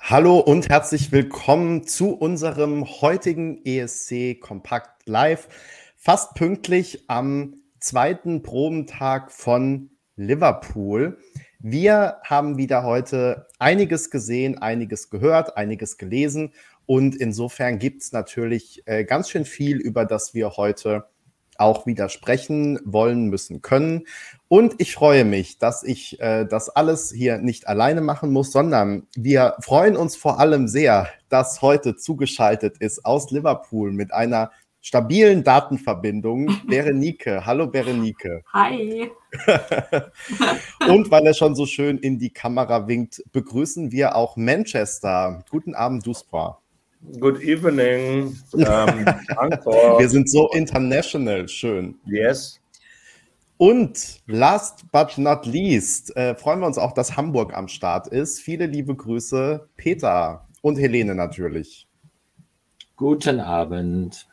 Hallo und herzlich willkommen zu unserem heutigen ESC Kompakt Live. Fast pünktlich am zweiten Probentag von Liverpool. Wir haben wieder heute einiges gesehen, einiges gehört, einiges gelesen. Und insofern gibt es natürlich ganz schön viel, über das wir heute auch wieder sprechen wollen, müssen, können. Und ich freue mich, dass ich das alles hier nicht alleine machen muss, sondern wir freuen uns vor allem sehr, dass heute zugeschaltet ist aus Liverpool mit einer stabilen Datenverbindung Berenike. Hallo Berenike. Hi. Und weil er schon so schön in die Kamera winkt, begrüßen wir auch Manchester. Guten Abend, Duspa. Good evening. Wir sind so international, schön. Yes. Und last but not least freuen wir uns auch, dass Hamburg am Start ist. Viele liebe Grüße, Peter und Helene natürlich. Guten Abend.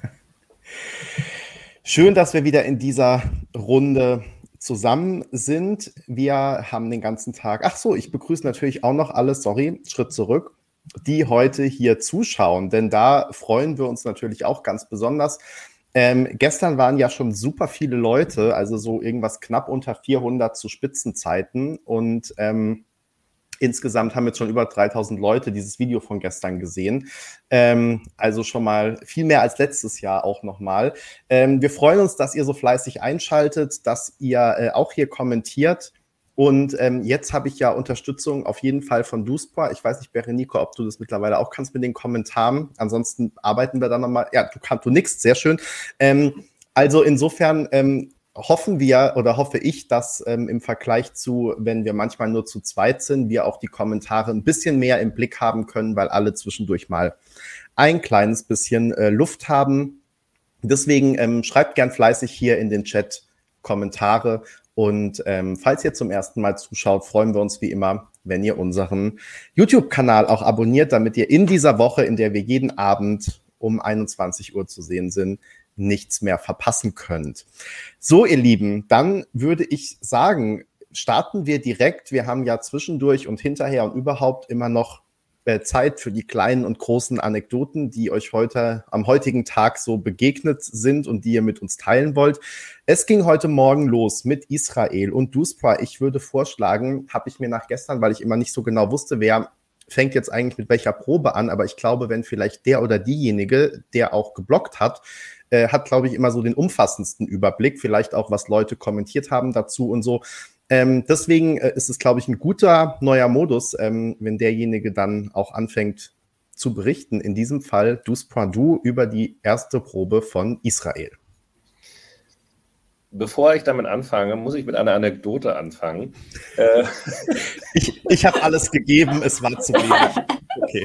Schön, dass wir wieder in dieser Runde zusammen sind. Wir haben den ganzen Tag, ich begrüße natürlich auch noch alle, Schritt zurück, die heute hier zuschauen, denn da freuen wir uns natürlich auch ganz besonders. Gestern waren ja schon super viele Leute, also so irgendwas knapp unter 400 zu Spitzenzeiten und insgesamt haben jetzt schon über 3000 Leute dieses Video von gestern gesehen, also schon mal viel mehr als letztes Jahr auch nochmal. Wir freuen uns, dass ihr so fleißig einschaltet, dass ihr auch hier kommentiert. Und jetzt habe ich ja Unterstützung auf jeden Fall von Duspa. Ich weiß nicht, Berenike, ob du das mittlerweile auch kannst mit den Kommentaren. Ansonsten arbeiten wir da nochmal. Ja, du nickst, sehr schön. Also insofern hoffe ich, dass im Vergleich zu, wenn wir manchmal nur zu zweit sind, wir auch die Kommentare ein bisschen mehr im Blick haben können, weil alle zwischendurch mal ein kleines bisschen Luft haben. Deswegen schreibt gern fleißig hier in den Chat Kommentare. Und falls ihr zum ersten Mal zuschaut, freuen wir uns wie immer, wenn ihr unseren YouTube-Kanal auch abonniert, damit ihr in dieser Woche, in der wir jeden Abend um 21 Uhr zu sehen sind, nichts mehr verpassen könnt. So, ihr Lieben, dann würde ich sagen, starten wir direkt. Wir haben ja zwischendurch und hinterher und überhaupt immer noch Zeit für die kleinen und großen Anekdoten, die euch heute am heutigen Tag so begegnet sind und die ihr mit uns teilen wollt. Es ging heute Morgen los mit Israel und Duspa. Ich würde vorschlagen, habe ich mir nach gestern, weil ich immer nicht so genau wusste, wer fängt jetzt eigentlich mit welcher Probe an, aber ich glaube, wenn vielleicht der oder diejenige, der auch geblockt hat, hat, glaube ich, immer so den umfassendsten Überblick, vielleicht auch, was Leute kommentiert haben dazu und so. Deswegen ist es, glaube ich, ein guter neuer Modus, wenn derjenige dann auch anfängt zu berichten. In diesem Fall Duspa, du über die erste Probe von Israel. Bevor ich damit anfange, muss ich mit einer Anekdote anfangen. Ich habe alles gegeben, es war zu wenig. Okay.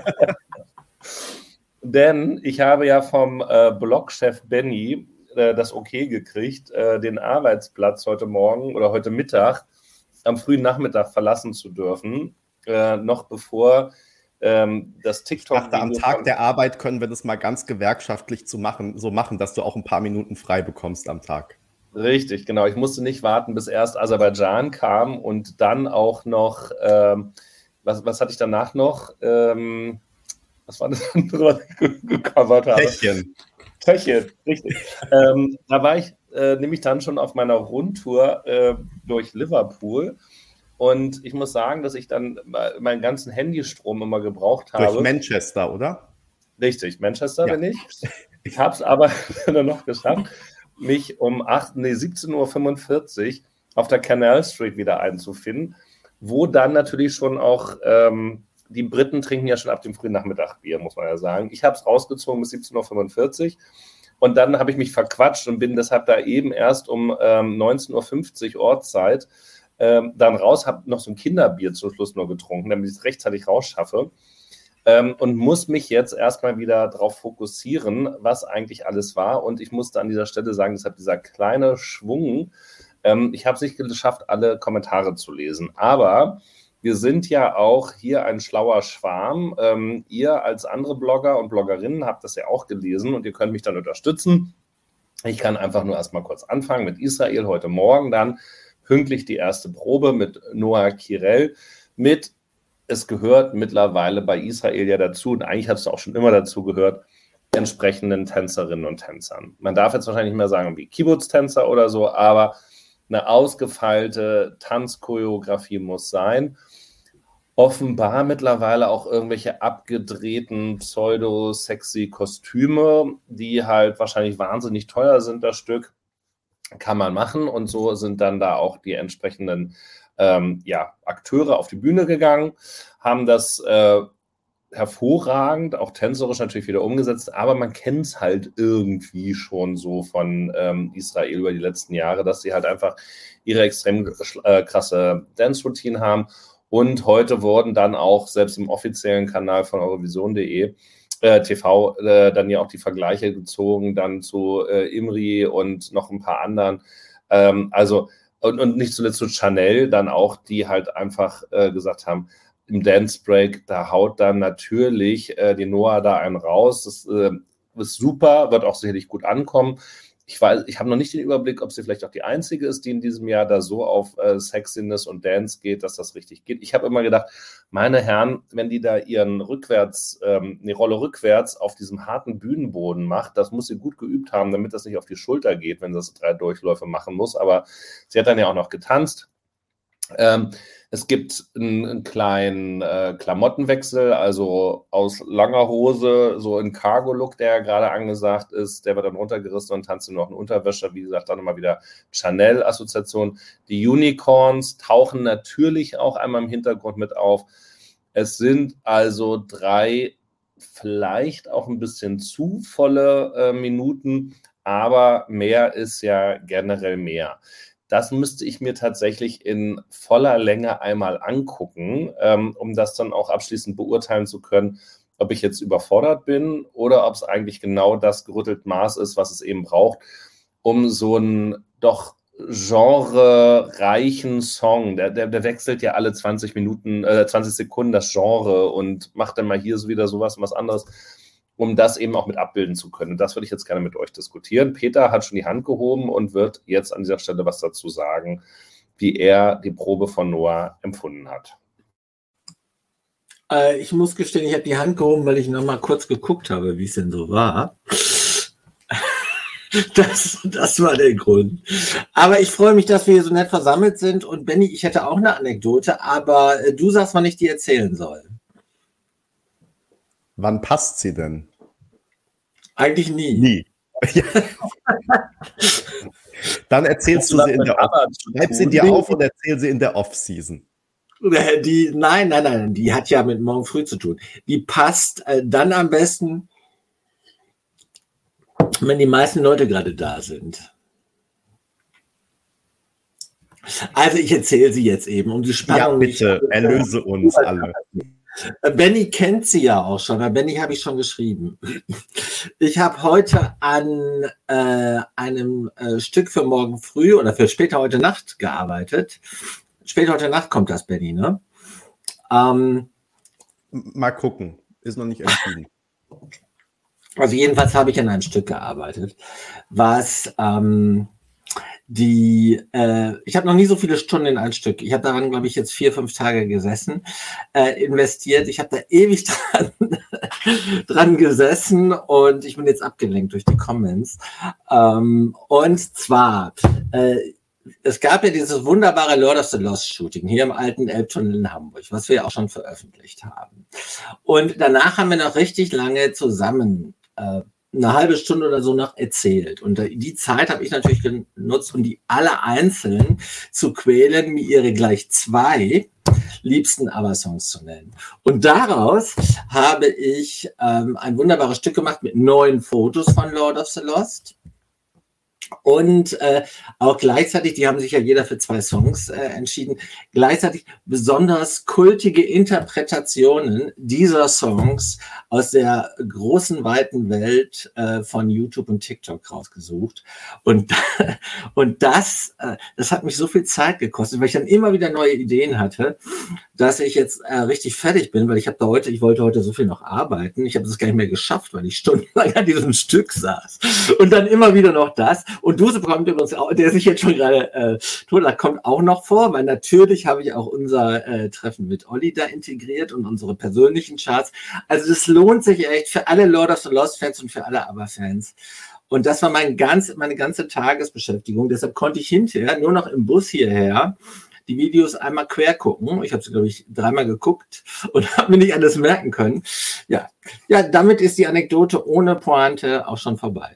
Denn ich habe ja vom Blogchef Benny das Okay gekriegt, den Arbeitsplatz heute Morgen oder heute Mittag am frühen Nachmittag verlassen zu dürfen, noch bevor das TikTok. Ich dachte, am Tag der Arbeit können wir das mal ganz gewerkschaftlich so machen, dass du auch ein paar Minuten frei bekommst am Tag. Richtig, genau. Ich musste nicht warten, bis erst Aserbaidschan kam und dann auch noch, was hatte ich danach noch? Was war das andere, was ich gecovert habe? Tschechien, richtig. Da war ich nämlich dann schon auf meiner Rundtour durch Liverpool und ich muss sagen, dass ich dann meinen ganzen Handystrom immer gebraucht habe. Durch Manchester, oder? Richtig, Manchester bin ich. Ich habe es aber dann noch geschafft, mich um 17:45 Uhr auf der Canal Street wieder einzufinden, wo dann natürlich schon auch die Briten trinken ja schon ab dem frühen Nachmittag Bier, muss man ja sagen. Ich habe es rausgezogen bis 17:45 Uhr und dann habe ich mich verquatscht und bin deshalb da eben erst um 19:50 Uhr Ortszeit dann raus, habe noch so ein Kinderbier zum Schluss nur getrunken, damit ich es rechtzeitig rausschaffe und muss mich jetzt erstmal wieder darauf fokussieren, was eigentlich alles war. Und ich musste an dieser Stelle sagen, deshalb dieser kleine Schwung, ich habe es nicht geschafft, alle Kommentare zu lesen, aber wir sind ja auch hier ein schlauer Schwarm. Ihr als andere Blogger und Bloggerinnen habt das ja auch gelesen und ihr könnt mich dann unterstützen. Ich kann einfach nur erstmal kurz anfangen mit Israel. Heute Morgen dann pünktlich die erste Probe mit Noah Kirel mit es gehört mittlerweile bei Israel ja dazu, und eigentlich hat es auch schon immer dazu gehört, entsprechenden Tänzerinnen und Tänzern. Man darf jetzt wahrscheinlich nicht mehr sagen wie Kibbutz-Tänzer oder so, aber eine ausgefeilte Tanzchoreografie muss sein. Offenbar mittlerweile auch irgendwelche abgedrehten pseudo-sexy Kostüme, die halt wahrscheinlich wahnsinnig teuer sind, das Stück, kann man machen. Und so sind dann da auch die entsprechenden Akteure auf die Bühne gegangen, haben das hervorragend, auch tänzerisch natürlich wieder umgesetzt, aber man kennt es halt irgendwie schon so von Israel über die letzten Jahre, dass sie halt einfach ihre extrem krasse Dance-Routine haben. Und heute wurden dann auch, selbst im offiziellen Kanal von Eurovision.de TV, dann ja auch die Vergleiche gezogen, dann zu Imri und noch ein paar anderen. Und nicht zuletzt zu Chanel dann auch, die halt einfach gesagt haben, im Dance Break, da haut dann natürlich die Noah da einen raus. Das ist super, wird auch sicherlich gut ankommen. Ich habe noch nicht den Überblick, ob sie vielleicht auch die einzige ist, die in diesem Jahr da so auf Sexiness und Dance geht, dass das richtig geht. Ich habe immer gedacht, meine Herren, wenn die da eine Rolle rückwärts auf diesem harten Bühnenboden macht, das muss sie gut geübt haben, damit das nicht auf die Schulter geht, wenn sie das 3 Durchläufe machen muss. Aber sie hat dann ja auch noch getanzt. Es gibt einen kleinen Klamottenwechsel, also aus langer Hose, so ein Cargo-Look, der ja gerade angesagt ist, der wird dann runtergerissen und tanzt nur noch in Unterwäsche. Wie gesagt, dann immer wieder Chanel-Assoziation. Die Unicorns tauchen natürlich auch einmal im Hintergrund mit auf. Es sind also 3 vielleicht auch ein bisschen zu volle Minuten, aber mehr ist ja generell mehr. Das müsste ich mir tatsächlich in voller Länge einmal angucken, um das dann auch abschließend beurteilen zu können, ob ich jetzt überfordert bin oder ob es eigentlich genau das gerüttelte Maß ist, was es eben braucht, um so einen doch genrereichen Song, der wechselt ja alle 20 Sekunden das Genre und macht dann mal hier so wieder sowas und was anderes, um das eben auch mit abbilden zu können. Und das würde ich jetzt gerne mit euch diskutieren. Peter hat schon die Hand gehoben und wird jetzt an dieser Stelle was dazu sagen, wie er die Probe von Noah empfunden hat. Ich muss gestehen, ich habe die Hand gehoben, weil ich noch mal kurz geguckt habe, wie es denn so war. Das war der Grund. Aber ich freue mich, dass wir hier so nett versammelt sind. Und Benni, ich hätte auch eine Anekdote, aber du sagst, wann ich die erzählen soll. Wann passt sie denn? Eigentlich nie. Nie. Dann erzählst du sie in der Off-Season. Schreib sie dir auf und erzähl sie in der Off-Season. Nein, die hat ja mit morgen früh zu tun. Die passt dann am besten, wenn die meisten Leute gerade da sind. Also ich erzähle sie jetzt eben, um die Spannung. Ja, bitte, erlöse uns alle. Benni kennt sie ja auch schon, weil Benni habe ich schon geschrieben. Ich habe heute an einem Stück für morgen früh oder für später heute Nacht gearbeitet. Später heute Nacht kommt das, Benni, ne? Mal gucken, ist noch nicht entschieden. Also jedenfalls habe ich an einem Stück gearbeitet, was ich habe noch nie so viele Stunden in ein Stück. Ich habe daran, glaube ich, jetzt 4-5 Tage gesessen, investiert. Ich habe da ewig dran gesessen und ich bin jetzt abgelenkt durch die Comments. Und zwar, es gab ja dieses wunderbare Lord of the Lost Shooting hier im alten Elbtunnel in Hamburg, was wir ja auch schon veröffentlicht haben. Und danach haben wir noch richtig lange zusammen eine halbe Stunde oder so noch erzählt. Und die Zeit habe ich natürlich genutzt, um die alle einzeln zu quälen, mir ihre gleich 2 liebsten ABBA-Songs zu nennen. Und daraus habe ich ein wunderbares Stück gemacht mit 9 Fotos von Lord of the Lost. Und auch gleichzeitig, die haben sich ja jeder für 2 Songs entschieden, gleichzeitig besonders kultige Interpretationen dieser Songs aus der großen, weiten Welt von YouTube und TikTok rausgesucht. Und das hat mich so viel Zeit gekostet, weil ich dann immer wieder neue Ideen hatte, dass ich jetzt richtig fertig bin, weil ich wollte heute so viel noch arbeiten. Ich habe das gar nicht mehr geschafft, weil ich stundenlang an diesem Stück saß. Und dann immer wieder noch das. Und Duse kommt übrigens auch, der sich jetzt schon gerade totlacht, kommt auch noch vor, weil natürlich habe ich auch unser Treffen mit Olli da integriert und unsere persönlichen Charts. Also das lohnt sich echt für alle Lord of the Lost Fans und für alle ABBA-Fans. Und das war meine ganze Tagesbeschäftigung. Deshalb konnte ich hinterher nur noch im Bus hierher die Videos einmal quer gucken. Ich habe sie, glaube ich, 3-mal geguckt und habe mir nicht alles merken können. Ja, damit ist die Anekdote ohne Pointe auch schon vorbei.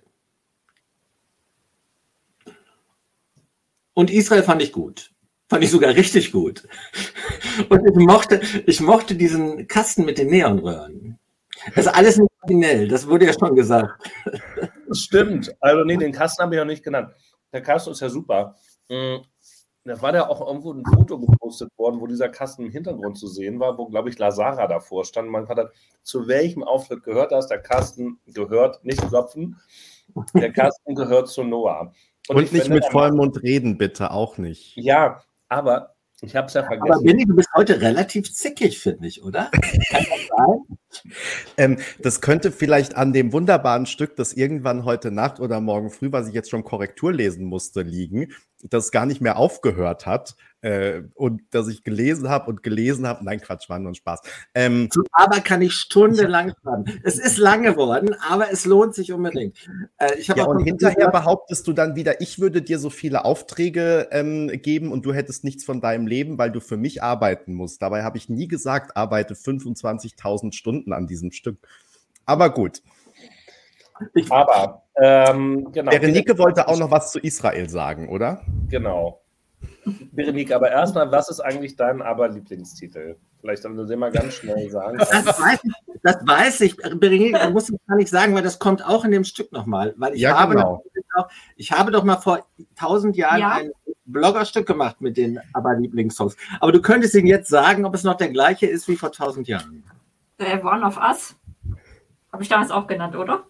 Und Israel fand ich gut. Fand ich sogar richtig gut. Und ich mochte diesen Kasten mit den Neonröhren. Das ist alles nicht originell, das wurde ja schon gesagt. Das stimmt. Also nee, den Kasten habe ich noch nicht genannt. Der Kasten ist ja super. Da war ja auch irgendwo ein Foto gepostet worden, wo dieser Kasten im Hintergrund zu sehen war, wo, glaube ich, Lazara davor stand. Man hat, zu welchem Auftritt gehört das? Der Kasten gehört, nicht klopfen, der Kasten gehört zu Noah. Und nicht mit vollem Mund reden, bitte, auch nicht. Ja, aber ich habe es ja vergessen. Aber Benni, du bist heute relativ zickig, finde ich, oder? Kann das sein? Das könnte vielleicht an dem wunderbaren Stück, das irgendwann heute Nacht oder morgen früh, was ich jetzt schon Korrektur lesen musste, liegen, das gar nicht mehr aufgehört hat und dass ich gelesen habe. Nein, Quatsch, war nur ein Spaß. Aber kann ich stundenlang schreiben. Es ist lang geworden, aber es lohnt sich unbedingt. Und hinterher behauptest du dann wieder, ich würde dir so viele Aufträge geben und du hättest nichts von deinem Leben, weil du für mich arbeiten musst. Dabei habe ich nie gesagt, arbeite 25.000 Stunden an diesem Stück. Aber gut. Genau. Berenike wollte auch noch was zu Israel sagen, oder? Genau. Berenike, aber erstmal, was ist eigentlich dein Aber-Lieblingstitel? Vielleicht dann sehen wir ganz schnell sagen. Das weiß ich. Berenike, du musst es gar nicht sagen, weil das kommt auch in dem Stück nochmal. Weil ich habe doch mal vor 1000 Jahren ein Bloggerstück gemacht mit den Aber-Lieblingssongs. Aber du könntest ihn jetzt sagen, ob es noch der gleiche ist wie vor 1000 Jahren. One of Us. Habe ich damals auch genannt, oder?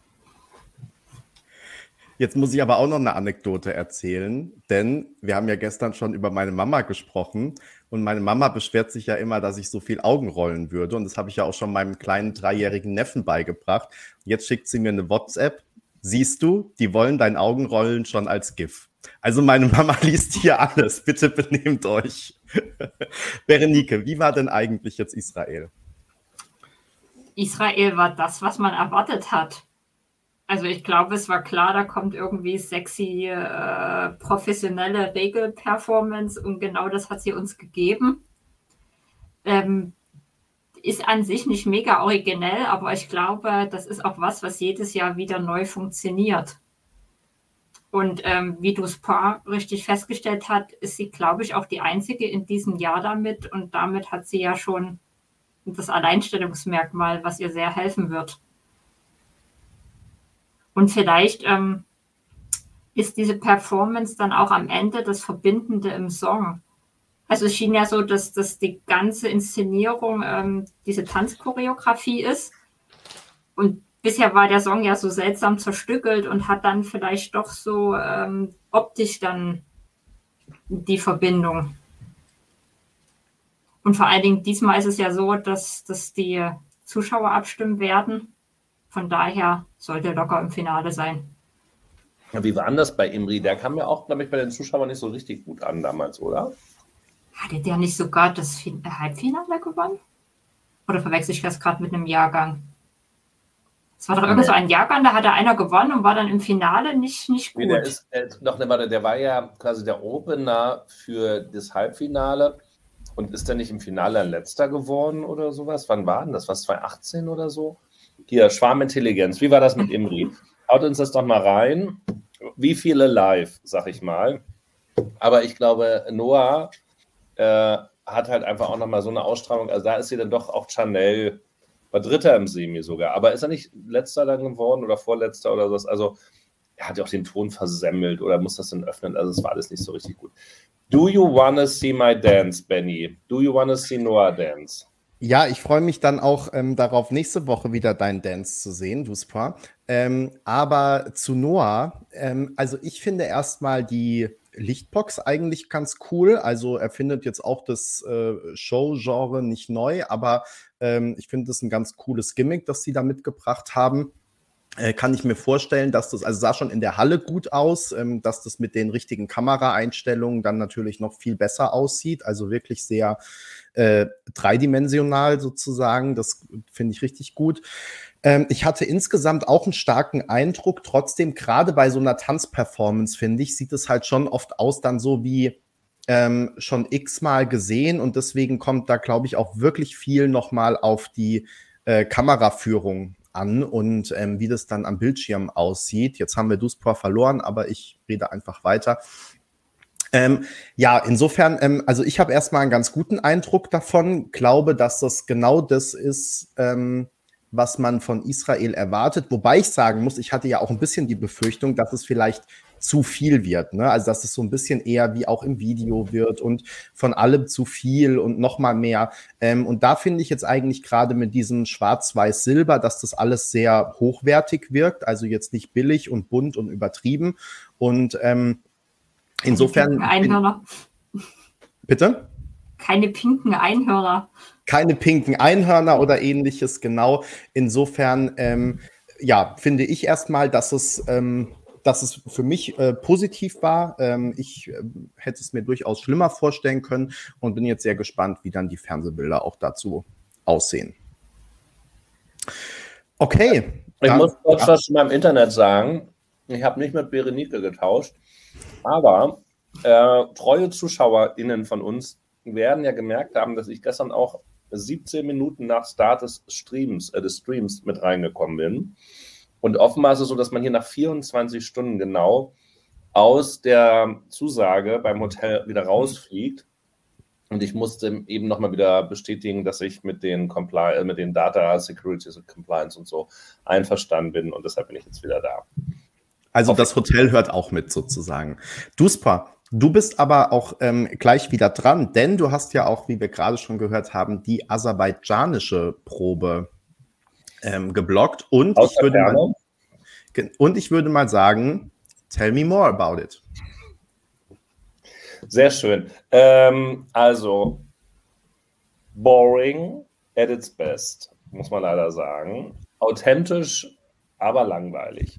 Jetzt muss ich aber auch noch eine Anekdote erzählen, denn wir haben ja gestern schon über meine Mama gesprochen und meine Mama beschwert sich ja immer, dass ich so viel Augenrollen würde und das habe ich ja auch schon meinem kleinen 3-jährigen Neffen beigebracht. Jetzt schickt sie mir eine WhatsApp. Siehst du, die wollen dein Augenrollen schon als GIF. Also meine Mama liest hier alles. Bitte benehmt euch. Berenike, wie war denn eigentlich jetzt Israel? Israel war das, was man erwartet hat. Also ich glaube, es war klar, da kommt irgendwie sexy, professionelle Regelperformance und genau das hat sie uns gegeben. Ist an sich nicht mega originell, aber ich glaube, das ist auch was jedes Jahr wieder neu funktioniert. Und wie Duspa richtig festgestellt hat, ist sie, glaube ich, auch die Einzige in diesem Jahr damit und damit hat sie ja schon das Alleinstellungsmerkmal, was ihr sehr helfen wird. Und vielleicht ist diese Performance dann auch am Ende das Verbindende im Song. Also es schien ja so, dass die ganze Inszenierung diese Tanzchoreografie ist. Und bisher war der Song ja so seltsam zerstückelt und hat dann vielleicht doch so optisch dann die Verbindung. Und vor allen Dingen diesmal ist es ja so, dass die Zuschauer abstimmen werden. Von daher sollte locker im Finale sein. Ja, wie war das bei Imri? Der kam ja auch, glaube ich, bei den Zuschauern nicht so richtig gut an damals, oder? Hatte der nicht sogar das Halbfinale gewonnen? Oder verwechsel ich das gerade mit einem Jahrgang? Es war doch irgend so ein Jahrgang, da hatte einer gewonnen und war dann im Finale nicht gut. Nee, der war ja quasi der Opener für das Halbfinale und ist dann nicht im Finale letzter geworden oder sowas? Wann war denn das? Was, 2018 oder so? Hier, Schwarmintelligenz. Wie war das mit Imri? Haut uns das doch mal rein. Wie viele live, sag ich mal. Aber ich glaube, Noah hat halt einfach auch nochmal so eine Ausstrahlung. Also da ist sie dann doch auch Chanel, war Dritter im Semi sogar. Aber ist er nicht Letzter dann geworden oder Vorletzter oder sowas? Also er hat ja auch den Ton versemmelt oder muss das dann öffnen. Also es war alles nicht so richtig gut. Do you wanna see my dance, Benny? Do you wanna see Noah dance? Ja, ich freue mich dann auch darauf, nächste Woche wieder deinen Dance zu sehen, Duspa. Aber zu Noah, also ich finde erstmal die Lichtbox eigentlich ganz cool. Also er findet jetzt auch das Show-Genre nicht neu, aber ich finde das ein ganz cooles Gimmick, das sie da mitgebracht haben. Kann ich mir vorstellen, dass das, also sah schon in der Halle gut aus, dass das mit den richtigen Kameraeinstellungen dann natürlich noch viel besser aussieht. Also wirklich sehr dreidimensional sozusagen. Das finde ich richtig gut. Ich hatte insgesamt auch einen starken Eindruck. Trotzdem, gerade bei so einer Tanzperformance, finde ich, sieht es halt schon oft aus dann so wie schon x-mal gesehen. Und deswegen kommt da, glaube ich, auch wirklich viel nochmal auf die Kameraführung an und wie das dann am Bildschirm aussieht. Jetzt haben wir Duspor verloren, aber ich rede einfach weiter. Ja, insofern, also ich habe erstmal einen ganz guten Eindruck davon, glaube, dass das genau das ist, was man von Israel erwartet. Wobei ich sagen muss, ich hatte ja auch ein bisschen die Befürchtung, dass es vielleicht zu viel wird, ne? Also dass es so ein bisschen eher wie auch im Video wird und von allem zu viel und noch mal mehr. Und da finde ich jetzt eigentlich gerade mit diesem Schwarz-Weiß-Silber, dass das alles sehr hochwertig wirkt, also jetzt nicht billig und bunt und übertrieben. Und insofern. Keine Einhörner. Bitte? Keine pinken Einhörner. Keine pinken Einhörner oder ähnliches, genau. Insofern, ja, finde ich erstmal, dass es für mich positiv war. Ich hätte es mir durchaus schlimmer vorstellen können und bin jetzt sehr gespannt, wie dann die Fernsehbilder auch dazu aussehen. Okay. Ich muss kurz was zu meinem Internet sagen. Ich habe nicht mit Berenike getauscht, aber treue ZuschauerInnen von uns werden ja gemerkt haben, dass ich gestern auch 17 Minuten nach Start des Streams mit reingekommen bin. Und offenbar ist es so, dass man hier nach 24 Stunden genau aus der Zusage beim Hotel wieder rausfliegt. Und ich musste eben nochmal wieder bestätigen, dass ich mit den Data Security Compliance und so einverstanden bin. Und deshalb bin ich jetzt wieder da. Also das Hotel hört auch mit sozusagen. Duspor, du bist aber auch gleich wieder dran, denn du hast ja auch, wie wir gerade schon gehört haben, die aserbaidschanische Probe geblockt. Und ich würde mal sagen, tell me more about it. Sehr schön. Also, boring at its best, muss man leider sagen. Authentisch, aber langweilig.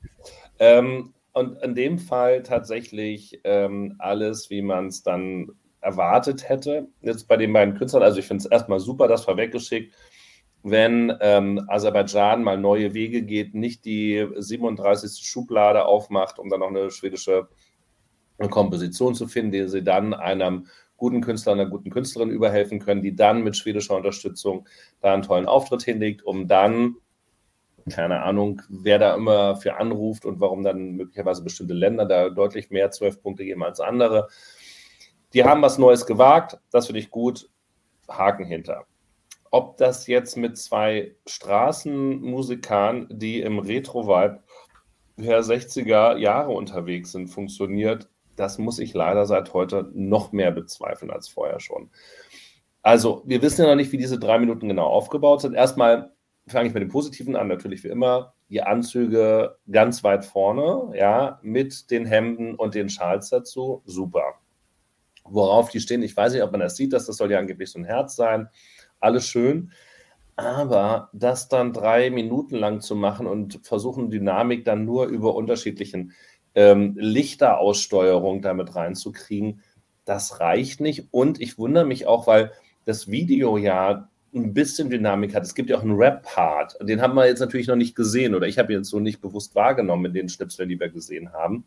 Und in dem Fall tatsächlich alles, wie man es dann erwartet hätte. Jetzt bei den beiden Künstlern, also ich finde es erstmal super, das vorweggeschickt, wenn Aserbaidschan mal neue Wege geht, nicht die 37. Schublade aufmacht, um dann noch eine schwedische Komposition zu finden, die sie dann einem guten Künstler, einer guten Künstlerin überhelfen können, die dann mit schwedischer Unterstützung da einen tollen Auftritt hinlegt, um dann, keine Ahnung, wer da immer für anruft und warum dann möglicherweise bestimmte Länder da deutlich mehr 12 Punkte geben als andere. Die haben was Neues gewagt, das finde ich gut, Haken hinter. Ob das jetzt mit zwei Straßenmusikern, die im Retro-Vibe der 60er Jahre unterwegs sind, funktioniert, das muss ich leider seit heute noch mehr bezweifeln als vorher schon. Also, wir wissen ja noch nicht, wie diese 3 Minuten genau aufgebaut sind. Erstmal fange ich mit dem Positiven an, natürlich wie immer. Die Anzüge ganz weit vorne, ja, mit den Hemden und den Schals dazu. Super. Worauf die stehen, ich weiß nicht, ob man das sieht, das soll ja angeblich so ein Herz sein. Alles schön. Aber das dann 3 Minuten lang zu machen und versuchen, Dynamik dann nur über unterschiedlichen Lichteraussteuerung damit reinzukriegen, das reicht nicht. Und ich wundere mich auch, weil das Video ja ein bisschen Dynamik hat. Es gibt ja auch einen Rap-Part. Den haben wir jetzt natürlich noch nicht gesehen oder ich habe ihn jetzt so nicht bewusst wahrgenommen in den Schnipseln, die wir gesehen haben.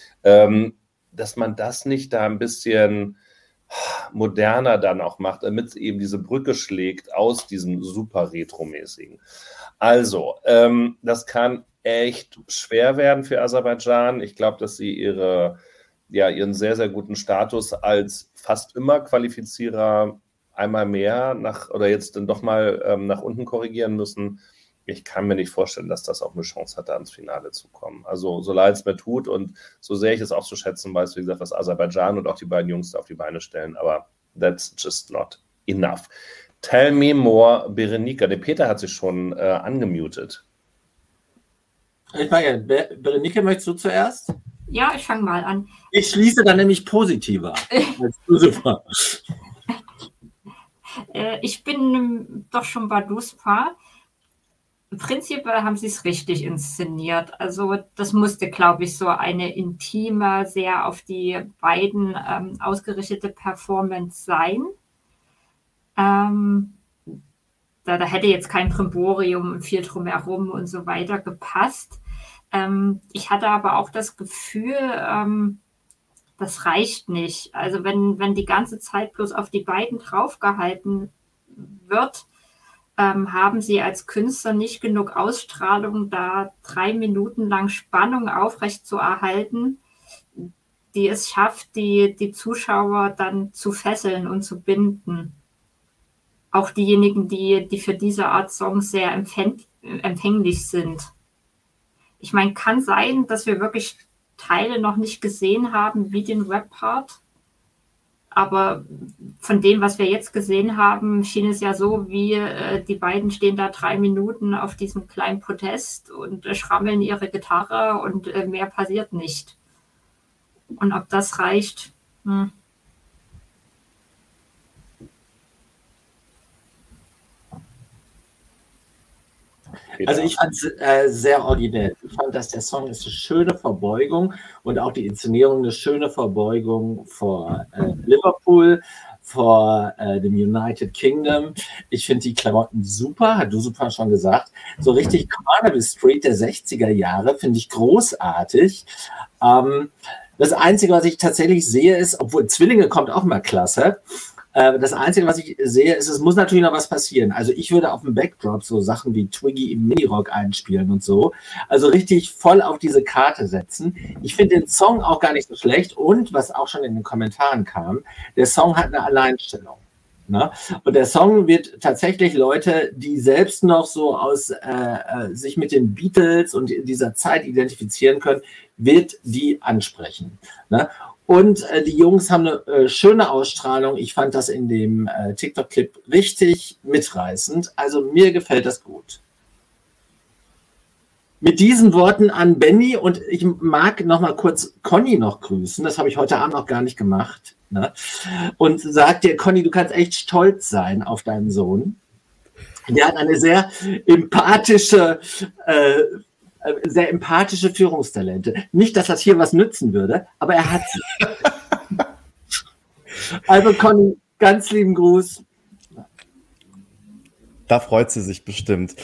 Dass man das nicht da ein bisschen moderner dann auch macht, damit es eben diese Brücke schlägt aus diesem super Retro-mäßigen. Also, das kann echt schwer werden für Aserbaidschan. Ich glaube, dass sie ihren sehr, sehr guten Status als fast immer Qualifizierer einmal mehr jetzt dann doch mal nach unten korrigieren müssen. Ich kann mir nicht vorstellen, dass das auch eine Chance hat, da ins Finale zu kommen. Also so leid es mir tut und so sehr ich es auch zu schätzen weiß, wie gesagt, was Aserbaidschan und auch die beiden Jungs da auf die Beine stellen, aber that's just not enough. Tell me more, Berenika. Der Peter hat sich schon angemutet. Ich meine, Berenike, möchtest du zuerst? Ja, ich fange mal an. Ich schließe dann nämlich positiver. Super. Ich bin doch schon bei Duspa. Prinzipiell haben sie es richtig inszeniert. Also das musste, glaube ich, so eine intime, sehr auf die beiden ausgerichtete Performance sein. Da hätte jetzt kein Brimborium und viel drumherum und so weiter gepasst. Ich hatte aber auch das Gefühl, das reicht nicht. Also wenn die ganze Zeit bloß auf die beiden draufgehalten wird, haben sie als Künstler nicht genug Ausstrahlung, da 3 Minuten lang Spannung aufrecht zu erhalten, die es schafft, die Zuschauer dann zu fesseln und zu binden. Auch diejenigen, die für diese Art Songs sehr empfänglich sind. Ich meine, kann sein, dass wir wirklich Teile noch nicht gesehen haben, wie den Rap-Part. Aber von dem, was wir jetzt gesehen haben, schien es ja so, wie die beiden stehen da 3 Minuten auf diesem kleinen Podest und schrammeln ihre Gitarre und mehr passiert nicht. Und ob das reicht? Also ich fand es sehr originell. Ich fand, dass der Song ist eine schöne Verbeugung und auch die Inszenierung eine schöne Verbeugung vor Liverpool, vor dem United Kingdom. Ich finde die Klamotten super, hat du super schon gesagt. So richtig Carnaby Street der 60er Jahre finde ich großartig. Das Einzige, was ich tatsächlich sehe, ist, obwohl Zwillinge kommt auch mal klasse, das Einzige, was ich sehe, ist, es muss natürlich noch was passieren. Also ich würde auf dem Backdrop so Sachen wie Twiggy im Minirock einspielen und so. Also richtig voll auf diese Karte setzen. Ich finde den Song auch gar nicht so schlecht. Und was auch schon in den Kommentaren kam, der Song hat eine Alleinstellung. Ne? Und der Song wird tatsächlich Leute, die selbst noch so aus sich mit den Beatles und in dieser Zeit identifizieren können, wird die ansprechen. Ne? Und die Jungs haben eine schöne Ausstrahlung. Ich fand das in dem TikTok-Clip richtig mitreißend. Also mir gefällt das gut. Mit diesen Worten an Benny, und ich mag noch mal kurz Conny noch grüßen. Das habe ich heute Abend noch gar nicht gemacht. Ne? Und sagt dir, Conny, du kannst echt stolz sein auf deinen Sohn. Der hat eine sehr empathische Führungstalente. Nicht, dass das hier was nützen würde, aber er hat sie. Also Conny, ganz lieben Gruß. Da freut sie sich bestimmt.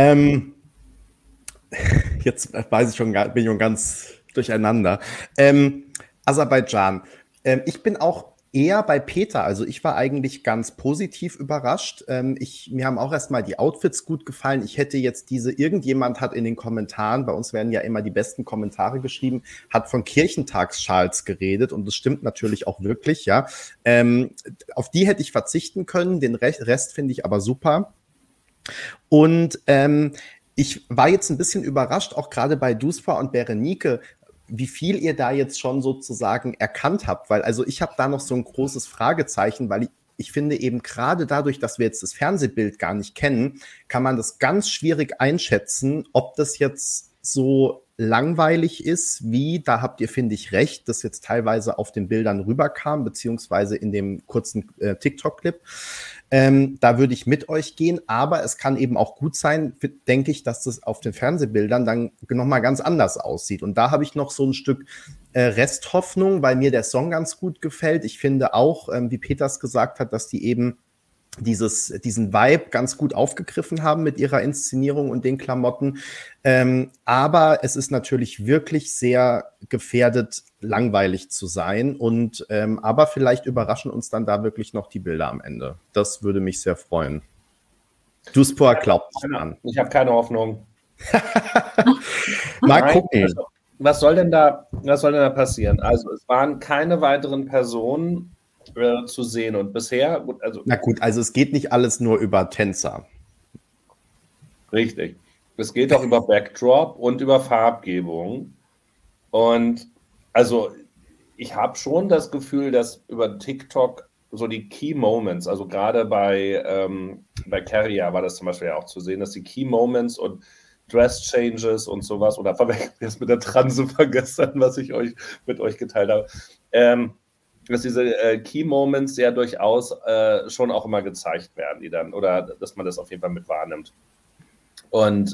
Jetzt weiß ich schon, bin ich schon ganz durcheinander. Aserbaidschan. Ich bin auch eher bei Peter, also ich war eigentlich ganz positiv überrascht. Mir haben auch erstmal die Outfits gut gefallen. Ich hätte jetzt irgendjemand hat in den Kommentaren, bei uns werden ja immer die besten Kommentare geschrieben, hat von Kirchentagsschals geredet und das stimmt natürlich auch wirklich, ja. Auf die hätte ich verzichten können, den Rest finde ich aber super. Und ich war jetzt ein bisschen überrascht, auch gerade bei Duspa und Berenike, wie viel ihr da jetzt schon sozusagen erkannt habt, weil also ich habe da noch so ein großes Fragezeichen, weil ich finde eben gerade dadurch, dass wir jetzt das Fernsehbild gar nicht kennen, kann man das ganz schwierig einschätzen, ob das jetzt so langweilig ist, da habt ihr, finde ich, recht, das jetzt teilweise auf den Bildern rüberkam, beziehungsweise in dem kurzen TikTok-Clip. Da würde ich mit euch gehen, aber es kann eben auch gut sein, denke ich, dass das auf den Fernsehbildern dann nochmal ganz anders aussieht. Und da habe ich noch so ein Stück Resthoffnung, weil mir der Song ganz gut gefällt. Ich finde auch, wie Peters gesagt hat, dass die eben diesen Vibe ganz gut aufgegriffen haben mit ihrer Inszenierung und den Klamotten. Aber es ist natürlich wirklich sehr gefährdet, langweilig zu sein. Aber vielleicht überraschen uns dann da wirklich noch die Bilder am Ende. Das würde mich sehr freuen. Duspa glaubt nicht an. Ich habe keine Hoffnung. Mal gucken. Also, was soll denn da passieren? Also es waren keine weiteren Personen zu sehen und bisher, also es geht nicht alles nur über Tänzer. Richtig. Es geht auch über Backdrop und über Farbgebung. Und also ich habe schon das Gefühl, dass über TikTok so die Key Moments, also gerade bei Carrier war das zum Beispiel ja auch zu sehen, dass die Key Moments und Dress-Changes und sowas, oder verwechselt jetzt mit der Transe vergessen, was ich mit euch geteilt habe, dass diese Key-Moments ja durchaus schon auch immer gezeigt werden, die dann, oder dass man das auf jeden Fall mit wahrnimmt. Und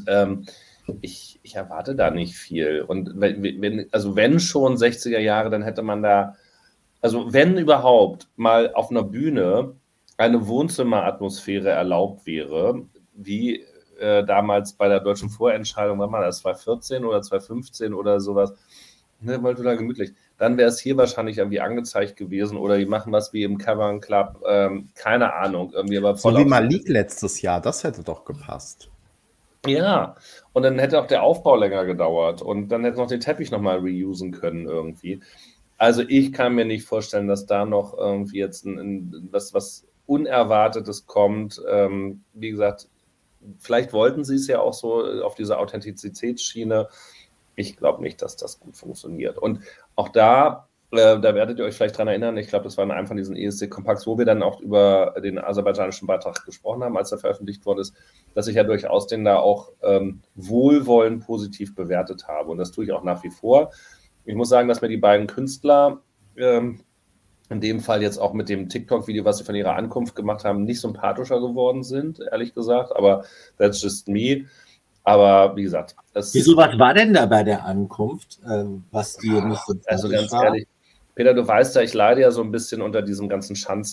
ich erwarte da nicht viel. Und wenn schon 60er Jahre, dann hätte man da, also wenn überhaupt mal auf einer Bühne eine Wohnzimmeratmosphäre erlaubt wäre, wie damals bei der deutschen Vorentscheidung, wann war das, 2014 oder 2015 oder sowas, ne, war total gemütlich. Dann wäre es hier wahrscheinlich irgendwie angezeigt gewesen oder die machen was wie im Cavern Club, keine Ahnung. Irgendwie aber so wie Malik letztes Jahr, das hätte doch gepasst. Ja, und dann hätte auch der Aufbau länger gedauert und dann hätte noch den Teppich nochmal reusen können irgendwie. Also ich kann mir nicht vorstellen, dass da noch irgendwie jetzt was Unerwartetes kommt. Wie gesagt, vielleicht wollten sie es ja auch so auf diese Authentizitätsschiene. Ich glaube nicht, dass das gut funktioniert. Und auch da werdet ihr euch vielleicht daran erinnern, ich glaube, das war in einem von diesen ESC-Kompakts, wo wir dann auch über den aserbaidschanischen Beitrag gesprochen haben, als er veröffentlicht worden ist, dass ich ja durchaus den da auch wohlwollend positiv bewertet habe. Und das tue ich auch nach wie vor. Ich muss sagen, dass mir die beiden Künstler, in dem Fall jetzt auch mit dem TikTok-Video, was sie von ihrer Ankunft gemacht haben, nicht sympathischer geworden sind, ehrlich gesagt. Aber that's just me. Aber wie gesagt, wieso, was war denn da bei der Ankunft, was die nicht so also ganz ehrlich, Peter, du weißt ja, ich leide ja so ein bisschen unter diesem ganzen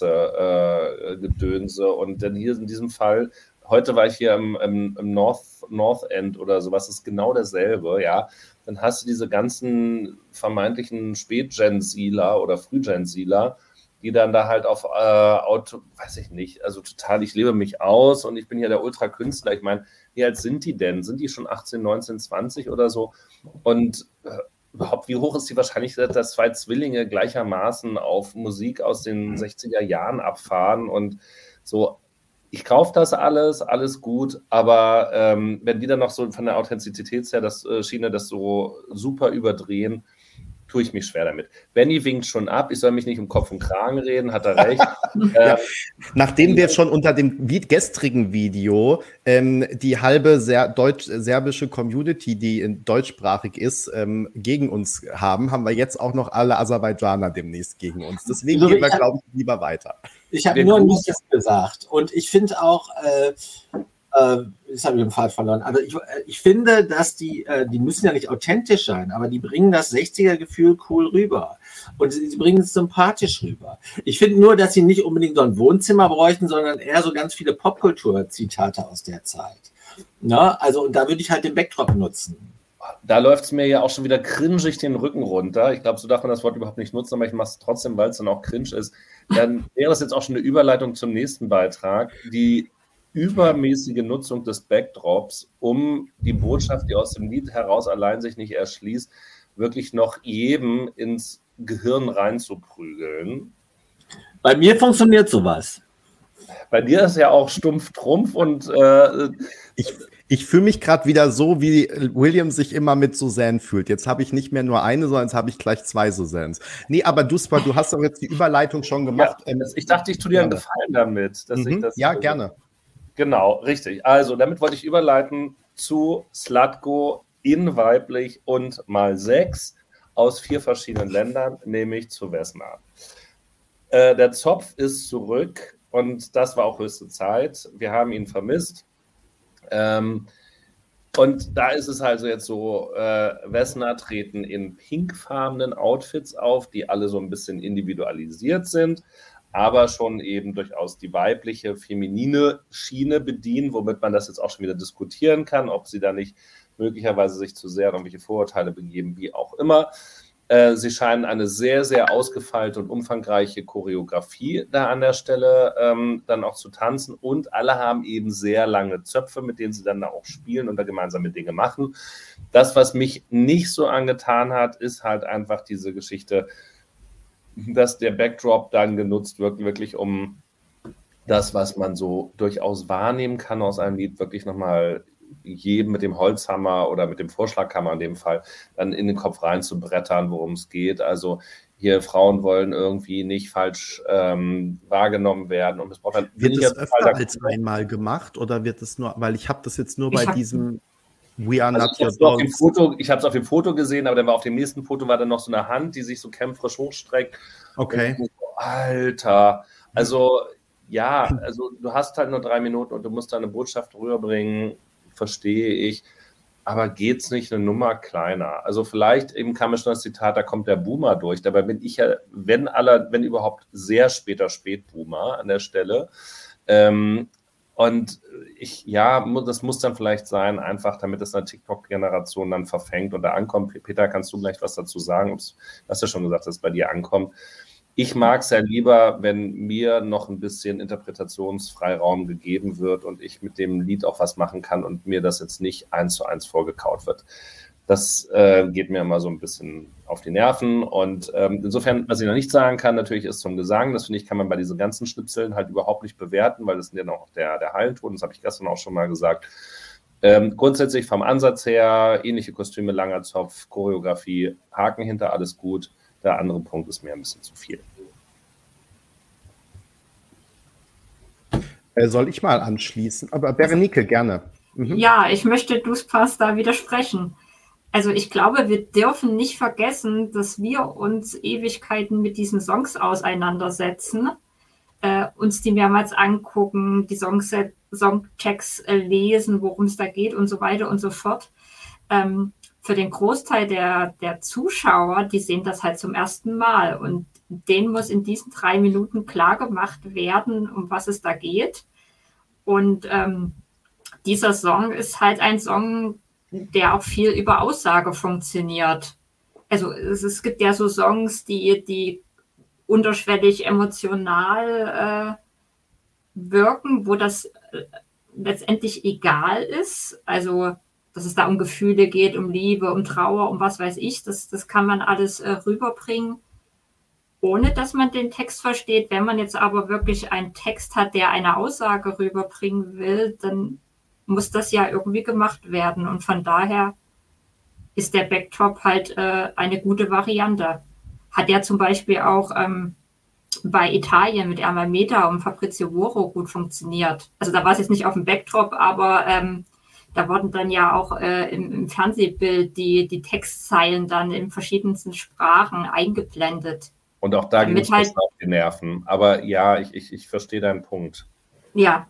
Schanze-Gedönse und dann hier in diesem Fall, heute war ich hier im North End oder sowas, ist genau dasselbe, ja. Dann hast du diese ganzen vermeintlichen Spät-Gen-Sieler oder Früh-Gen-Sieler, die dann da halt auf Auto, weiß ich nicht, also total, ich lebe mich aus und ich bin ja der Ultrakünstler. Ich meine, wie alt sind die denn? Sind die schon 18, 19, 20 oder so? Und überhaupt, wie hoch ist die Wahrscheinlichkeit, dass zwei Zwillinge gleichermaßen auf Musik aus den 60er Jahren abfahren und so? Ich kaufe das alles gut, aber wenn die dann noch so von der Authentizität her Schiene das so super überdrehen, tue ich mich schwer damit. Benny winkt schon ab, ich soll mich nicht um Kopf und Kragen reden, hat er recht. Ja. Nachdem wir schon unter dem gestrigen Video die halbe deutsch-serbische Community, die deutschsprachig ist, gegen uns haben wir jetzt auch noch alle Aserbaidschaner demnächst gegen uns. Deswegen gehen wir, glaube ich, lieber weiter. Ich habe nur nichts gesagt. Und ich finde auch, das habe ich im Fall verloren. Aber ich finde, dass die müssen ja nicht authentisch sein, aber die bringen das 60er-Gefühl cool rüber. Und sie bringen es sympathisch rüber. Ich finde nur, dass sie nicht unbedingt so ein Wohnzimmer bräuchten, sondern eher so ganz viele Popkultur-Zitate aus der Zeit. Na, also, und da würde ich halt den Backdrop nutzen. Da läuft es mir ja auch schon wieder cringig den Rücken runter. Ich glaube, so darf man das Wort überhaupt nicht nutzen, aber ich mache es trotzdem, weil es dann auch cringe ist. Dann wäre das jetzt auch schon eine Überleitung zum nächsten Beitrag. Die übermäßige Nutzung des Backdrops, um die Botschaft, die aus dem Lied heraus allein sich nicht erschließt, wirklich noch jedem ins Gehirn reinzuprügeln. Bei mir funktioniert sowas. Bei dir ist ja auch stumpf Trumpf und ich fühle mich gerade wieder so, wie William sich immer mit Suzanne fühlt. Jetzt habe ich nicht mehr nur eine, sondern jetzt habe ich gleich zwei Suzannes. Nee, aber du hast doch jetzt die Überleitung schon gemacht. Ja, ich dachte, ich tue dir einen Gefallen damit. Dass ich das, ja, gerne. Genau, richtig. Also, damit wollte ich überleiten zu Slatko in weiblich und mal 6 aus 4 verschiedenen Ländern, nämlich zu Vesna. Der Zopf ist zurück und das war auch höchste Zeit. Wir haben ihn vermisst. Und da ist es also jetzt so, Vesna treten in pinkfarbenen Outfits auf, die alle so ein bisschen individualisiert sind, aber schon eben durchaus die weibliche, feminine Schiene bedienen, womit man das jetzt auch schon wieder diskutieren kann, ob sie da nicht möglicherweise sich zu sehr in irgendwelche Vorurteile begeben, wie auch immer. Sie scheinen eine sehr, sehr ausgefeilte und umfangreiche Choreografie da an der Stelle dann auch zu tanzen und alle haben eben sehr lange Zöpfe, mit denen sie dann da auch spielen und da gemeinsame Dinge machen. Das, was mich nicht so angetan hat, ist halt einfach diese Geschichte, dass der Backdrop dann genutzt wird, wirklich um das, was man so durchaus wahrnehmen kann aus einem Lied, wirklich nochmal jedem mit dem Holzhammer oder mit dem Vorschlaghammer in dem Fall dann in den Kopf rein zu brettern, worum es geht. Also hier Frauen wollen irgendwie nicht falsch wahrgenommen werden. Und wird es öfter als einmal gemacht oder wird es nur, weil ich habe das jetzt nur bei diesem... We are not your dolls. Ich habe es auf dem Foto gesehen, aber dann war auf dem nächsten Foto war dann noch so eine Hand, die sich so kämpferisch hochstreckt. Okay. So, Alter. Also, ja, also du hast halt nur 3 Minuten und du musst deine Botschaft rüberbringen, verstehe ich. Aber geht's nicht eine Nummer kleiner? Also vielleicht, eben kam schon das Zitat, da kommt der Boomer durch. Dabei bin ich ja, wenn überhaupt, sehr Spätboomer an der Stelle. Und das muss dann vielleicht sein, einfach damit es eine TikTok-Generation dann verfängt und da ankommt. Peter, kannst du gleich was dazu sagen? Du hast ja schon gesagt, dass es bei dir ankommt. Ich mag es ja lieber, wenn mir noch ein bisschen Interpretationsfreiraum gegeben wird und ich mit dem Lied auch was machen kann und mir das jetzt nicht 1:1 vorgekaut wird. Das geht mir immer so ein bisschen auf die Nerven. Und insofern, was ich noch nicht sagen kann, natürlich ist zum Gesang. Das finde ich, kann man bei diesen ganzen Schnipseln halt überhaupt nicht bewerten, weil das sind ja noch der Hallenton. Das habe ich gestern auch schon mal gesagt. Grundsätzlich vom Ansatz her, ähnliche Kostüme, langer Zopf, Choreografie, Haken hinter, alles gut. Der andere Punkt ist mir ein bisschen zu viel. Soll ich mal anschließen? Aber Berenike, gerne. Ja, ich möchte Duspars da widersprechen. Also ich glaube, wir dürfen nicht vergessen, dass wir uns Ewigkeiten mit diesen Songs auseinandersetzen, uns die mehrmals angucken, die Songchecks lesen, worum es da geht und so weiter und so fort. Für den Großteil der Zuschauer, die sehen das halt zum ersten Mal und denen muss in diesen 3 Minuten klar gemacht werden, um was es da geht. Und dieser Song ist halt ein Song, der auch viel über Aussage funktioniert. Also es gibt ja so Songs, die unterschwellig emotional wirken, wo das letztendlich egal ist. Also dass es da um Gefühle geht, um Liebe, um Trauer, um was weiß ich. Das kann man alles rüberbringen, ohne dass man den Text versteht. Wenn man jetzt aber wirklich einen Text hat, der eine Aussage rüberbringen will, dann muss das ja irgendwie gemacht werden. Und von daher ist der Backdrop halt eine gute Variante. Hat ja zum Beispiel auch bei Italien mit Ermal-Meta und Fabrizio Voro gut funktioniert. Also da war es jetzt nicht auf dem Backdrop, aber da wurden dann ja auch im Fernsehbild die Textzeilen dann in verschiedensten Sprachen eingeblendet. Und auch da ging es halt auf die Nerven. Aber ja, ich verstehe deinen Punkt. Ja.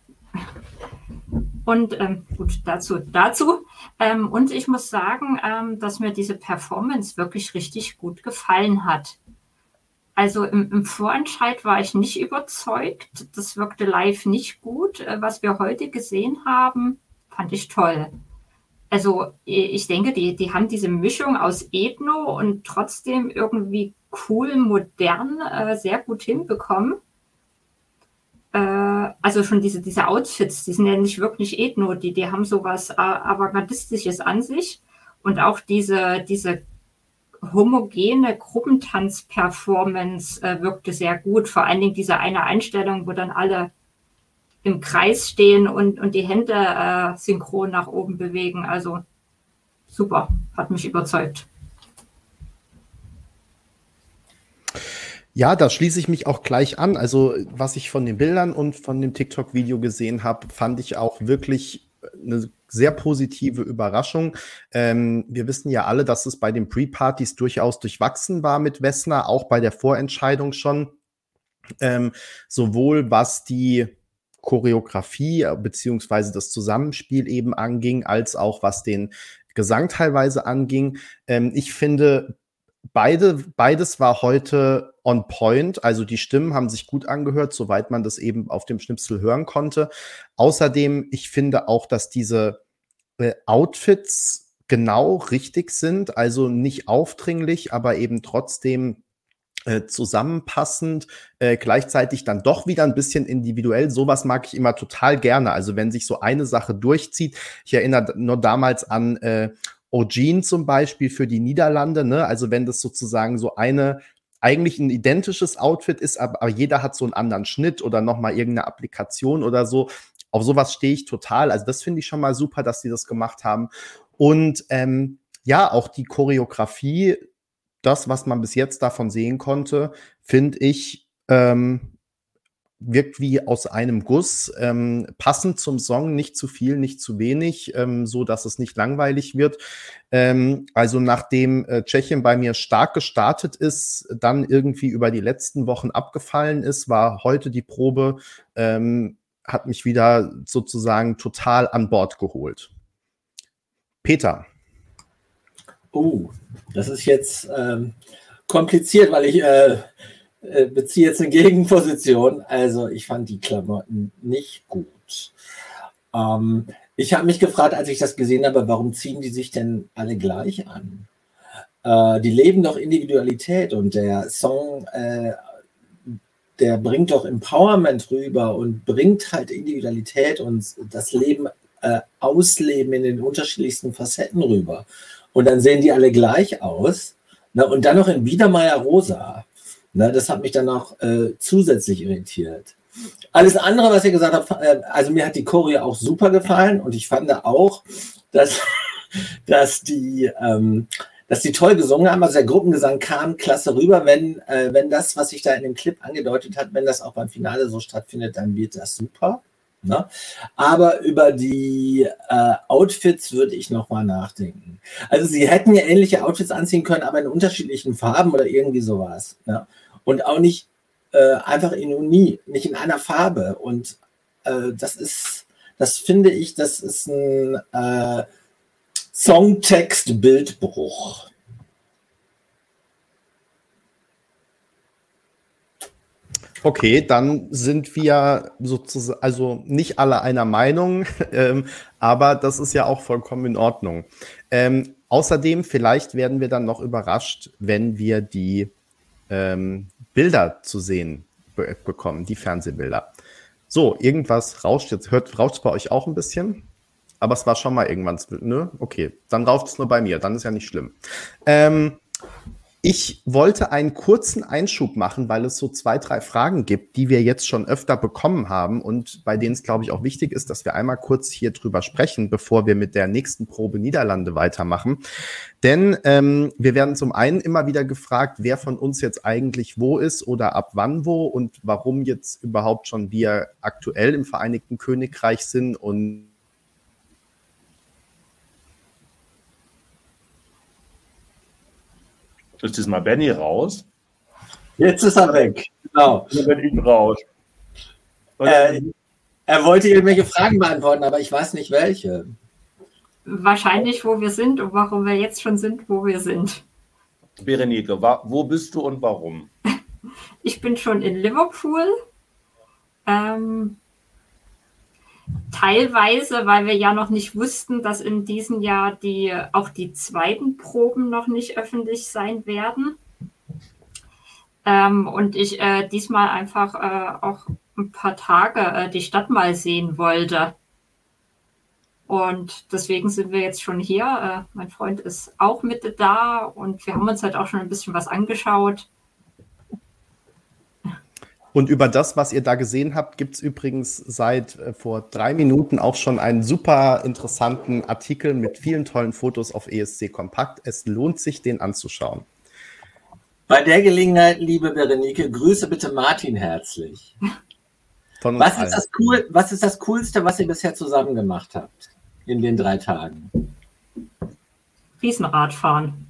Und gut, dazu. Und ich muss sagen, dass mir diese Performance wirklich richtig gut gefallen hat. Also im Vorentscheid war ich nicht überzeugt. Das wirkte live nicht gut. Was wir heute gesehen haben, fand ich toll. Also ich denke, die haben diese Mischung aus Ethno und trotzdem irgendwie cool, modern, sehr gut hinbekommen. Also schon diese Outfits, die sind ja nicht wirklich Ethno, die haben sowas Avantgardistisches an sich. Und auch diese homogene Gruppentanz-Performance wirkte sehr gut. Vor allen Dingen diese eine Einstellung, wo dann alle im Kreis stehen und die Hände synchron nach oben bewegen. Also super, hat mich überzeugt. Ja, da schließe ich mich auch gleich an. Also was ich von den Bildern und von dem TikTok-Video gesehen habe, fand ich auch wirklich eine sehr positive Überraschung. Wir wissen ja alle, dass es bei den Pre-Partys durchaus durchwachsen war mit Wessner, auch bei der Vorentscheidung schon. Sowohl was die Choreografie beziehungsweise das Zusammenspiel eben anging, als auch was den Gesang teilweise anging. Ich finde, beides war heute on point. Also die Stimmen haben sich gut angehört, soweit man das eben auf dem Schnipsel hören konnte. Außerdem, ich finde auch, dass diese Outfits genau richtig sind, also nicht aufdringlich, aber eben trotzdem zusammenpassend, gleichzeitig dann doch wieder ein bisschen individuell. Sowas mag ich immer total gerne. Also wenn sich so eine Sache durchzieht. Ich erinnere nur damals an O'Gene zum Beispiel für die Niederlande, ne? Also wenn das sozusagen so eigentlich ein identisches Outfit ist, aber jeder hat so einen anderen Schnitt oder nochmal irgendeine Applikation oder so. Auf sowas stehe ich total. Also das finde ich schon mal super, dass die das gemacht haben. Und ja, auch die Choreografie, das, was man bis jetzt davon sehen konnte, finde ich wirkt wie aus einem Guss, passend zum Song, nicht zu viel, nicht zu wenig, so dass es nicht langweilig wird. Also nachdem Tschechien bei mir stark gestartet ist, dann irgendwie über die letzten Wochen abgefallen ist, war heute die Probe, hat mich wieder sozusagen total an Bord geholt. Peter. Oh, das ist jetzt kompliziert, weil ich beziehe jetzt eine Gegenposition. Also ich fand die Klamotten nicht gut. Ich habe mich gefragt, als ich das gesehen habe, warum ziehen die sich denn alle gleich an? Die leben doch Individualität und der Song, der bringt doch Empowerment rüber und bringt halt Individualität und das Leben ausleben in den unterschiedlichsten Facetten rüber. Und dann sehen die alle gleich aus. Ne? Und dann noch in Biedermeier rosa. Ne? Das hat mich dann auch zusätzlich irritiert. Alles andere, was ihr gesagt habt, also mir hat die Choreo auch super gefallen und ich fand auch, dass die toll gesungen haben. Also der Gruppengesang kam klasse rüber. Wenn das, was sich da in dem Clip angedeutet hat, wenn das auch beim Finale so stattfindet, dann wird das super. Ne? Aber über die Outfits würde ich nochmal nachdenken. Also sie hätten ja ähnliche Outfits anziehen können, aber in unterschiedlichen Farben oder irgendwie sowas. Ne? Und auch nicht einfach in Uni, nicht in einer Farbe. Und das finde ich, das ist ein Songtext-Bildbruch. Okay, dann sind wir sozusagen, also nicht alle einer Meinung, aber das ist ja auch vollkommen in Ordnung. Außerdem, vielleicht werden wir dann noch überrascht, wenn wir die Bilder zu sehen bekommen, die Fernsehbilder. So, irgendwas rauscht jetzt. Rauscht es bei euch auch ein bisschen? Aber es war schon mal irgendwann, ne? Okay, dann raucht es nur bei mir, dann ist ja nicht schlimm. Ich wollte einen kurzen Einschub machen, weil es so 2, 3 Fragen gibt, die wir jetzt schon öfter bekommen haben und bei denen es, glaube ich, auch wichtig ist, dass wir einmal kurz hier drüber sprechen, bevor wir mit der nächsten Probe Niederlande weitermachen. Denn wir werden zum einen immer wieder gefragt, wer von uns jetzt eigentlich wo ist oder ab wann wo und warum jetzt überhaupt schon wir aktuell im Vereinigten Königreich sind und Ist diesmal Benny raus? Jetzt ist er weg. Genau. Jetzt bin ich raus. Er wollte irgendwelche Fragen beantworten, aber ich weiß nicht welche. Wahrscheinlich, wo wir sind und warum wir jetzt schon sind, wo wir sind. Berenike, wo bist du und warum? Ich bin schon in Liverpool. Teilweise, weil wir ja noch nicht wussten, dass in diesem Jahr auch die zweiten Proben noch nicht öffentlich sein werden. Und ich diesmal einfach auch ein paar Tage die Stadt mal sehen wollte. Und deswegen sind wir jetzt schon hier. Mein Freund ist auch mit da und wir haben uns halt auch schon ein bisschen was angeschaut. Und über das, was ihr da gesehen habt, gibt es übrigens seit vor 3 Minuten auch schon einen super interessanten Artikel mit vielen tollen Fotos auf ESC Kompakt. Es lohnt sich, den anzuschauen. Bei der Gelegenheit, liebe Berenike, grüße bitte Martin herzlich. Von uns Was ist das Coolste, was ihr bisher zusammen gemacht habt in den 3 Tagen? Riesenradfahren.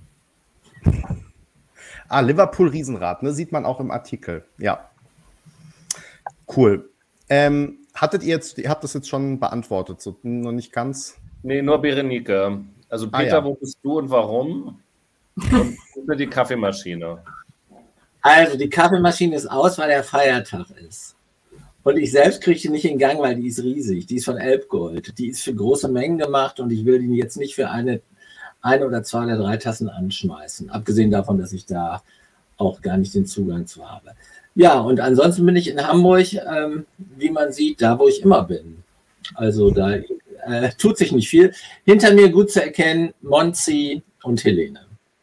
Liverpool Riesenrad, ne? Sieht man auch im Artikel. Ja. Cool. Ihr habt das jetzt schon beantwortet, so noch nicht ganz? Nee, nur Berenike. Also Peter, ja. Wo bist du und warum? Und die Kaffeemaschine. Also die Kaffeemaschine ist aus, weil der Feiertag ist. Und ich selbst kriege die nicht in Gang, weil die ist riesig. Die ist von Elbgold. Die ist für große Mengen gemacht und ich will die jetzt nicht für eine oder 2 oder 3 Tassen anschmeißen. Abgesehen davon, dass ich da auch gar nicht den Zugang zu habe. Ja, und ansonsten bin ich in Hamburg, wie man sieht, da, wo ich immer bin. Also da tut sich nicht viel. Hinter mir gut zu erkennen, Monzi und Helene.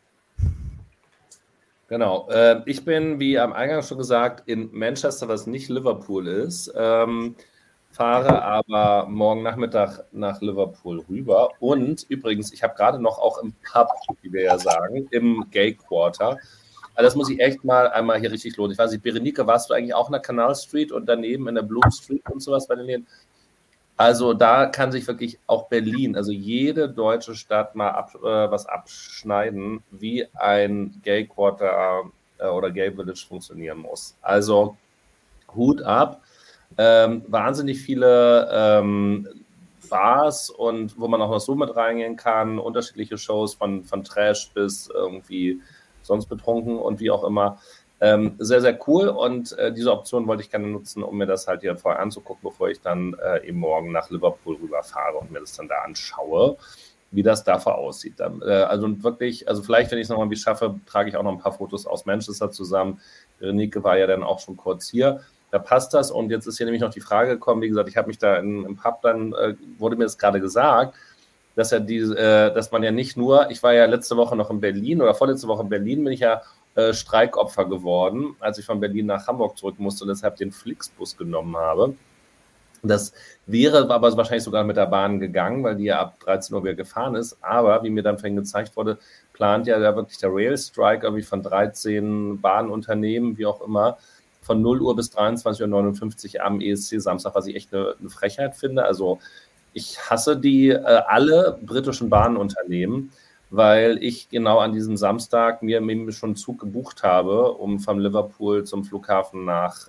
Genau. Ich bin, wie am Eingang schon gesagt, in Manchester, was nicht Liverpool ist. Fahre aber morgen Nachmittag nach Liverpool rüber. Und übrigens, ich habe gerade noch auch im Pub, wie wir ja sagen, im Gay Quarter, Also das muss ich echt mal einmal hier richtig lohnen. Ich weiß nicht, Berenike, warst du eigentlich auch in der Canal Street und daneben in der Bloom Street und sowas bei den Läden? Also da kann sich wirklich auch Berlin, also jede deutsche Stadt mal was abschneiden, wie ein Gay Quarter oder Gay Village funktionieren muss. Also Hut ab. Wahnsinnig viele Bars und wo man auch noch so mit reingehen kann, unterschiedliche Shows von Trash bis irgendwie sonst betrunken und wie auch immer. Sehr, sehr cool und diese Option wollte ich gerne nutzen, um mir das halt hier vorher anzugucken, bevor ich dann eben morgen nach Liverpool rüberfahre und mir das dann da anschaue, wie das davor aussieht. Also wirklich, also vielleicht, wenn ich es nochmal schaffe, trage ich auch noch ein paar Fotos aus Manchester zusammen. Berenike war ja dann auch schon kurz hier. Da passt das und jetzt ist hier nämlich noch die Frage gekommen, wie gesagt, ich habe mich da im Pub dann, wurde mir das gerade gesagt, dass man ja nicht nur, ich war ja letzte Woche noch in Berlin oder vorletzte Woche in Berlin, bin ich ja Streikopfer geworden, als ich von Berlin nach Hamburg zurück musste und deshalb den Flixbus genommen habe. Das wäre aber wahrscheinlich sogar mit der Bahn gegangen, weil die ja ab 13 Uhr wieder gefahren ist. Aber wie mir dann vorhin gezeigt wurde, plant ja da wirklich der Rail Strike irgendwie von 13 Bahnunternehmen, wie auch immer, von 0 Uhr bis 23:59 Uhr am ESC Samstag, was ich echt eine Frechheit finde. Also ich hasse alle britischen Bahnunternehmen, weil ich genau an diesem Samstag mir schon einen Zug gebucht habe, um von Liverpool zum Flughafen nach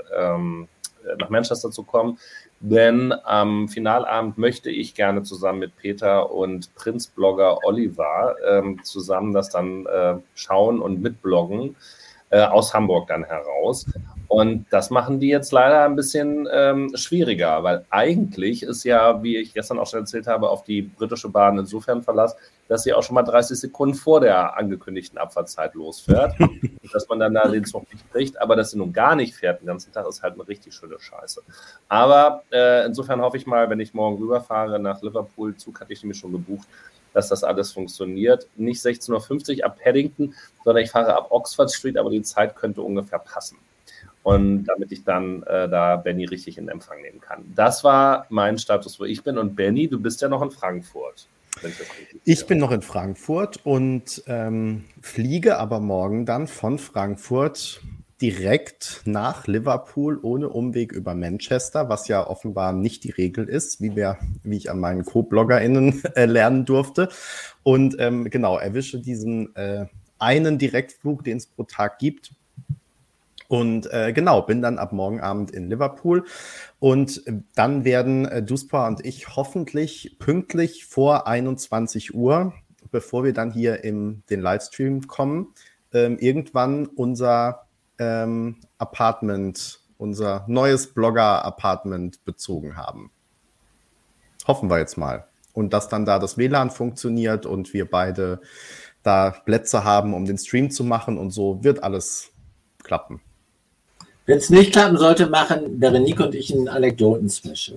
Manchester zu kommen. Denn am Finalabend möchte ich gerne zusammen mit Peter und Prinz-Blogger Oliver zusammen das dann schauen und mitbloggen, aus Hamburg dann heraus. Und das machen die jetzt leider ein bisschen schwieriger, weil eigentlich ist ja, wie ich gestern auch schon erzählt habe, auf die britische Bahn insofern Verlass, dass sie auch schon mal 30 Sekunden vor der angekündigten Abfahrtszeit losfährt. Dass man dann da den Zug nicht kriegt, aber dass sie nun gar nicht fährt den ganzen Tag, ist halt eine richtig schöne Scheiße. Aber insofern hoffe ich mal, wenn ich morgen rüberfahre nach Liverpool, Zug hatte ich nämlich schon gebucht, dass das alles funktioniert. Nicht 16:50 Uhr ab Paddington, sondern ich fahre ab Oxford Street, aber die Zeit könnte ungefähr passen. Und damit ich dann da Benny richtig in Empfang nehmen kann. Das war mein Status, wo ich bin. Und Benny, du bist ja noch in Frankfurt. Ich bin noch in Frankfurt und fliege aber morgen dann von Frankfurt direkt nach Liverpool ohne Umweg über Manchester, was ja offenbar nicht die Regel ist, wie ich an meinen Co-BloggerInnen lernen durfte. Und genau, erwische diesen einen Direktflug, den es pro Tag gibt. Und genau, bin dann ab morgen Abend in Liverpool und dann werden Duspa und ich hoffentlich pünktlich vor 21 Uhr, bevor wir dann hier in den Livestream kommen, irgendwann unser Apartment, unser neues Blogger-Apartment bezogen haben. Hoffen wir jetzt mal. Und dass dann da das WLAN funktioniert und wir beide da Plätze haben, um den Stream zu machen und so, wird alles klappen. Wenn es nicht klappen sollte, machen Berenike und ich einen Anekdoten-Special.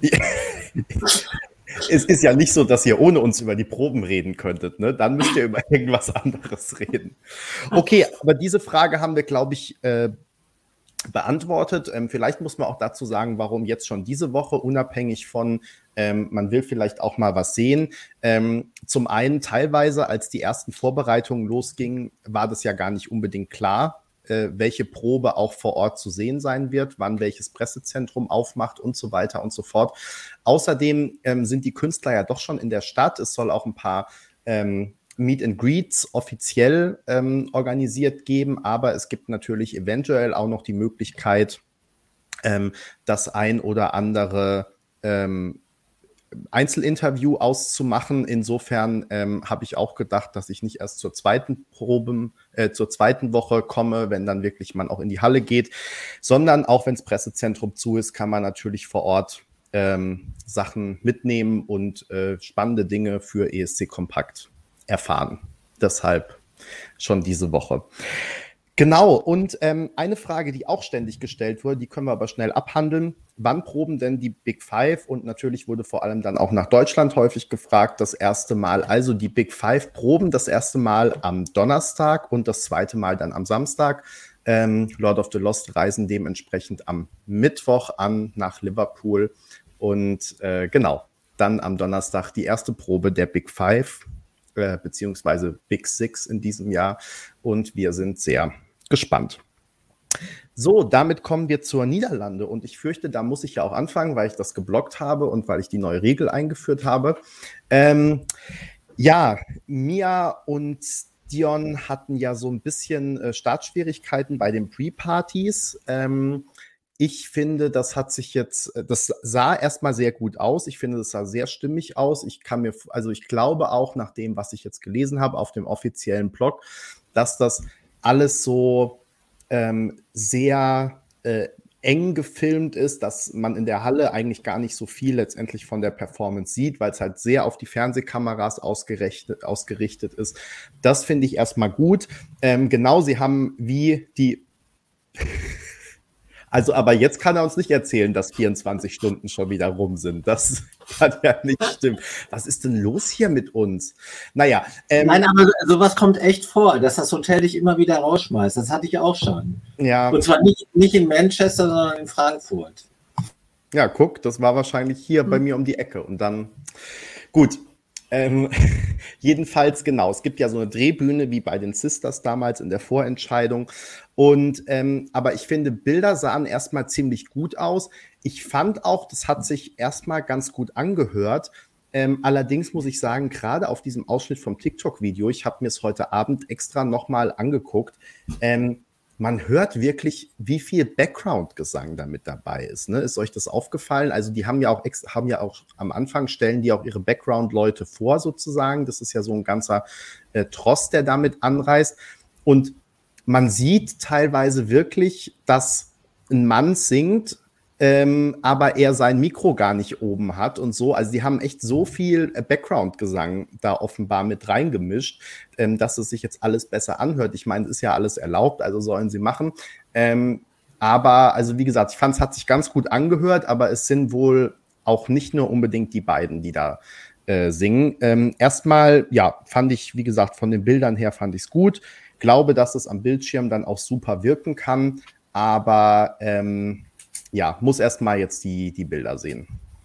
Es ist ja nicht so, dass ihr ohne uns über die Proben reden könntet, ne? Dann müsst ihr über irgendwas anderes reden. Okay, aber diese Frage haben wir, glaube ich, beantwortet. Vielleicht muss man auch dazu sagen, warum jetzt schon diese Woche, unabhängig von, man will vielleicht auch mal was sehen. Zum einen teilweise, als die ersten Vorbereitungen losgingen, war das ja gar nicht unbedingt klar, welche Probe auch vor Ort zu sehen sein wird, wann welches Pressezentrum aufmacht und so weiter und so fort. Außerdem sind die Künstler ja doch schon in der Stadt. Es soll auch ein paar Meet and Greets offiziell organisiert geben, aber es gibt natürlich eventuell auch noch die Möglichkeit, das ein oder andere Einzelinterview auszumachen. Insofern habe ich auch gedacht, dass ich nicht erst zur zweiten Woche komme, wenn dann wirklich man auch in die Halle geht, sondern auch wenn das Pressezentrum zu ist, kann man natürlich vor Ort Sachen mitnehmen und spannende Dinge für ESC Kompakt erfahren. Deshalb schon diese Woche. Genau, und eine Frage, die auch ständig gestellt wurde, die können wir aber schnell abhandeln. Wann proben denn die Big Five? Und natürlich wurde vor allem dann auch nach Deutschland häufig gefragt, das erste Mal. Also die Big Five proben das erste Mal am Donnerstag und das zweite Mal dann am Samstag. Lord of the Lost reisen dementsprechend am Mittwoch an nach Liverpool. Und genau, dann am Donnerstag die erste Probe der Big Five, beziehungsweise Big Six in diesem Jahr. Und wir sind sehr gespannt. So, damit kommen wir zur Niederlande und ich fürchte, da muss ich ja auch anfangen, weil ich das geblockt habe und weil ich die neue Regel eingeführt habe. Ja, Mia und Dion hatten ja so ein bisschen Startschwierigkeiten bei den Pre-Partys. Ich finde, das sah erstmal sehr gut aus. Ich finde, das sah sehr stimmig aus. Ich glaube auch nach dem, was ich jetzt gelesen habe auf dem offiziellen Blog, dass das alles so sehr eng gefilmt ist, dass man in der Halle eigentlich gar nicht so viel letztendlich von der Performance sieht, weil es halt sehr auf die Fernsehkameras ausgerichtet ist. Das finde ich erstmal gut. Genau, sie haben wie die Also, aber jetzt kann er uns nicht erzählen, dass 24 Stunden schon wieder rum sind. Das kann ja nicht stimmen. Was ist denn los hier mit uns? Naja. Nein, aber sowas kommt echt vor, dass das Hotel dich immer wieder rausschmeißt. Das hatte ich auch schon. Ja. Und zwar nicht in Manchester, sondern in Frankfurt. Ja, guck, das war wahrscheinlich hier bei mir um die Ecke. Und dann, gut. Jedenfalls, genau, es gibt ja so eine Drehbühne wie bei den Sisters damals in der Vorentscheidung. Und aber ich finde, Bilder sahen erstmal ziemlich gut aus. Ich fand auch, das hat sich erstmal ganz gut angehört. Allerdings muss ich sagen, gerade auf diesem Ausschnitt vom TikTok-Video, ich habe mir es heute Abend extra nochmal angeguckt, man hört wirklich, wie viel Background-Gesang da mit dabei ist. Ne? Ist euch das aufgefallen? Also die haben ja auch am Anfang stellen die auch ihre Background-Leute vor sozusagen. Das ist ja so ein ganzer Tross, der damit anreist. Und man sieht teilweise wirklich, dass ein Mann singt, aber er sein Mikro gar nicht oben hat und so. Also die haben echt so viel Background-Gesang da offenbar mit reingemischt, dass es sich jetzt alles besser anhört. Ich meine, es ist ja alles erlaubt, also sollen sie machen. Aber, also wie gesagt, ich fand, es hat sich ganz gut angehört, aber es sind wohl auch nicht nur unbedingt die beiden, die da singen. Erstmal, ja, fand ich, wie gesagt, von den Bildern her fand ich es gut. Glaube, dass es am Bildschirm dann auch super wirken kann, aber ja, muss erstmal jetzt die Bilder sehen.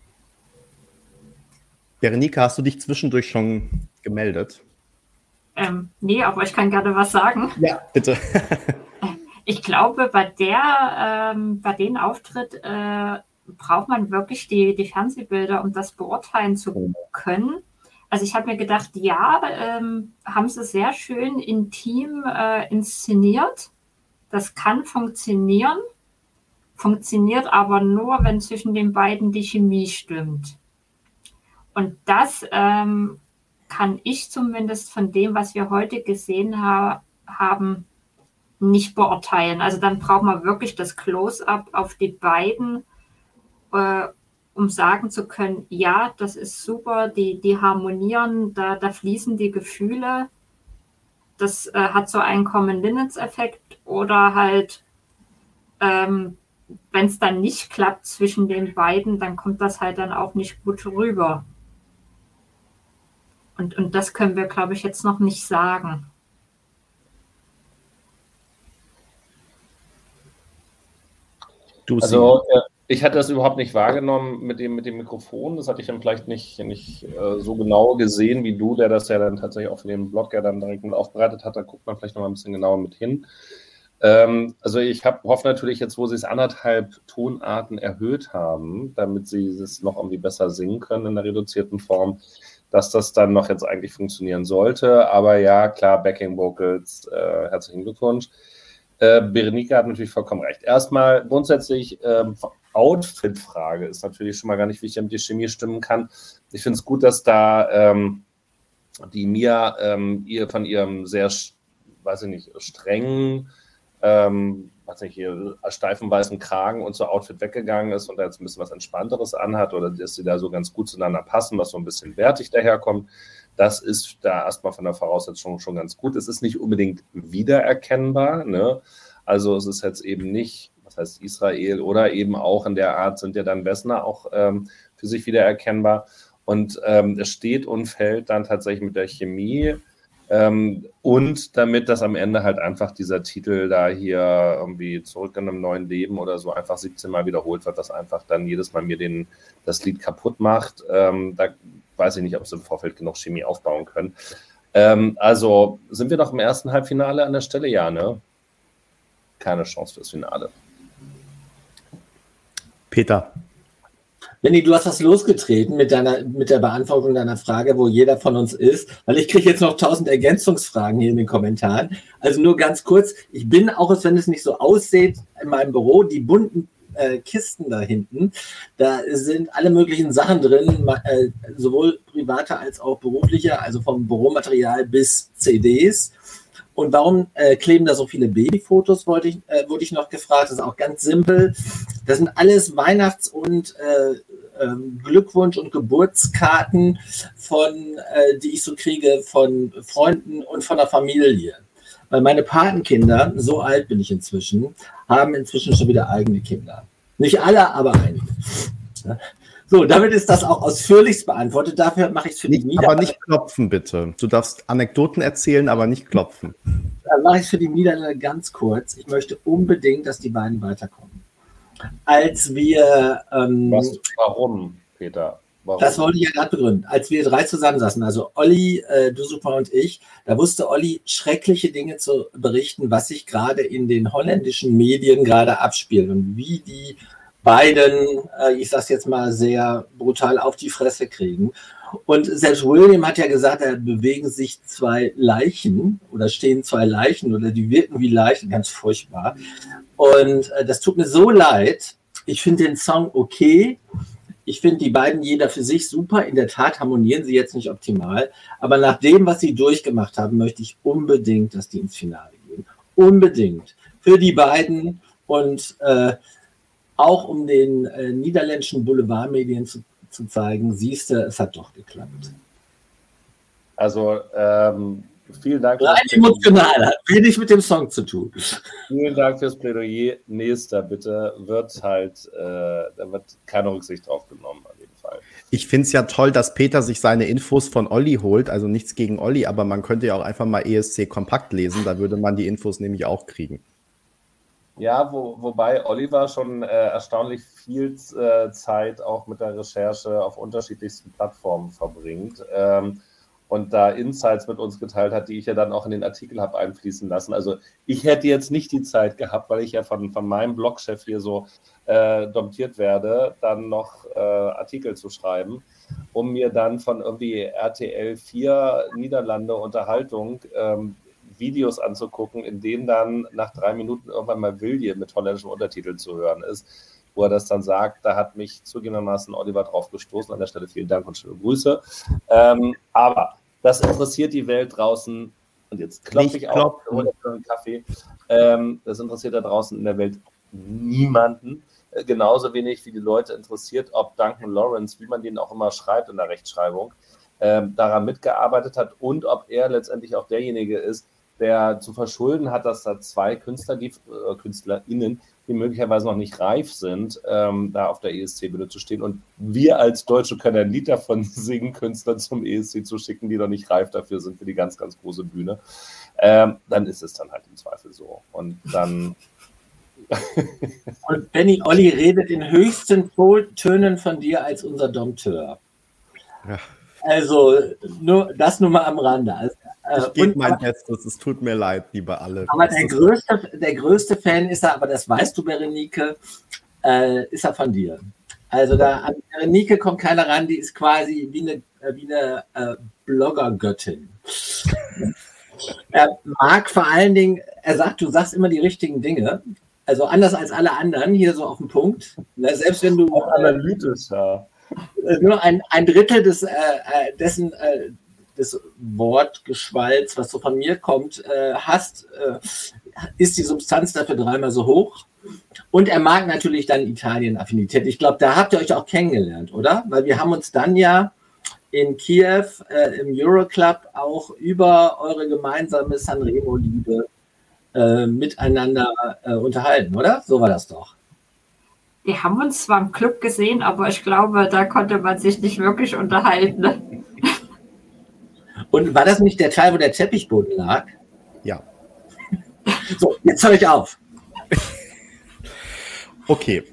Berenike, hast du dich zwischendurch schon gemeldet? Nee, aber ich kann gerne was sagen. Ja, bitte. Ich glaube, bei dem Auftritt braucht man wirklich die Fernsehbilder, um das beurteilen zu können. Also ich habe mir gedacht, ja, haben sie sehr schön intim inszeniert. Das kann funktionieren. Funktioniert aber nur, wenn zwischen den beiden die Chemie stimmt. Und das kann ich zumindest von dem, was wir heute gesehen haben, nicht beurteilen. Also dann braucht man wirklich das Close-up auf die beiden, um sagen zu können, ja, das ist super, die harmonieren, da fließen die Gefühle. Das hat so einen Common-Linnets-Effekt oder halt wenn es dann nicht klappt zwischen den beiden, dann kommt das halt dann auch nicht gut rüber. Und das können wir, glaube ich, jetzt noch nicht sagen. Also ich hatte das überhaupt nicht wahrgenommen mit dem Mikrofon. Das hatte ich dann vielleicht nicht so genau gesehen wie du, der das ja dann tatsächlich auch für den Blog ja dann direkt mit aufbereitet hat. Da guckt man vielleicht noch mal ein bisschen genauer mit hin. Also ich hoffe natürlich jetzt, wo sie es 1,5 Tonarten erhöht haben, damit sie es noch irgendwie besser singen können in der reduzierten Form, dass das dann noch jetzt eigentlich funktionieren sollte. Aber ja, klar, Backing Vocals, herzlichen Glückwunsch. Berenike hat natürlich vollkommen recht. Erstmal grundsätzlich, Outfit-Frage ist natürlich schon mal gar nicht wichtig, damit die Chemie stimmen kann. Ich finde es gut, dass da die Mia von ihrem sehr, weiß ich nicht, strengen, steifen weißen Kragen und so Outfit weggegangen ist und da jetzt ein bisschen was Entspannteres anhat oder dass sie da so ganz gut zueinander passen, was so ein bisschen wertig daherkommt. Das ist da erstmal von der Voraussetzung schon ganz gut. Es ist nicht unbedingt wiedererkennbar, ne? Also es ist jetzt eben nicht, was heißt Israel oder eben auch in der Art sind ja dann Wessner auch für sich wiedererkennbar. Und es steht und fällt dann tatsächlich mit der Chemie und damit, dass am Ende halt einfach dieser Titel da hier irgendwie zurück in einem neuen Leben oder so einfach 17 Mal wiederholt wird, was einfach dann jedes Mal mir das Lied kaputt macht. Da weiß ich nicht, ob sie im Vorfeld genug Chemie aufbauen können. Also sind wir noch im ersten Halbfinale an der Stelle? Ja, ne? keine Chance fürs Finale. Peter. Benni, du hast was losgetreten mit der Beantwortung deiner Frage, wo jeder von uns ist, weil ich kriege jetzt noch 1000 Ergänzungsfragen hier in den Kommentaren. Also nur ganz kurz, ich bin, auch wenn es nicht so aussieht, in meinem Büro, die bunten Kisten da hinten, da sind alle möglichen Sachen drin, sowohl private als auch berufliche, also vom Büromaterial bis CDs. Und warum kleben da so viele Babyfotos, wurde ich noch gefragt. Das ist auch ganz simpel. Das sind alles Weihnachts- und Glückwunsch- und Geburtskarten, die ich so kriege von Freunden und von der Familie. Weil meine Patenkinder, so alt bin ich inzwischen, haben inzwischen schon wieder eigene Kinder. Nicht alle, aber einige. So, damit ist das auch ausführlichst beantwortet. Dafür mache ich es für die Niederlande. Aber nicht klopfen, bitte. Du darfst Anekdoten erzählen, aber nicht klopfen. Dann mache ich es für die Niederlande ganz kurz. Ich möchte unbedingt, dass die beiden weiterkommen. Als wir... Warum, Peter? Warum? Das wollte ich ja gerade begründen. Als wir 3 zusammensaßen, also Olli, du Super und ich, da wusste Olli schreckliche Dinge zu berichten, was sich gerade in den holländischen Medien gerade abspielt und wie die beiden, ich sage es jetzt mal sehr brutal, auf die Fresse kriegen. Und selbst William hat ja gesagt, da bewegen sich 2 Leichen oder stehen 2 Leichen oder die wirken wie Leichen, ganz furchtbar. Und das tut mir so leid. Ich finde den Song okay. Ich finde die beiden jeder für sich super. In der Tat harmonieren sie jetzt nicht optimal. Aber nach dem, was sie durchgemacht haben, möchte ich unbedingt, dass die ins Finale gehen. Unbedingt. Für die beiden und auch um den niederländischen Boulevardmedien zu zeigen, siehst du, es hat doch geklappt. Also, vielen Dank. Rein emotional, hat wenig mit dem Song zu tun. Vielen Dank fürs Plädoyer. Nächster, bitte, da wird keine Rücksicht drauf genommen, auf jeden Fall. Ich finde es ja toll, dass Peter sich seine Infos von Olli holt. Also nichts gegen Olli, aber man könnte ja auch einfach mal ESC Kompakt lesen. Da würde man die Infos nämlich auch kriegen. Ja, wobei Oliver schon erstaunlich viel Zeit auch mit der Recherche auf unterschiedlichsten Plattformen verbringt und da Insights mit uns geteilt hat, die ich ja dann auch in den Artikel habe einfließen lassen. Also ich hätte jetzt nicht die Zeit gehabt, weil ich ja von meinem Blogchef hier so domptiert werde, dann noch Artikel zu schreiben, um mir dann von irgendwie RTL 4 Niederlande Unterhaltung Videos anzugucken, in denen dann nach 3 Minuten irgendwann mal Wilje mit holländischen Untertiteln zu hören ist, wo er das dann sagt. Da hat mich zugegebenermaßen Oliver drauf gestoßen. An der Stelle vielen Dank und schöne Grüße. Aber das interessiert die Welt draußen, und jetzt klopfe ich auch einen Kaffee, das interessiert da draußen in der Welt niemanden. Genauso wenig wie die Leute interessiert, ob Duncan Lawrence, wie man den auch immer schreibt in der Rechtschreibung, daran mitgearbeitet hat und ob er letztendlich auch derjenige ist, der zu verschulden hat, dass da 2 KünstlerInnen, die möglicherweise noch nicht reif sind, da auf der ESC-Bühne zu stehen. Und wir als Deutsche können ein Lied davon singen, Künstler zum ESC zu schicken, die noch nicht reif dafür sind für die ganz, ganz große Bühne. Dann ist es dann halt im Zweifel so. Und dann... Und Benni, Olli redet in höchsten Tönen von dir als unser Dompteur. Ja. Also nur mal am Rande. Also, ich gebe mein Bestes, es tut mir leid, liebe alle. Aber der größte Fan ist er, aber das weißt du, Berenike, ist er von dir. Also da an Berenike kommt keiner ran, die ist quasi wie eine Bloggergöttin. Er mag vor allen Dingen, er sagt, du sagst immer die richtigen Dinge. Also anders als alle anderen, hier so auf den Punkt. Selbst wenn du... Auch analytisch, ja. Nur ein Drittel des Wortgeschwalls, was so von mir kommt, hast, ist die Substanz dafür 3-mal so hoch. Und er mag natürlich dann Italien-Affinität. Ich glaube, da habt ihr euch auch kennengelernt, oder? Weil wir haben uns dann ja in Kiew im Euroclub auch über eure gemeinsame Sanremo-Liebe miteinander unterhalten, oder? So war das doch. Wir haben uns zwar im Club gesehen, aber ich glaube, da konnte man sich nicht wirklich unterhalten. Und war das nicht der Teil, wo der Teppichboden lag? Ja. So, jetzt höre ich auf. Okay.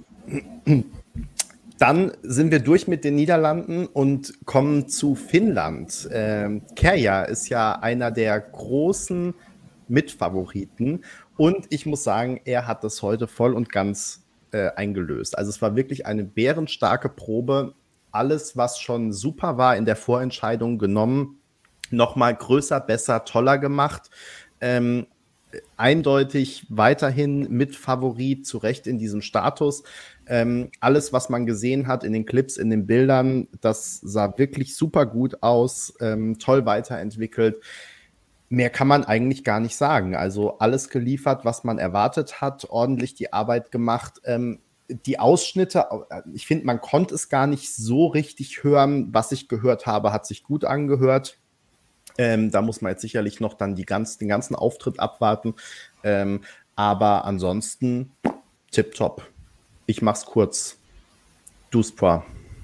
Dann sind wir durch mit den Niederlanden und kommen zu Finnland. Kärja ist ja einer der großen Mitfavoriten. Und ich muss sagen, er hat das heute voll und ganz eingelöst. Also es war wirklich eine bärenstarke Probe. Alles, was schon super war in der Vorentscheidung genommen, nochmal größer, besser, toller gemacht. Eindeutig weiterhin Mitfavorit, zu Recht in diesem Status. Alles, was man gesehen hat in den Clips, in den Bildern, das sah wirklich super gut aus, toll weiterentwickelt. Mehr kann man eigentlich gar nicht sagen. Also alles geliefert, was man erwartet hat, ordentlich die Arbeit gemacht. Die Ausschnitte, ich finde, man konnte es gar nicht so richtig hören. Was ich gehört habe, hat sich gut angehört. Da muss man jetzt sicherlich noch dann den ganzen Auftritt abwarten. Aber ansonsten tipptopp. Ich mach's kurz. Du, Spra.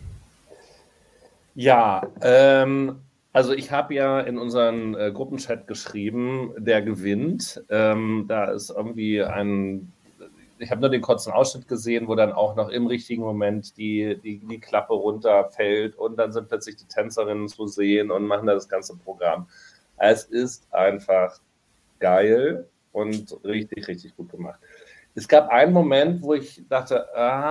Ja, also ich habe ja in unseren Gruppenchat geschrieben, der gewinnt. Da ist irgendwie ich habe nur den kurzen Ausschnitt gesehen, wo dann auch noch im richtigen Moment die Klappe runterfällt und dann sind plötzlich die Tänzerinnen zu sehen und machen da das ganze Programm. Es ist einfach geil und richtig, richtig gut gemacht. Es gab einen Moment, wo ich dachte,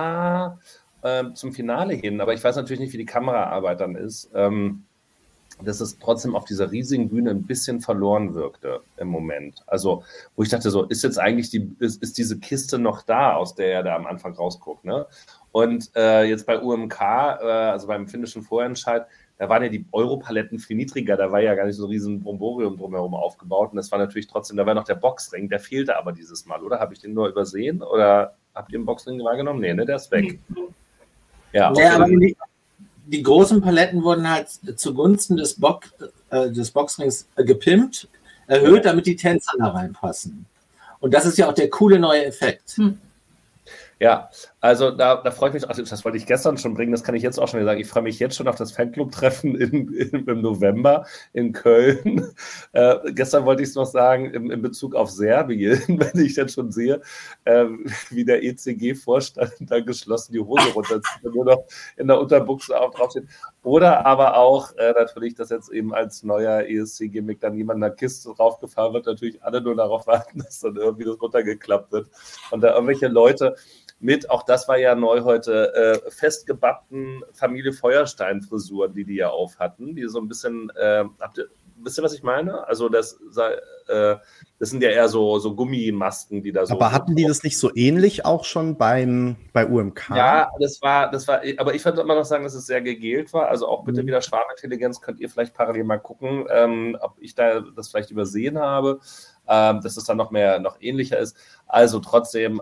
zum Finale hin, aber ich weiß natürlich nicht, wie die Kameraarbeit dann ist, dass es trotzdem auf dieser riesigen Bühne ein bisschen verloren wirkte im Moment. Also, wo ich dachte so, ist jetzt eigentlich ist diese Kiste noch da, aus der er da am Anfang rausguckt, ne? Und jetzt bei UMK, also beim finnischen Vorentscheid, da waren ja die Europaletten viel niedriger, da war ja gar nicht so ein riesen Bromborium drumherum aufgebaut und das war natürlich trotzdem, da war noch der Boxring, der fehlte aber dieses Mal, oder? Habe ich den nur übersehen oder habt ihr den Boxring wahrgenommen? Nee, ne, der ist weg. Ja, okay. Aber die großen Paletten wurden halt zugunsten des Boxrings gepimpt, erhöht, damit die Tänzer da reinpassen. Und das ist ja auch der coole neue Effekt. Ja, also da freue ich mich, also das wollte ich gestern schon bringen, das kann ich jetzt auch schon sagen, ich freue mich jetzt schon auf das Fanclub-Treffen im November in Köln. Gestern wollte ich es noch sagen, in Bezug auf Serbien, wenn ich dann schon sehe, wie der ECG-Vorstand da geschlossen die Hose runterzieht und nur noch in der Unterbuchse auch draufsteht. Oder aber auch natürlich, dass jetzt eben als neuer ESC-Gimmick dann jemand in der Kiste draufgefahren wird, natürlich alle nur darauf warten, dass dann irgendwie das runtergeklappt wird und da irgendwelche Leute mit, auch das war ja neu heute, festgebappten Familie Feuerstein-Frisuren, die ja auf hatten, die so ein bisschen, wisst ihr, was ich meine? Also das sind ja eher so Gummimasken, die da so... Aber hatten die das nicht so ähnlich auch schon bei UMK? Ja, das war, aber ich würde immer noch sagen, dass es sehr gegelt war, also auch bitte wieder Schwarmintelligenz, könnt ihr vielleicht parallel mal gucken, ob ich da das vielleicht übersehen habe, dass es dann noch ähnlicher ist. Also trotzdem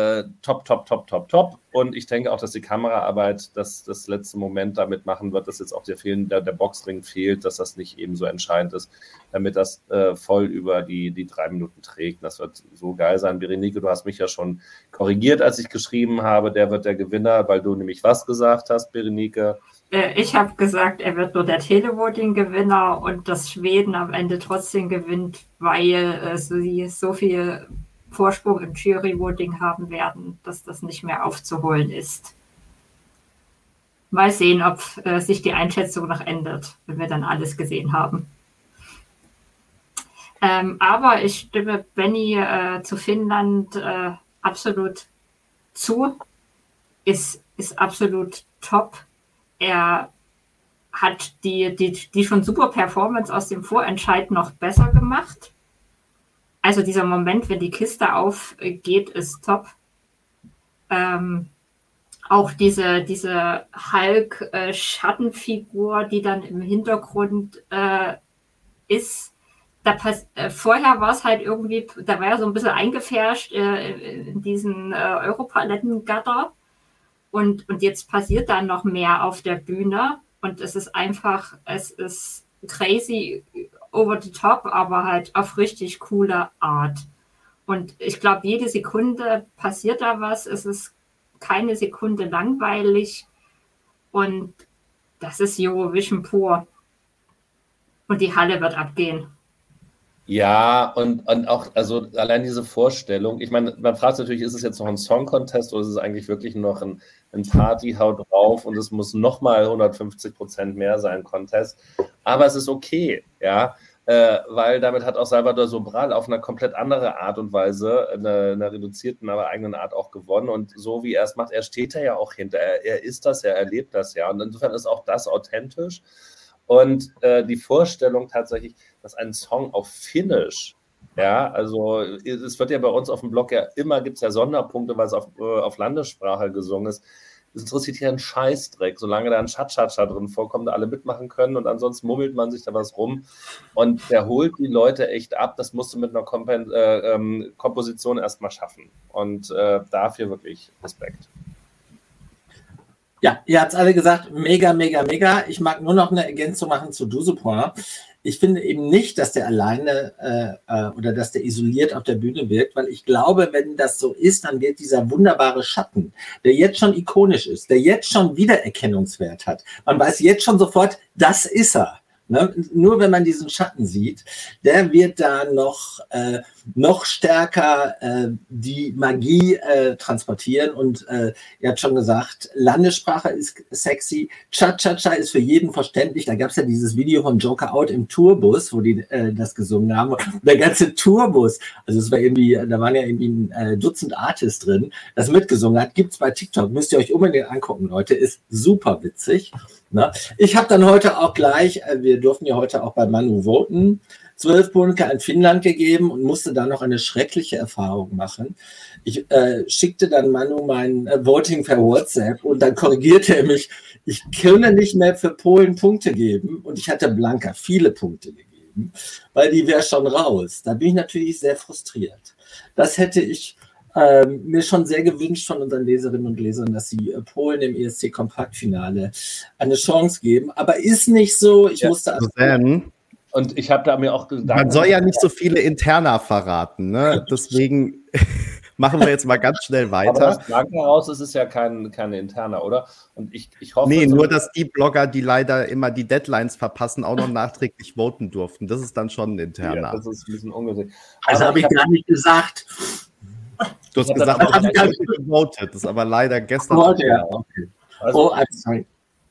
top. Und ich denke auch, dass die Kameraarbeit das letzte Moment damit machen wird, dass jetzt auch der Boxring fehlt, dass das nicht eben so entscheidend ist, damit das voll über die 3 Minuten trägt. Das wird so geil sein. Berenike, du hast mich ja schon korrigiert, als ich geschrieben habe, der wird der Gewinner, weil du nämlich was gesagt hast, Berenike? Ich habe gesagt, er wird nur der Televoting-Gewinner und dass Schweden am Ende trotzdem gewinnt, weil sie so viel Vorsprung im Jury-Voting haben werden, dass das nicht mehr aufzuholen ist. Mal sehen, ob sich die Einschätzung noch ändert, wenn wir dann alles gesehen haben. Aber ich stimme Benny zu Finnland absolut zu. Ist absolut top. Er hat die schon super Performance aus dem Vorentscheid noch besser gemacht. Also dieser Moment, wenn die Kiste aufgeht, ist top. Auch diese Hulk-Schattenfigur, die dann im Hintergrund ist. Vorher war es halt irgendwie, da war er so ein bisschen eingefärscht in diesen Europaletten-Gatter. Und jetzt passiert dann noch mehr auf der Bühne und es ist crazy over the top, aber halt auf richtig coole Art. Und ich glaube, jede Sekunde passiert da was, es ist keine Sekunde langweilig und das ist Eurovision pur. Und die Halle wird abgehen. Ja, und auch, also allein diese Vorstellung, ich meine, man fragt natürlich, ist es jetzt noch ein Song-Contest oder ist es eigentlich wirklich noch ein Party-Hau drauf und es muss nochmal 150% mehr sein, Contest, aber es ist okay, ja, weil damit hat auch Salvador Sobral auf eine komplett andere Art und Weise, einer reduzierten, aber eigenen Art auch gewonnen. Und so wie er es macht, er steht da ja auch hinter. Er ist das, er erlebt das ja. Und insofern ist auch das authentisch. Und die Vorstellung tatsächlich, dass ein Song auf Finnisch, ja, also es wird ja bei uns auf dem Blog ja immer, gibt es ja Sonderpunkte, weil es auf Landessprache gesungen ist. Das interessiert hier einen Scheißdreck, solange da ein Cha-Cha-Cha drin vorkommt, alle mitmachen können und ansonsten mummelt man sich da was rum und der holt die Leute echt ab. Das musst du mit einer Komposition erstmal schaffen und dafür wirklich Respekt. Ja, ihr habt es alle gesagt, mega, mega, mega. Ich mag nur noch eine Ergänzung machen zu Douze-Point. Ich finde eben nicht, dass der alleine oder dass der isoliert auf der Bühne wirkt, weil ich glaube, wenn das so ist, dann wird dieser wunderbare Schatten, der jetzt schon ikonisch ist, der jetzt schon Wiedererkennungswert hat. Man weiß jetzt schon sofort, das ist er. Ne? Nur wenn man diesen Schatten sieht, der wird da noch stärker die Magie transportieren und ihr habt schon gesagt, Landessprache ist sexy, Cha-Cha-Cha ist für jeden verständlich, da gab es ja dieses Video von Joker Out im Tourbus, wo die das gesungen haben, und der ganze Tourbus, also es war irgendwie, da waren ja irgendwie ein Dutzend Artists drin, das mitgesungen hat, gibt's bei TikTok, müsst ihr euch unbedingt angucken, Leute, ist super witzig. Na, ich habe dann heute auch gleich, wir durften ja heute auch bei Manu voten, 12 Punkte an Finnland gegeben und musste da noch eine schreckliche Erfahrung machen. Ich schickte dann Manu mein Voting per WhatsApp und dann korrigierte er mich, ich könne nicht mehr für Polen Punkte geben und ich hatte Blanka viele Punkte gegeben, weil die wäre schon raus. Da bin ich natürlich sehr frustriert. Das hätte ich mir schon sehr gewünscht von unseren Leserinnen und Lesern, dass sie Polen im ESC-Kompaktfinale eine Chance geben. Aber ist nicht so. Ich musste und ich habe da mir auch gedacht, man soll ja nicht so viele Interna verraten, ne? Deswegen machen wir jetzt mal ganz schnell weiter. Aber das Blanka raus ist ja keine Interna, oder? Und ich hoffe... Nee, nur, dass die Blogger, die leider immer die Deadlines verpassen, auch noch nachträglich voten durften. Das ist dann schon ein Interna. Ja, das ist ein bisschen ungünstig. Also habe ich gar nicht gesagt. Du hast gesagt, du hast nicht gewotet. Das ist aber leider gestern... Okay. Also, I'm sorry.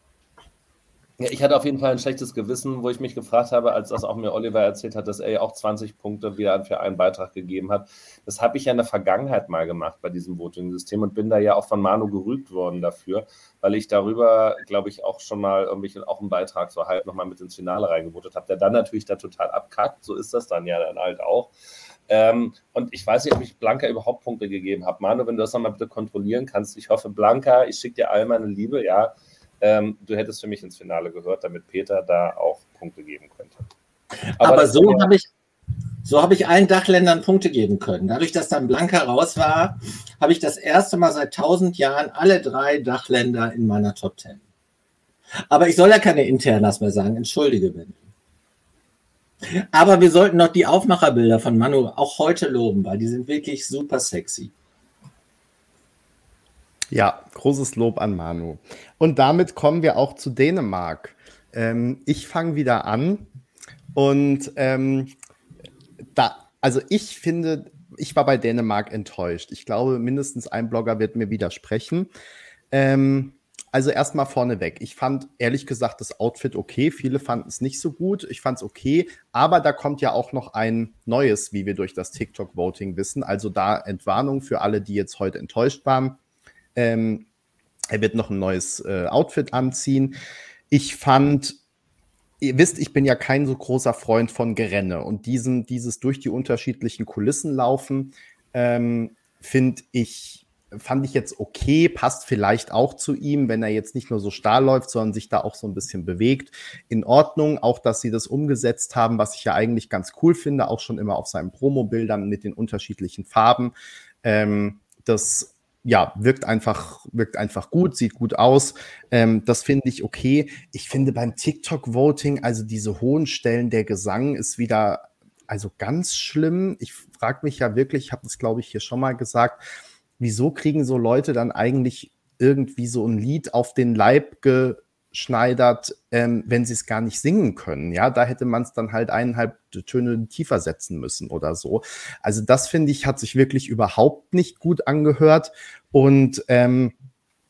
Ja, ich hatte auf jeden Fall ein schlechtes Gewissen, wo ich mich gefragt habe, als das auch mir Oliver erzählt hat, dass er ja auch 20 Punkte wieder für einen Beitrag gegeben hat. Das habe ich ja in der Vergangenheit mal gemacht bei diesem Voting-System und bin da ja auch von Manu gerügt worden dafür, weil ich darüber, glaube ich, auch schon mal auch einen Beitrag so halb nochmal mit ins Finale reingevotet habe, der dann natürlich da total abkackt. So ist das dann ja dann halt auch. Und ich weiß nicht, ob ich Blanka überhaupt Punkte gegeben habe. Manu, wenn du das nochmal bitte kontrollieren kannst. Ich hoffe, Blanka, ich schicke dir all meine Liebe, ja. Du hättest für mich ins Finale gehört, damit Peter da auch Punkte geben könnte. Aber so habe ich allen Dachländern Punkte geben können. Dadurch, dass dann Blanka raus war, habe ich das erste Mal seit 1000 Jahren alle 3 Dachländer in meiner Top 10. Aber ich soll ja keine Internas mehr sagen, entschuldige bitte. Aber wir sollten noch die Aufmacherbilder von Manu auch heute loben, weil die sind wirklich super sexy. Ja, großes Lob an Manu. Und damit kommen wir auch zu Dänemark. Ich fange wieder an und also ich finde, ich war bei Dänemark enttäuscht. Ich glaube, mindestens ein Blogger wird mir widersprechen. Also erstmal vorneweg. Ich fand ehrlich gesagt das Outfit okay. Viele fanden es nicht so gut. Ich fand es okay. Aber da kommt ja auch noch ein neues, wie wir durch das TikTok-Voting wissen. Also da Entwarnung für alle, die jetzt heute enttäuscht waren. Er wird noch ein neues Outfit anziehen. Ich fand, ihr wisst, ich bin ja kein so großer Freund von Gerenne. Und dieses durch die unterschiedlichen Kulissen laufen, fand ich jetzt okay, passt vielleicht auch zu ihm, wenn er jetzt nicht nur so starr läuft, sondern sich da auch so ein bisschen bewegt. In Ordnung, auch dass sie das umgesetzt haben, was ich ja eigentlich ganz cool finde, auch schon immer auf seinen Promo-Bildern mit den unterschiedlichen Farben. Das wirkt einfach gut, sieht gut aus. Das finde ich okay. Ich finde beim TikTok-Voting, also diese hohen Stellen, der Gesang ist wieder also ganz schlimm. Ich frage mich ja wirklich, ich habe das, glaube ich, hier schon mal gesagt, wieso kriegen so Leute dann eigentlich irgendwie so ein Lied auf den Leib geschneidert, wenn sie es gar nicht singen können? Ja, da hätte man es dann halt 1,5 Töne tiefer setzen müssen oder so. Also das, finde ich, hat sich wirklich überhaupt nicht gut angehört. Und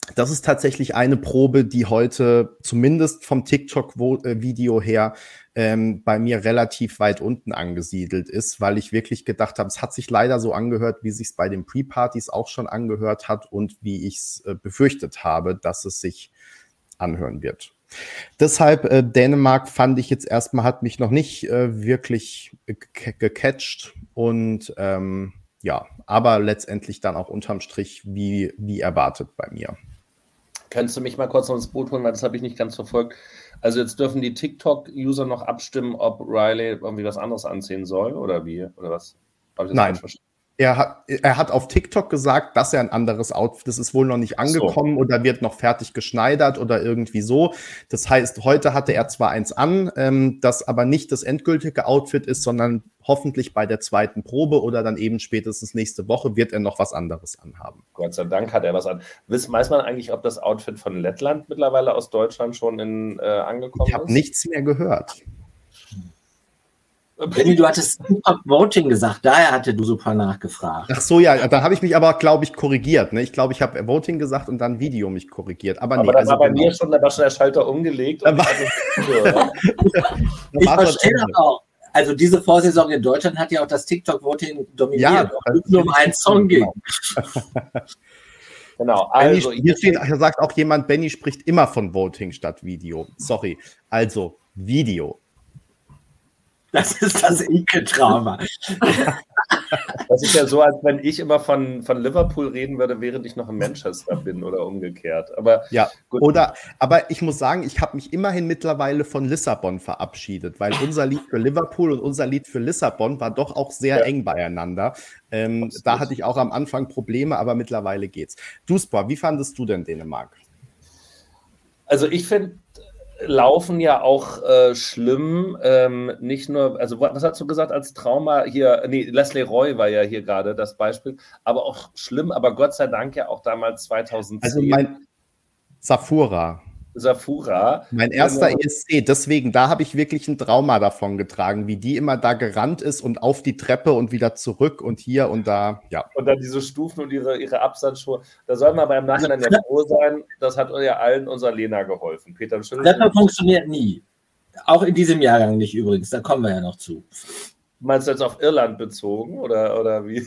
Das ist tatsächlich eine Probe, die heute zumindest vom TikTok-Video her bei mir relativ weit unten angesiedelt ist, weil ich wirklich gedacht habe, es hat sich leider so angehört, wie sich es bei den Pre-Partys auch schon angehört hat und wie ich es befürchtet habe, dass es sich anhören wird. Deshalb Dänemark fand ich jetzt erstmal, hat mich noch nicht wirklich gecatcht und ja, aber letztendlich dann auch unterm Strich wie erwartet bei mir. Kannst du mich mal kurz noch ins Boot holen, weil das habe ich nicht ganz verfolgt. Also jetzt dürfen die TikTok-User noch abstimmen, ob Riley irgendwie was anderes anziehen soll oder wie? Oder was? Nein. Er hat auf TikTok gesagt, dass er ein anderes Outfit, das ist wohl noch nicht angekommen oder wird noch fertig geschneidert oder irgendwie so. Das heißt, heute hatte er zwar eins an, das aber nicht das endgültige Outfit ist, sondern hoffentlich bei der zweiten Probe oder dann eben spätestens nächste Woche wird er noch was anderes anhaben. Gott sei Dank hat er was an. Weiß man eigentlich, ob das Outfit von Lettland mittlerweile aus Deutschland schon angekommen ist? Ich habe nichts mehr gehört. Benni, du hattest Super Voting gesagt, daher hatte du super nachgefragt. Ach so, ja, da habe ich mich aber, glaube ich, korrigiert. Ne? Ich glaube, ich habe Voting gesagt und dann Video mich korrigiert. Aber nee, da war bei mir schon, da war schon der Schalter umgelegt. Und ich verstehe das auch. Also diese Vorsaison in Deutschland hat ja auch das TikTok-Voting dominiert, ja, nur um einen Song ging. Genau, also hier sagt auch jemand, Benni spricht immer von Voting statt Video. Sorry, also Video. Das ist das Ekeltrauma. Das ist ja so, als wenn ich immer von Liverpool reden würde, während ich noch in Manchester bin oder umgekehrt. Aber ja, gut. Aber ich muss sagen, ich habe mich immerhin mittlerweile von Lissabon verabschiedet, weil unser Lied für Liverpool und unser Lied für Lissabon war doch auch sehr eng beieinander. Da hatte ich auch am Anfang Probleme, aber mittlerweile geht's. Duspa, wie fandest du denn Dänemark? Also ich finde Laufen ja auch schlimm, nicht nur, also was hast du gesagt als Trauma hier, nee, Leslie Roy war ja hier gerade das Beispiel, aber auch schlimm, aber Gott sei Dank ja auch damals 2010. Also mein Safura. Mein erster ESC, deswegen, da habe ich wirklich ein Trauma davon getragen, wie die immer da gerannt ist und auf die Treppe und wieder zurück und hier und da, ja. Und dann diese Stufen und ihre Absatzschuhe, da soll man beim Nachhinein ja froh sein, das hat ja allen unserer Lena geholfen. Peter Schüttel. Das funktioniert nie. Auch in diesem Jahrgang nicht übrigens, da kommen wir ja noch zu. Meinst du jetzt auf Irland bezogen oder wie?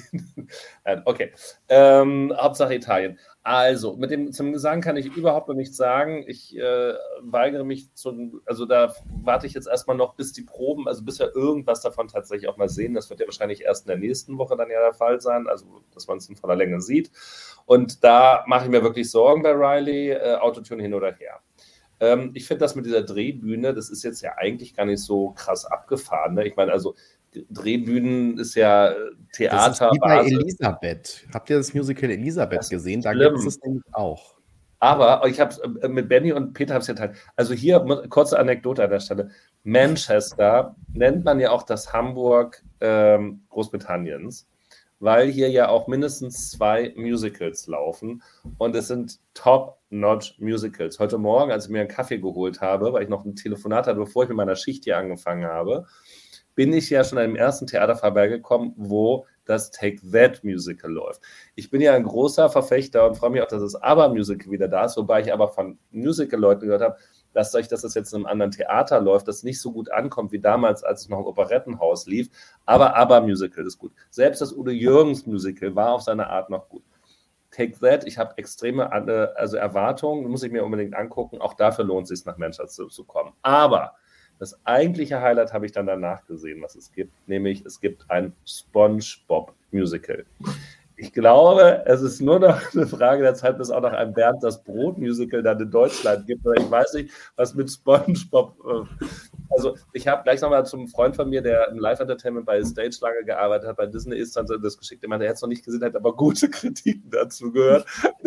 Okay, Hauptsache Italien. Also, zum Gesang kann ich überhaupt noch nichts sagen. Ich weigere mich also da warte ich jetzt erstmal noch, bis die Proben, also bis wir irgendwas davon tatsächlich auch mal sehen. Das wird ja wahrscheinlich erst in der nächsten Woche dann ja der Fall sein, also dass man es in voller Länge sieht. Und da mache ich mir wirklich Sorgen bei Riley, Autotune hin oder her. Ich finde das mit dieser Drehbühne, das ist jetzt ja eigentlich gar nicht so krass abgefahren. Ne? Ich meine, also Drehbühnen ist ja Theater. Das ist wie bei Elisabeth. Habt ihr das Musical Elisabeth gesehen? Da gibt es nämlich auch. Aber ich habe es mit Benni und Peter habe es ja geteilt. Also hier, kurze Anekdote an der Stelle. Manchester nennt man ja auch das Hamburg Großbritanniens, weil hier ja auch mindestens 2 Musicals laufen und es sind Top-Notch-Musicals. Heute Morgen, als ich mir einen Kaffee geholt habe, weil ich noch ein Telefonat hatte, bevor ich mit meiner Schicht hier angefangen habe, bin ich ja schon an dem ersten Theater vorbeigekommen, wo das Take That Musical läuft. Ich bin ja ein großer Verfechter und freue mich auch, dass das ABBA-Musical wieder da ist, wobei ich aber von Musical-Leuten gehört habe, dass das jetzt in einem anderen Theater läuft, das nicht so gut ankommt wie damals, als es noch im Operettenhaus lief. Aber ABBA-Musical ist gut. Selbst das Udo Jürgens-Musical war auf seine Art noch gut. Take That, ich habe extreme Erwartungen, muss ich mir unbedingt angucken. Auch dafür lohnt es sich, nach Manchester zu kommen. Aber das eigentliche Highlight habe ich dann danach gesehen, was es gibt, nämlich es gibt ein SpongeBob-Musical. Ich glaube, es ist nur noch eine Frage der Zeit, bis auch noch ein Bernd das Brot-Musical dann in Deutschland gibt. Oder ich weiß nicht, was mit SpongeBob. Also ich habe gleich nochmal zum Freund von mir, der im Live-Entertainment bei Stage lange gearbeitet hat, bei Disney ist dann das geschickt, der hätte es noch nicht gesehen, hat aber gute Kritiken dazu gehört.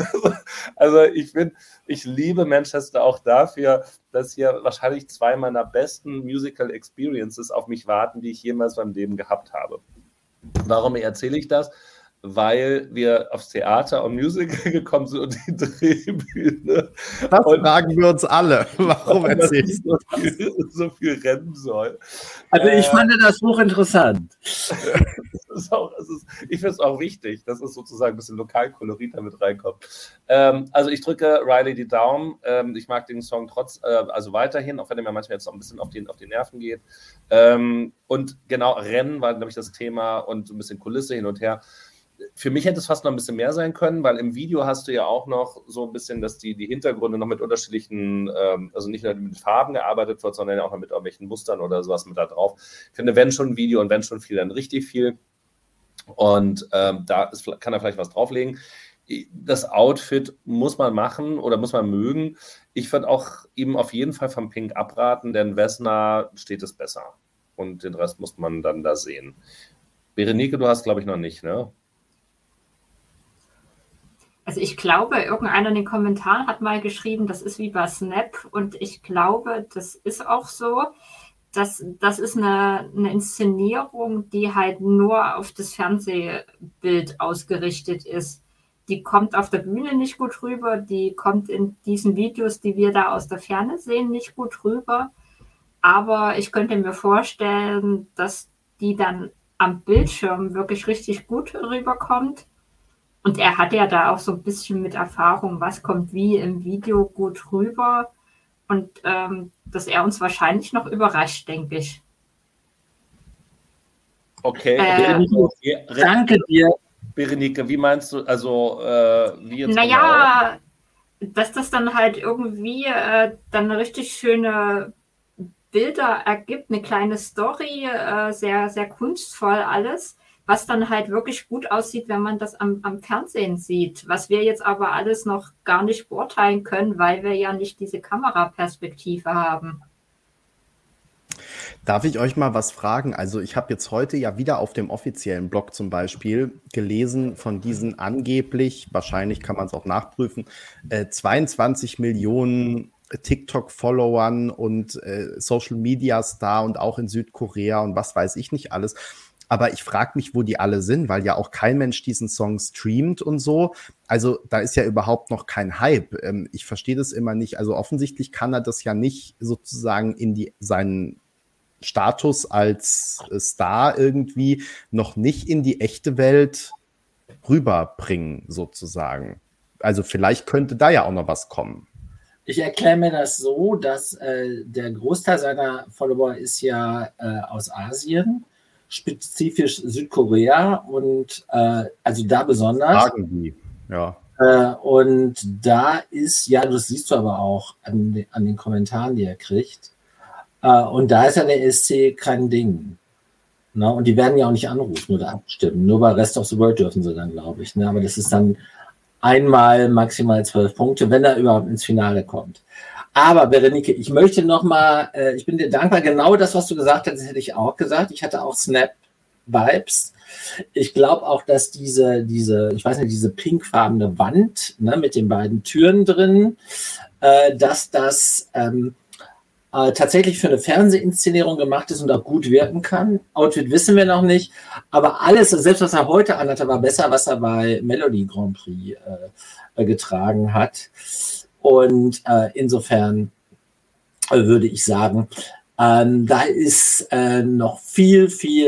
Also ich liebe Manchester auch dafür, dass hier wahrscheinlich 2 meiner besten Musical Experiences auf mich warten, die ich jemals in meinem Leben gehabt habe. Warum erzähle ich das? Weil wir aufs Theater und Musical gekommen sind und die Drehbühne. Das fragen wir uns alle. Warum erzählst du so viel rennen soll? Also ich fand das hochinteressant. Ich finde es auch wichtig, dass es sozusagen ein bisschen Lokalkolorit damit reinkommt. Also ich drücke Riley die Daumen. Ich mag den Song also weiterhin, auch wenn er mir manchmal jetzt noch ein bisschen auf die Nerven geht. Und genau, Rennen war, glaube ich, das Thema und so ein bisschen Kulisse hin und her. Für mich hätte es fast noch ein bisschen mehr sein können, weil im Video hast du ja auch noch so ein bisschen, dass die Hintergründe noch mit unterschiedlichen, also nicht nur mit Farben gearbeitet wird, sondern auch noch mit irgendwelchen Mustern oder sowas mit da drauf. Ich finde, wenn schon ein Video und wenn schon viel, dann richtig viel. Und kann er vielleicht was drauflegen. Das Outfit muss man machen oder muss man mögen. Ich würde auch ihm auf jeden Fall vom Pink abraten, denn Vesna steht es besser. Und den Rest muss man dann da sehen. Berenike, du hast, glaube ich, noch nicht, ne? Also ich glaube, irgendeiner in den Kommentaren hat mal geschrieben, das ist wie bei Snap und ich glaube, das ist auch so. Das ist eine Inszenierung, die halt nur auf das Fernsehbild ausgerichtet ist. Die kommt auf der Bühne nicht gut rüber, die kommt in diesen Videos, die wir da aus der Ferne sehen, nicht gut rüber. Aber ich könnte mir vorstellen, dass die dann am Bildschirm wirklich richtig gut rüberkommt. Und er hat ja da auch so ein bisschen mit Erfahrung, was kommt wie im Video gut rüber. Und dass er uns wahrscheinlich noch überrascht, denke ich. Okay. Danke dir. Berenike, wie meinst du, also wie jetzt naja, genau? Dass das dann halt irgendwie dann richtig schöne Bilder ergibt, eine kleine Story, sehr, sehr kunstvoll alles, was dann halt wirklich gut aussieht, wenn man das am Fernsehen sieht, was wir jetzt aber alles noch gar nicht beurteilen können, weil wir ja nicht diese Kameraperspektive haben. Darf ich euch mal was fragen? Also ich habe jetzt heute ja wieder auf dem offiziellen Blog zum Beispiel gelesen von diesen angeblich, wahrscheinlich kann man es auch nachprüfen, 22 Millionen TikTok-Followern und Social-Media-Star und auch in Südkorea und was weiß ich nicht alles. Aber ich frage mich, wo die alle sind, weil ja auch kein Mensch diesen Song streamt und so. Also da ist ja überhaupt noch kein Hype. Ich verstehe das immer nicht. Also offensichtlich kann er das ja nicht sozusagen in seinen Status als Star irgendwie noch nicht in die echte Welt rüberbringen, sozusagen. Also vielleicht könnte da ja auch noch was kommen. Ich erkläre mir das so, dass der Großteil seiner Follower ist ja aus Asien, spezifisch Südkorea und also da besonders. Sagen die, ja. Und da ist, ja, das siehst du aber auch an den Kommentaren, die er kriegt. Und da ist ja der ESC kein Ding. Ne? Und die werden ja auch nicht anrufen oder abstimmen. Nur bei Rest of the World dürfen sie dann, glaube ich. Ne? Aber das ist dann einmal maximal 12 Punkte, wenn er überhaupt ins Finale kommt. Aber Berenike, ich möchte nochmal, ich bin dir dankbar, genau das, was du gesagt hast, hätte ich auch gesagt. Ich hatte auch Snap-Vibes. Ich glaube auch, dass diese, ich weiß nicht, diese pinkfarbene Wand, ne, mit den beiden Türen drin, dass das tatsächlich für eine Fernsehinszenierung gemacht ist und auch gut wirken kann. Outfit wissen wir noch nicht, aber alles, selbst was er heute anhatte, war besser, was er bei Melody Grand Prix getragen hat. Und insofern würde ich sagen, da ist noch viel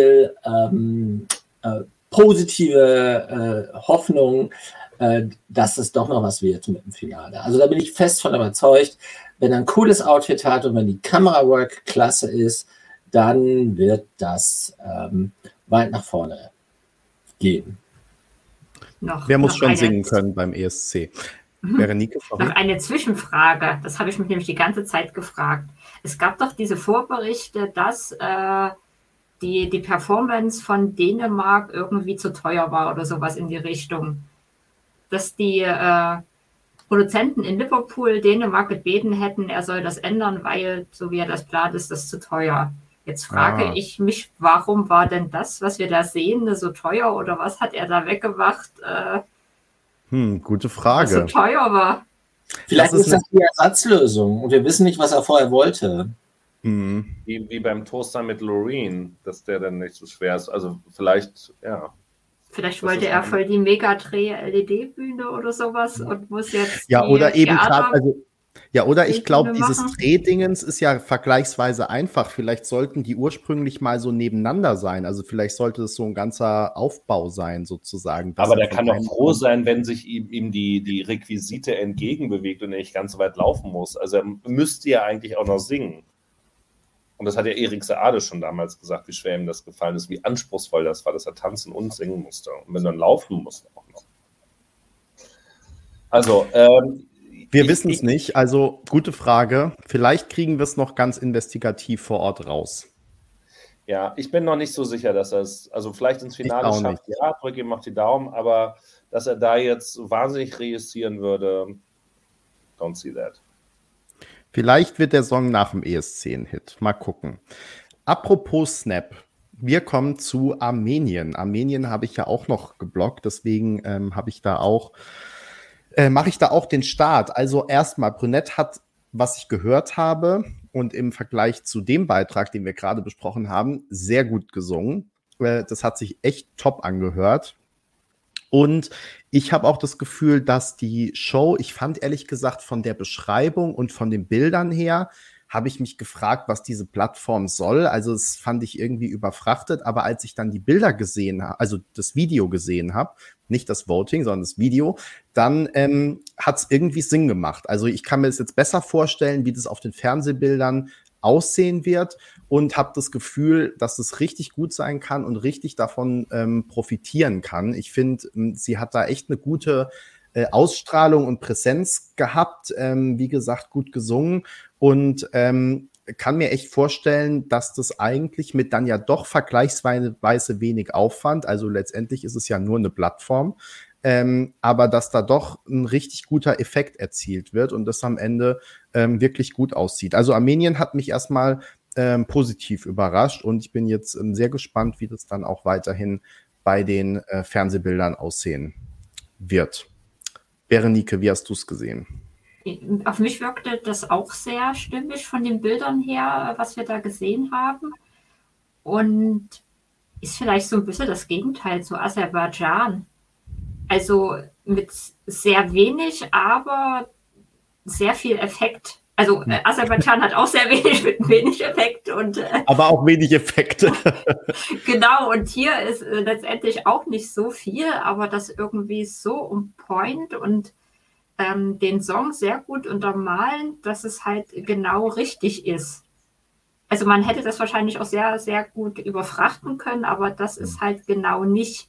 positive Hoffnung, dass es doch noch was wird mit dem Finale. Also da bin ich fest von überzeugt, wenn er ein cooles Outfit hat und wenn die Kamerawork klasse ist, dann wird das weit nach vorne gehen. Wer muss schon singen können beim ESC? Berenike, noch eine Zwischenfrage, das habe ich mich nämlich die ganze Zeit gefragt. Es gab doch diese Vorberichte, dass die Performance von Dänemark irgendwie zu teuer war oder sowas in die Richtung. Dass die Produzenten in Liverpool Dänemark gebeten hätten, er soll das ändern, weil, so wie er das plant, ist das zu teuer. Jetzt frage ich mich, warum war denn das, was wir da sehen, so teuer oder was hat er da weggemacht? Gute Frage. Was so teuer war. Vielleicht ist das die Ersatzlösung und wir wissen nicht, was er vorher wollte. Wie beim Toaster mit Loreen, dass der dann nicht so schwer ist. Also vielleicht, ja. Vielleicht wollte er voll die Megadreh-LED-Bühne oder sowas und muss jetzt. Ja, oder eben gerade, also Ja, oder ich glaube, dieses Drehdingens ist ja vergleichsweise einfach. Vielleicht sollten die ursprünglich mal so nebeneinander sein. Also vielleicht sollte es so ein ganzer Aufbau sein, sozusagen. Aber der kann doch froh sein, wenn sich ihm die Requisite entgegenbewegt und er nicht ganz so weit laufen muss. Also er müsste ja eigentlich auch noch singen. Und das hat ja Erik Saade schon damals gesagt, wie schwer ihm das gefallen ist, wie anspruchsvoll das war, dass er tanzen und singen musste. Und wenn er dann laufen musste auch noch. Also, wir wissen es nicht. Also, gute Frage. Vielleicht kriegen wir es noch ganz investigativ vor Ort raus. Ja, ich bin noch nicht so sicher, dass er es, also vielleicht ins Finale schafft. Ja, drücke ihm noch die Daumen, aber dass er da jetzt wahnsinnig reüssieren würde, don't see that. Vielleicht wird der Song nach dem ESC ein Hit. Mal gucken. Apropos Snap. Wir kommen zu Armenien. Armenien habe ich ja auch noch geblockt, deswegen mache ich da auch den Start. Also erstmal, Brünett hat, was ich gehört habe und im Vergleich zu dem Beitrag, den wir gerade besprochen haben, sehr gut gesungen. Das hat sich echt top angehört. Und ich habe auch das Gefühl, dass die Show, ich fand ehrlich gesagt von der Beschreibung und von den Bildern her, habe ich mich gefragt, was diese Plattform soll. Also das fand ich irgendwie überfrachtet. Aber als ich dann die Bilder gesehen habe, also das Video gesehen habe, nicht das Voting, sondern das Video, dann hat es irgendwie Sinn gemacht. Also ich kann mir das jetzt besser vorstellen, wie das auf den Fernsehbildern aussehen wird und habe das Gefühl, dass es richtig gut sein kann und richtig davon profitieren kann. Ich finde, sie hat da echt eine gute Ausstrahlung und Präsenz gehabt, wie gesagt, gut gesungen und kann mir echt vorstellen, dass das eigentlich mit dann ja doch vergleichsweise wenig Aufwand, also letztendlich ist es ja nur eine Plattform, aber dass da doch ein richtig guter Effekt erzielt wird und das am Ende wirklich gut aussieht. Also Armenien hat mich erstmal positiv überrascht und ich bin jetzt sehr gespannt, wie das dann auch weiterhin bei den Fernsehbildern aussehen wird. Berenike, wie hast du es gesehen? Auf mich wirkte das auch sehr stimmig von den Bildern her, was wir da gesehen haben. Und ist vielleicht so ein bisschen das Gegenteil zu Aserbaidschan. Also mit sehr wenig, aber sehr viel Effekt. Also Aserbaidschan hat auch sehr wenig Effekt. Aber auch wenig Effekte. Genau, und hier ist letztendlich auch nicht so viel, aber das irgendwie so on point und den Song sehr gut untermalen, dass es halt genau richtig ist. Also man hätte das wahrscheinlich auch sehr, sehr gut überfrachten können, aber das ist halt genau nicht.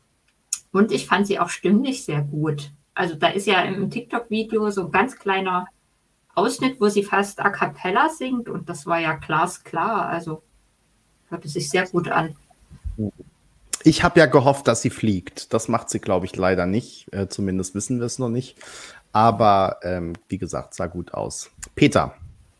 Und ich fand sie auch stimmlich sehr gut. Also da ist ja im TikTok-Video so ein ganz kleiner Ausschnitt, wo sie fast a cappella singt und das war ja glasklar. Also hörte sich sehr gut an. Ich habe ja gehofft, dass sie fliegt. Das macht sie, glaube ich, leider nicht. Zumindest wissen wir es noch nicht. Aber wie gesagt, sah gut aus. Peter.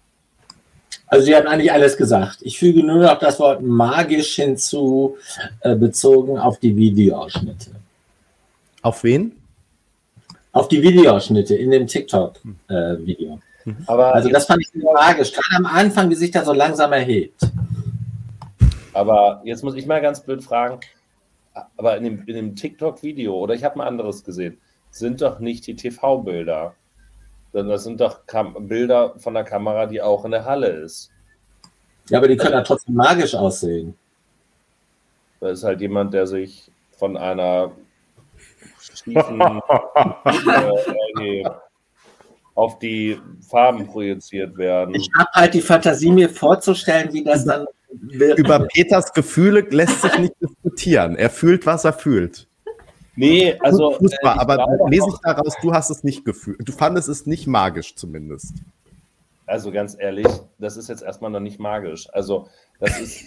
Also Sie haben eigentlich alles gesagt. Ich füge nur noch das Wort magisch hinzu, bezogen auf die Videoausschnitte. Auf wen? Auf die Videoausschnitte in dem TikTok-Video. Also das fand ich magisch. Gerade am Anfang, wie sich das so langsam erhebt. Aber jetzt muss ich mal ganz blöd fragen, aber in dem TikTok-Video, oder ich habe ein anderes gesehen, sind doch nicht die TV-Bilder, sondern das sind doch Bilder von der Kamera, die auch in der Halle ist. Ja, aber die können ja trotzdem magisch aussehen. Da ist halt jemand, der sich von einer schiefen auf die Farben projiziert werden. Ich habe halt die Fantasie, mir vorzustellen, wie das dann wird. Über Peters Gefühle lässt sich nicht diskutieren. Er fühlt, was er fühlt. Nee, also. Fußball, aber lese ich daraus, du hast es nicht gefühlt. Du fandest es nicht magisch zumindest. Also ganz ehrlich, das ist jetzt erstmal noch nicht magisch. Also, das ist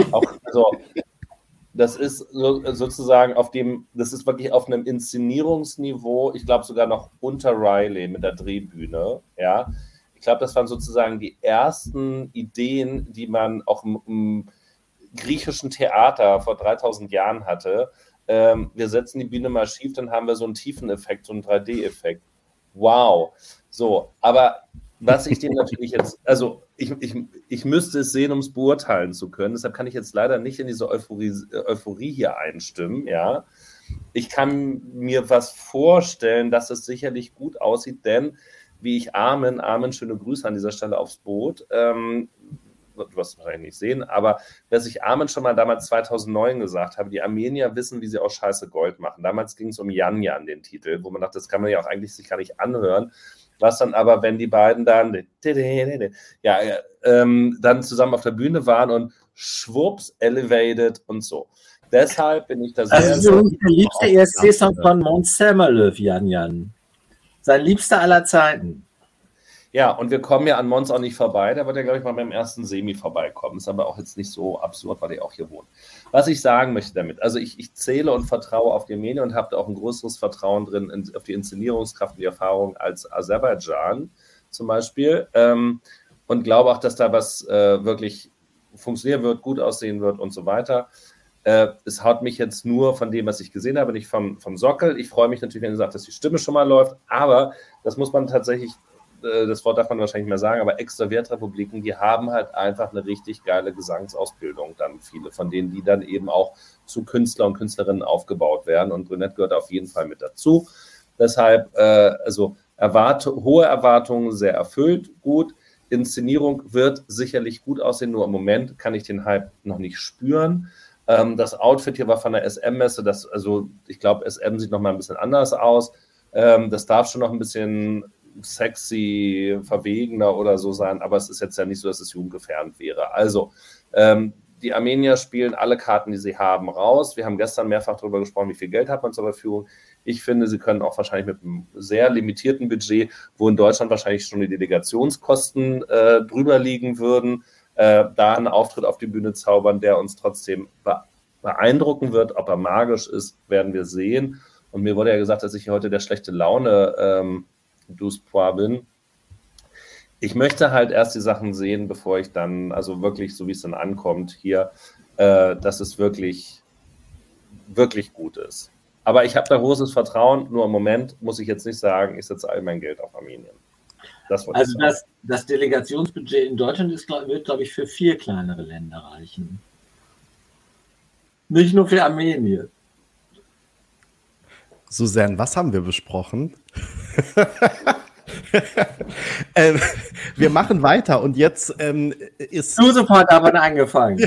das ist sozusagen das ist wirklich auf einem Inszenierungsniveau, ich glaube sogar noch unter Riley mit der Drehbühne, ja. Ich glaube, das waren sozusagen die ersten Ideen, die man auch im griechischen Theater vor 3000 Jahren hatte. Wir setzen die Bühne mal schief, dann haben wir so einen Tiefeneffekt, so einen 3D-Effekt. Wow. So, aber was ich dem natürlich jetzt, also ich müsste es sehen, um es beurteilen zu können. Deshalb kann ich jetzt leider nicht in diese Euphorie hier einstimmen, ja. Ich kann mir was vorstellen, dass es sicherlich gut aussieht, denn wie ich Armin, schöne Grüße an dieser Stelle aufs Boot, du wirst es wahrscheinlich nicht sehen, aber was ich Armin schon mal damals 2009 gesagt habe, die Armenier wissen, wie sie aus Scheiße Gold machen. Damals ging es um Jan, den Titel, wo man dachte, das kann man ja auch eigentlich sich gar nicht anhören. Was dann aber, wenn die beiden dann dann zusammen auf der Bühne waren und schwupps, elevated und so. Deshalb bin ich da sehr... Also der liebste ESC-Song von Måns Zelmerlöw, Jan. Sein liebster aller Zeiten. Ja, und wir kommen ja an Måns auch nicht vorbei. Der wird ja, glaube ich, mal beim ersten Semi vorbeikommen. Ist aber auch jetzt nicht so absurd, weil er auch hier wohnt. Was ich sagen möchte damit, also ich zähle und vertraue auf die Armenier und habe da auch ein größeres Vertrauen drin auf die Inszenierungskraft und die Erfahrung als Aserbaidschan zum Beispiel. Und glaube auch, dass da was wirklich funktionieren wird, gut aussehen wird und so weiter. Es haut mich jetzt nur von dem, was ich gesehen habe, nicht vom Sockel. Ich freue mich natürlich, wenn ihr sagt, dass die Stimme schon mal läuft, aber das muss man tatsächlich, das Wort darf man wahrscheinlich nicht mehr sagen, aber Extra-Wertrepubliken, die haben halt einfach eine richtig geile Gesangsausbildung, dann viele von denen, die dann eben auch zu Künstler und Künstlerinnen aufgebaut werden und Brünett gehört auf jeden Fall mit dazu. Deshalb, hohe Erwartungen, sehr erfüllt, gut. Inszenierung wird sicherlich gut aussehen, nur im Moment kann ich den Hype noch nicht spüren. Das Outfit hier war von der SM-Messe, ich glaube, SM sieht noch mal ein bisschen anders aus. Das darf schon noch ein bisschen sexy, verwegener oder so sein, aber es ist jetzt ja nicht so, dass es jugendgefährdend wäre. Also, die Armenier spielen alle Karten, die sie haben, raus. Wir haben gestern mehrfach darüber gesprochen, wie viel Geld hat man zur Verfügung. Ich finde, sie können auch wahrscheinlich mit einem sehr limitierten Budget, wo in Deutschland wahrscheinlich schon die Delegationskosten drüber liegen würden, da einen Auftritt auf die Bühne zaubern, der uns trotzdem beeindrucken wird. Ob er magisch ist, werden wir sehen. Und mir wurde ja gesagt, dass ich hier heute der schlechte Laune Duspoir bin. Ich möchte halt erst die Sachen sehen, bevor ich dann, also wirklich, so wie es dann ankommt, hier, dass es wirklich, wirklich gut ist. Aber ich habe da großes Vertrauen, nur im Moment muss ich jetzt nicht sagen, ich setze all mein Geld auf Armenien. Das Delegationsbudget in Deutschland wird, glaube ich, für 4 kleinere Länder reichen. Nicht nur für Armenien. Susanne, was haben wir besprochen? Wir machen weiter und jetzt ist... Josef hat aber angefangen.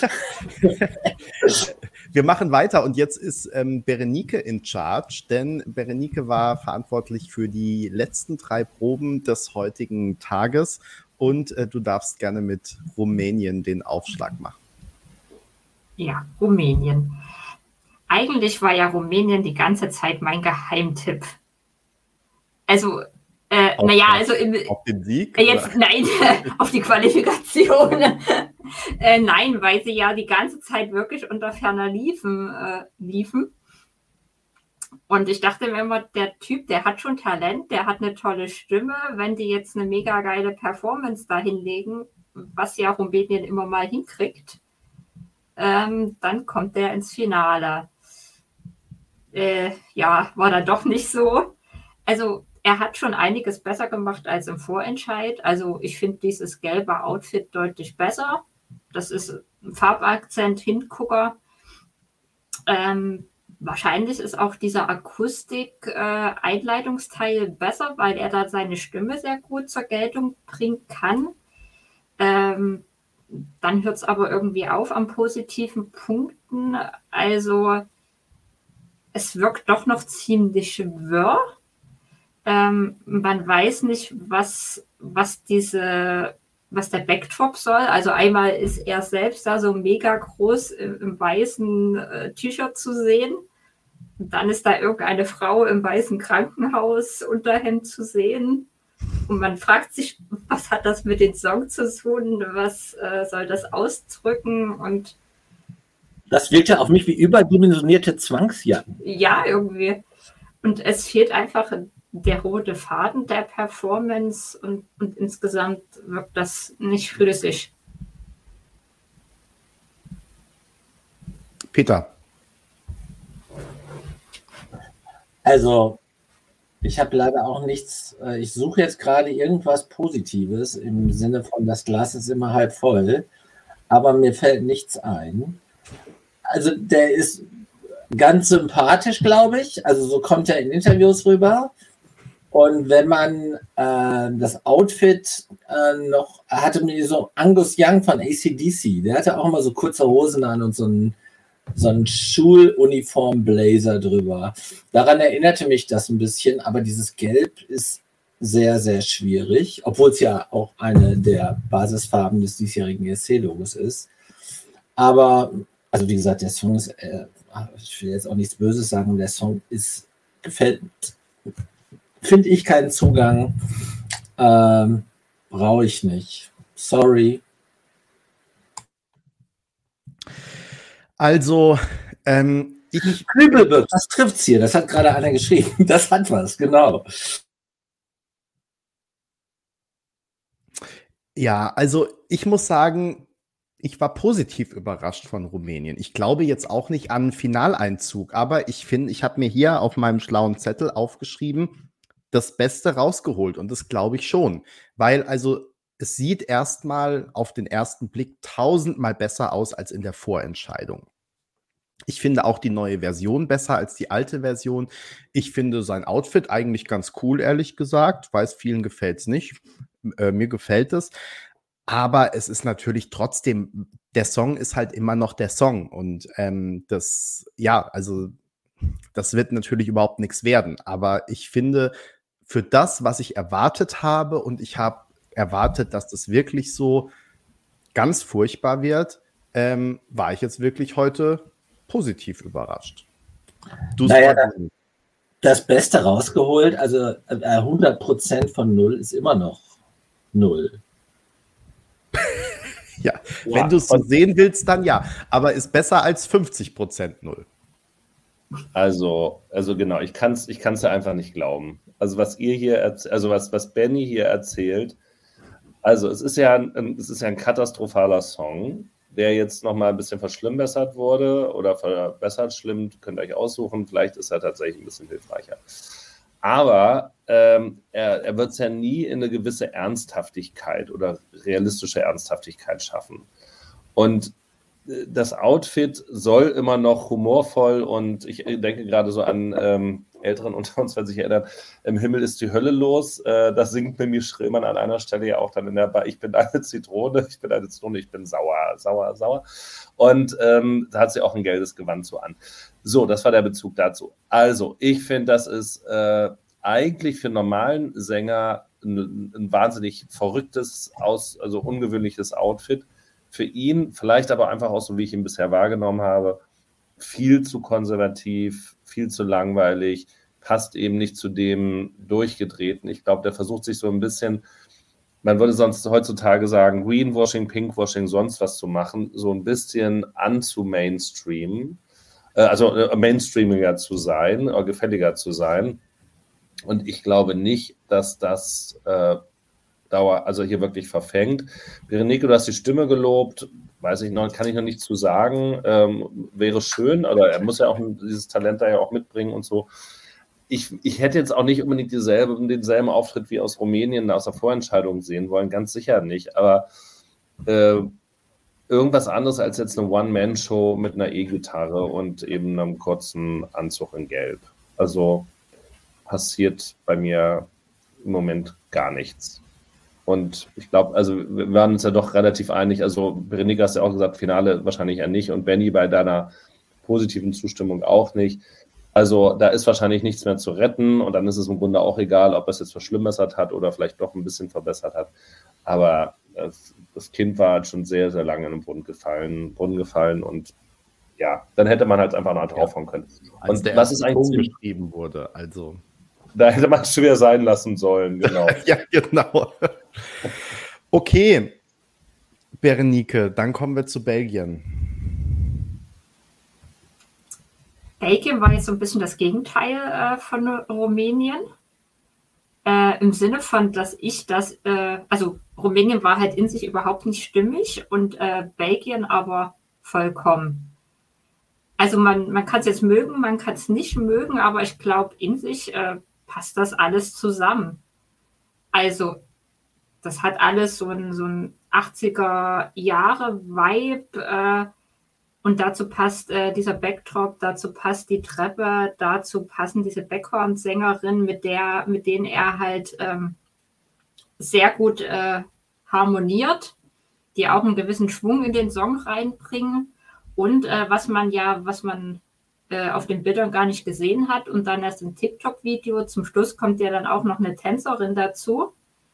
Wir machen weiter und jetzt ist Berenike in charge, denn Berenike war verantwortlich für die letzten 3 Proben des heutigen Tages und du darfst gerne mit Rumänien den Aufschlag machen. Ja, Rumänien. Eigentlich war ja Rumänien die ganze Zeit mein Geheimtipp. Also, auf den Sieg? Nein, auf die Qualifikation. Nein, weil sie ja die ganze Zeit wirklich unter ferner liefen. Und ich dachte mir immer, der Typ, der hat schon Talent, der hat eine tolle Stimme. Wenn die jetzt eine mega geile Performance da hinlegen, was ja Rumänien immer mal hinkriegt, dann kommt der ins Finale. War da doch nicht so. Also er hat schon einiges besser gemacht als im Vorentscheid. Also ich finde dieses gelbe Outfit deutlich besser. Das ist ein Farbakzent, Hingucker. Wahrscheinlich ist auch dieser Akustik-Einleitungsteil besser, weil er da seine Stimme sehr gut zur Geltung bringen kann. Dann hört es aber irgendwie auf an positiven Punkten. Also es wirkt doch noch ziemlich wirr. Man weiß nicht, was der Backdrop soll. Also einmal ist er selbst da so mega groß im weißen T-Shirt zu sehen. Und dann ist da irgendeine Frau im weißen Krankenhaus Unterhemd zu sehen. Und man fragt sich, was hat das mit dem Song zu tun? Was soll das ausdrücken? Und das wirkt ja auf mich wie überdimensionierte Zwangsjacken. Ja, irgendwie. Und es fehlt einfach der rote Faden der Performance und insgesamt wirkt das nicht flüssig. Peter. Also, ich habe leider auch nichts, ich suche jetzt gerade irgendwas Positives im Sinne von, das Glas ist immer halb voll, aber mir fällt nichts ein. Also, der ist ganz sympathisch, glaube ich, also so kommt er in Interviews rüber Und wenn man das Outfit noch, hatte mir so Angus Young von AC/DC, der hatte auch immer so kurze Hosen an und so einen Schuluniform-Blazer drüber. Daran erinnerte mich das ein bisschen, aber dieses Gelb ist sehr, sehr schwierig, obwohl es ja auch eine der Basisfarben des diesjährigen ESC-Logos ist. Aber, also wie gesagt, der Song ist, ich will jetzt auch nichts Böses sagen, der Song gefällt, finde ich keinen Zugang, brauche ich nicht. Sorry. Also, Kübelberg, das trifft's hier, das hat gerade einer geschrieben. Das hat was, genau. Ja, also ich muss sagen, ich war positiv überrascht von Rumänien. Ich glaube jetzt auch nicht an einen Finaleinzug, aber ich finde, ich habe mir hier auf meinem schlauen Zettel aufgeschrieben, das Beste rausgeholt und das glaube ich schon, weil also es sieht erstmal auf den ersten Blick 1000-mal besser aus als in der Vorentscheidung. Ich finde auch die neue Version besser als die alte Version. Ich finde sein Outfit eigentlich ganz cool, ehrlich gesagt. Weiß, vielen gefällt es nicht. Mir gefällt es. Aber es ist natürlich trotzdem, der Song ist halt immer noch der Song. Und das wird natürlich überhaupt nichts werden. Aber ich finde, für das, was ich erwartet habe, und ich habe erwartet, dass das wirklich so ganz furchtbar wird, war ich jetzt wirklich heute positiv überrascht. Das Beste rausgeholt, also 100% von 0 ist immer noch 0. Ja, wenn du es so sehen willst, dann ja. Aber ist besser als 50% 0. Also genau, ich kann's ja einfach nicht glauben. Also was ihr hier, was Benny hier erzählt, also es ist ja ein katastrophaler Song, der jetzt nochmal ein bisschen verschlimmbessert wurde oder verbessert, schlimm, könnt ihr euch aussuchen, vielleicht ist er tatsächlich ein bisschen hilfreicher. Aber er wird es ja nie in eine gewisse Ernsthaftigkeit oder realistische Ernsthaftigkeit schaffen. Und das Outfit soll immer noch humorvoll und ich denke gerade so an Älteren unter uns, wenn sich erinnern, im Himmel ist die Hölle los. Das singt Mimi Schrillmann an einer Stelle ja auch dann in der Bar, ich bin eine Zitrone, ich bin sauer. Und da hat sie auch ein gelbes Gewand so an. So, das war der Bezug dazu. Also, ich finde, das ist eigentlich für einen normalen Sänger ein wahnsinnig verrücktes, also ungewöhnliches Outfit. Für ihn, vielleicht aber einfach auch so, wie ich ihn bisher wahrgenommen habe, viel zu konservativ, viel zu langweilig, passt eben nicht zu dem Durchgedrehten. Ich glaube, der versucht sich so ein bisschen, man würde sonst heutzutage sagen, Greenwashing, Pinkwashing, sonst was zu machen, so ein bisschen anzu-Mainstream, also mainstreamiger zu sein, oder gefälliger zu sein. Und ich glaube nicht, dass das hier wirklich verfängt. Berenike, du hast die Stimme gelobt, weiß ich noch, kann ich noch nicht zu sagen, wäre schön, oder er muss ja auch dieses Talent da ja auch mitbringen und so. Ich hätte jetzt auch nicht unbedingt denselben Auftritt wie aus Rumänien aus der Vorentscheidung sehen wollen, ganz sicher nicht, aber irgendwas anderes als jetzt eine One-Man-Show mit einer E-Gitarre und eben einem kurzen Anzug in Gelb. Also passiert bei mir im Moment gar nichts. Und ich glaube, also wir waren uns ja doch relativ einig, also Berenike hast ja auch gesagt, Finale wahrscheinlich ja nicht und Benny bei deiner positiven Zustimmung auch nicht. Also da ist wahrscheinlich nichts mehr zu retten und dann ist es im Grunde auch egal, ob es jetzt verschlimmbessert hat oder vielleicht doch ein bisschen verbessert hat. Aber das Kind war halt schon sehr, sehr lange in den Brunnen gefallen und ja, dann hätte man halt einfach noch draufhauen können. Als und der was ist eigentlich geschrieben wurde, also... Da hätte man es schwer sein lassen sollen, genau. Ja, genau. Okay, Berenike, dann kommen wir zu Belgien. Belgien war jetzt so ein bisschen das Gegenteil von Rumänien. Im Sinne von, dass also Rumänien war halt in sich überhaupt nicht stimmig und Belgien aber vollkommen. Also man kann es jetzt mögen, man kann es nicht mögen, aber ich glaube, in sich passt das alles zusammen. Also, das hat alles so ein 80er-Jahre-Vibe. Und dazu passt dieser Backdrop, dazu passt die Treppe, dazu passen diese Backhorn-Sängerinnen, mit denen er halt sehr gut harmoniert, die auch einen gewissen Schwung in den Song reinbringen. Und was man auf den Bildern gar nicht gesehen hat und dann erst im TikTok-Video, zum Schluss kommt ja dann auch noch eine Tänzerin dazu,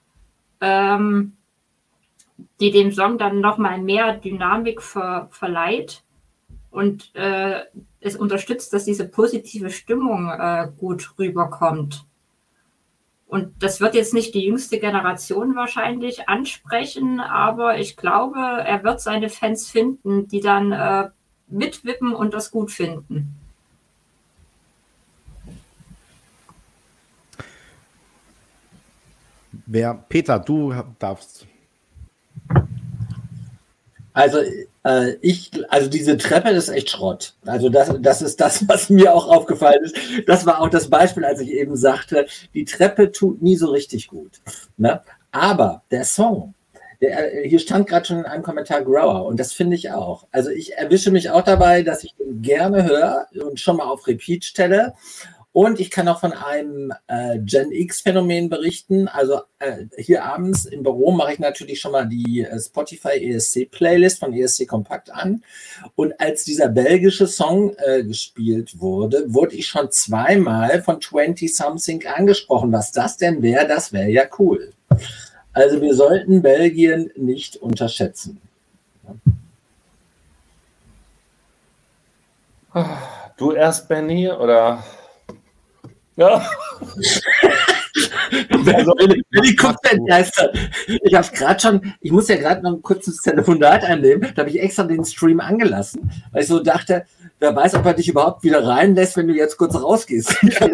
die dem Song dann nochmal mehr Dynamik verleiht. Und es unterstützt, dass diese positive Stimmung gut rüberkommt. Und das wird jetzt nicht die jüngste Generation wahrscheinlich ansprechen, aber ich glaube, er wird seine Fans finden, die dann mitwippen und das gut finden. Peter, du darfst. Also diese Treppe ist echt Schrott. Also das ist das, was mir auch aufgefallen ist. Das war auch das Beispiel, als ich eben sagte, die Treppe tut nie so richtig gut. Ne? Aber der Song, hier stand gerade schon in einem Kommentar Grower und das finde ich auch. Also ich erwische mich auch dabei, dass ich den gerne höre und schon mal auf Repeat stelle. Und ich kann auch von einem Gen X-Phänomen berichten. Also hier abends im Büro mache ich natürlich schon mal die Spotify ESC-Playlist von ESC Kompakt an. Und als dieser belgische Song gespielt wurde, wurde ich schon zweimal von 20-something angesprochen. Was das denn wäre, das wäre ja cool. Also wir sollten Belgien nicht unterschätzen. Du erst, Benny, oder... Ja. Also, die guckt begeistert. Ich habe gerade schon, ich muss ja gerade noch ein kurzes Telefonat annehmen, da habe ich extra den Stream angelassen, weil ich so dachte, wer weiß, ob er dich überhaupt wieder reinlässt, wenn du jetzt kurz rausgehst.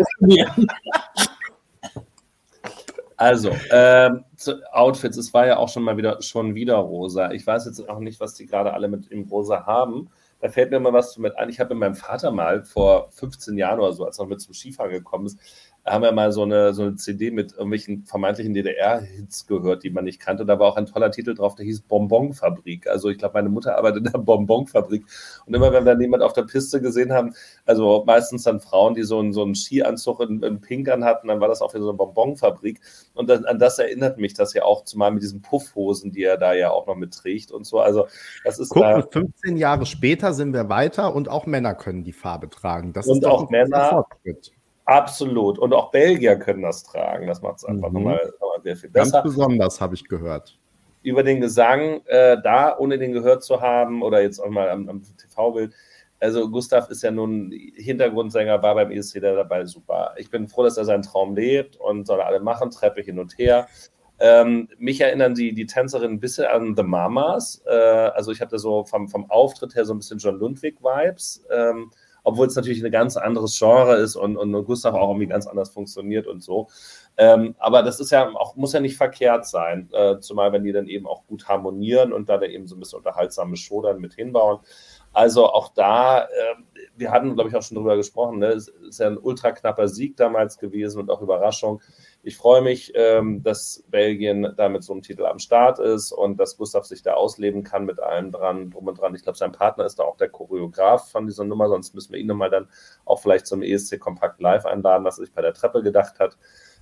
Also, Outfits, es war ja auch schon wieder rosa. Ich weiß jetzt auch nicht, was die gerade alle mit im Rosa haben. Da fällt mir mal was mit ein. Ich habe mit meinem Vater mal vor 15 Jahren oder so, als er noch mit zum Skifahren gekommen ist, haben wir mal so eine CD mit irgendwelchen vermeintlichen DDR-Hits gehört, die man nicht kannte. Da war auch ein toller Titel drauf, der hieß Bonbonfabrik. Also ich glaube, meine Mutter arbeitet in der Bonbonfabrik. Und immer, wenn wir dann jemand auf der Piste gesehen haben, also meistens dann Frauen, die so einen Skianzug in Pink anhatten, dann war das auch wieder so eine Bonbonfabrik. Und an das erinnert mich das ja auch, zumal mit diesen Puffhosen, die er da ja auch noch mitträgt und so. Also das ist 15 Jahre später sind wir weiter und auch Männer können die Farbe tragen. Das und ist auch Männer. Fortschritt. Absolut. Und auch Belgier können das tragen. Das macht es einfach nochmal sehr viel besser. Ganz besonders, habe ich gehört. Über den Gesang, da, ohne den gehört zu haben, oder jetzt auch mal am TV-Bild, also Gustav ist ja nun Hintergrundsänger, war beim ESC dabei, super. Ich bin froh, dass er seinen Traum lebt und soll alle machen, Treppe hin und her. Mich erinnern die Tänzerinnen ein bisschen an The Mamas. Also ich habe da so vom Auftritt her so ein bisschen John Lundvik-Vibes. Obwohl es natürlich ein ganz anderes Genre ist und Gustav auch irgendwie ganz anders funktioniert und so. Aber das ist ja auch, muss ja nicht verkehrt sein, zumal wenn die dann eben auch gut harmonieren und da eben so ein bisschen unterhaltsame Show dann mit hinbauen. Also auch da, wir hatten, glaube ich, auch schon drüber gesprochen, ne? Es ist ja ein ultra knapper Sieg damals gewesen und auch Überraschung. Ich freue mich, dass Belgien da mit so einem Titel am Start ist und dass Gustav sich da ausleben kann mit allem drum und dran. Ich glaube, sein Partner ist da auch der Choreograf von dieser Nummer, sonst müssen wir ihn nochmal dann auch vielleicht zum ESC Kompakt Live einladen, was er sich bei der Treppe gedacht hat.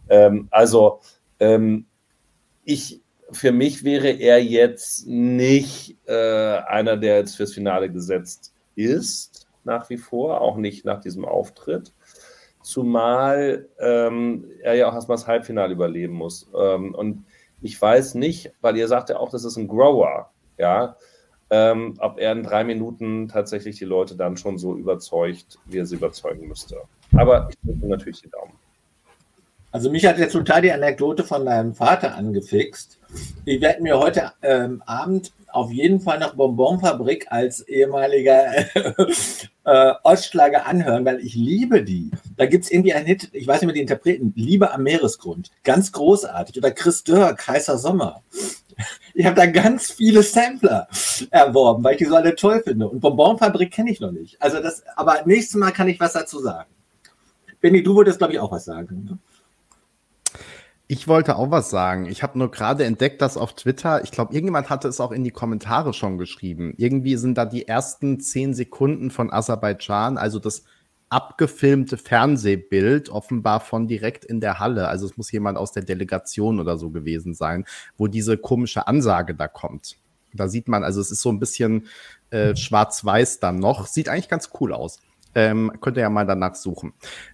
Für mich wäre er jetzt nicht einer, der jetzt fürs Finale gesetzt ist, nach wie vor, auch nicht nach diesem Auftritt. Zumal er ja auch erstmal das Halbfinale überleben muss. Und ich weiß nicht, weil ihr sagt ja auch, das ist ein Grower, ja, ob er in 3 Minuten tatsächlich die Leute dann schon so überzeugt, wie er sie überzeugen müsste. Aber ich drücke natürlich die Daumen. Also mich hat jetzt total die Anekdote von deinem Vater angefixt. Ich werde mir heute Abend auf jeden Fall noch Bonbonfabrik als ehemaliger Ostschlager anhören, weil ich liebe die. Da gibt es irgendwie einen Hit, ich weiß nicht mehr die Interpreten, Liebe am Meeresgrund. Ganz großartig. Oder Chris Dörr, Heißer Sommer. Ich habe da ganz viele Sampler erworben, weil ich die so alle toll finde. Und Bonbonfabrik kenne ich noch nicht. Also aber nächstes Mal kann ich was dazu sagen. Benni, du wolltest, glaube ich, auch was sagen. Ne? Ich wollte auch was sagen. Ich habe nur gerade entdeckt, dass auf Twitter, ich glaube, irgendjemand hatte es auch in die Kommentare schon geschrieben. Irgendwie sind da die ersten 10 Sekunden von Aserbaidschan, also das abgefilmte Fernsehbild, offenbar von direkt in der Halle. Also es muss jemand aus der Delegation oder so gewesen sein, wo diese komische Ansage da kommt. Da sieht man, also es ist so ein bisschen schwarz-weiß dann noch. Sieht eigentlich ganz cool aus. Könnt ihr ja mal danach suchen.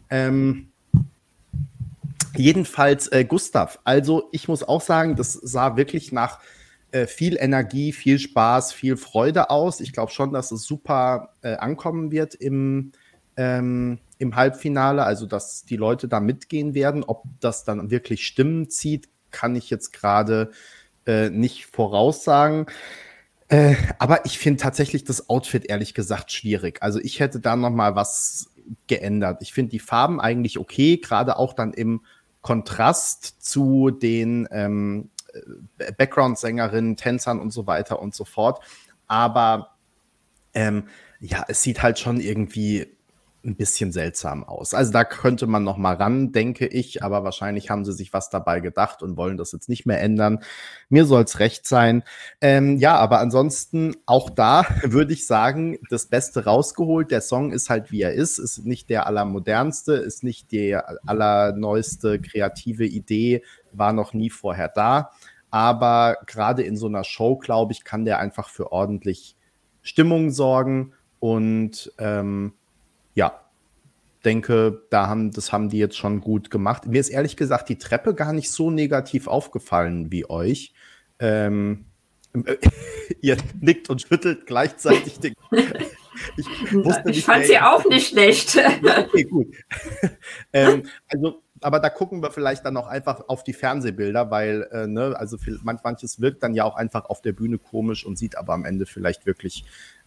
Jedenfalls, Gustav, also ich muss auch sagen, das sah wirklich nach viel Energie, viel Spaß, viel Freude aus. Ich glaube schon, dass es super ankommen wird im Halbfinale, also dass die Leute da mitgehen werden. Ob das dann wirklich Stimmen zieht, kann ich jetzt gerade nicht voraussagen. Aber ich finde tatsächlich das Outfit ehrlich gesagt schwierig. Also ich hätte da noch mal was geändert. Ich finde die Farben eigentlich okay, gerade auch dann im Kontrast zu den Background-Sängerinnen, Tänzern und so weiter und so fort. Aber ja, es sieht halt schon irgendwie ein bisschen seltsam aus. Also da könnte man noch mal ran, denke ich, aber wahrscheinlich haben sie sich was dabei gedacht und wollen das jetzt nicht mehr ändern. Mir soll es recht sein. Ja, aber ansonsten auch da würde ich sagen, das Beste rausgeholt. Der Song ist halt, wie er ist nicht der allermodernste, ist nicht die allerneueste kreative Idee, war noch nie vorher da. Aber gerade in so einer Show, glaube ich, kann der einfach für ordentlich Stimmung sorgen und ja, denke, das haben die jetzt schon gut gemacht. Mir ist ehrlich gesagt die Treppe gar nicht so negativ aufgefallen wie euch. Ihr nickt und schüttelt gleichzeitig den Ich fand sie auch nicht schlecht. Ja, okay, gut. Also, aber da gucken wir vielleicht dann auch einfach auf die Fernsehbilder, weil also manches wirkt dann ja auch einfach auf der Bühne komisch und sieht aber am Ende vielleicht wirklich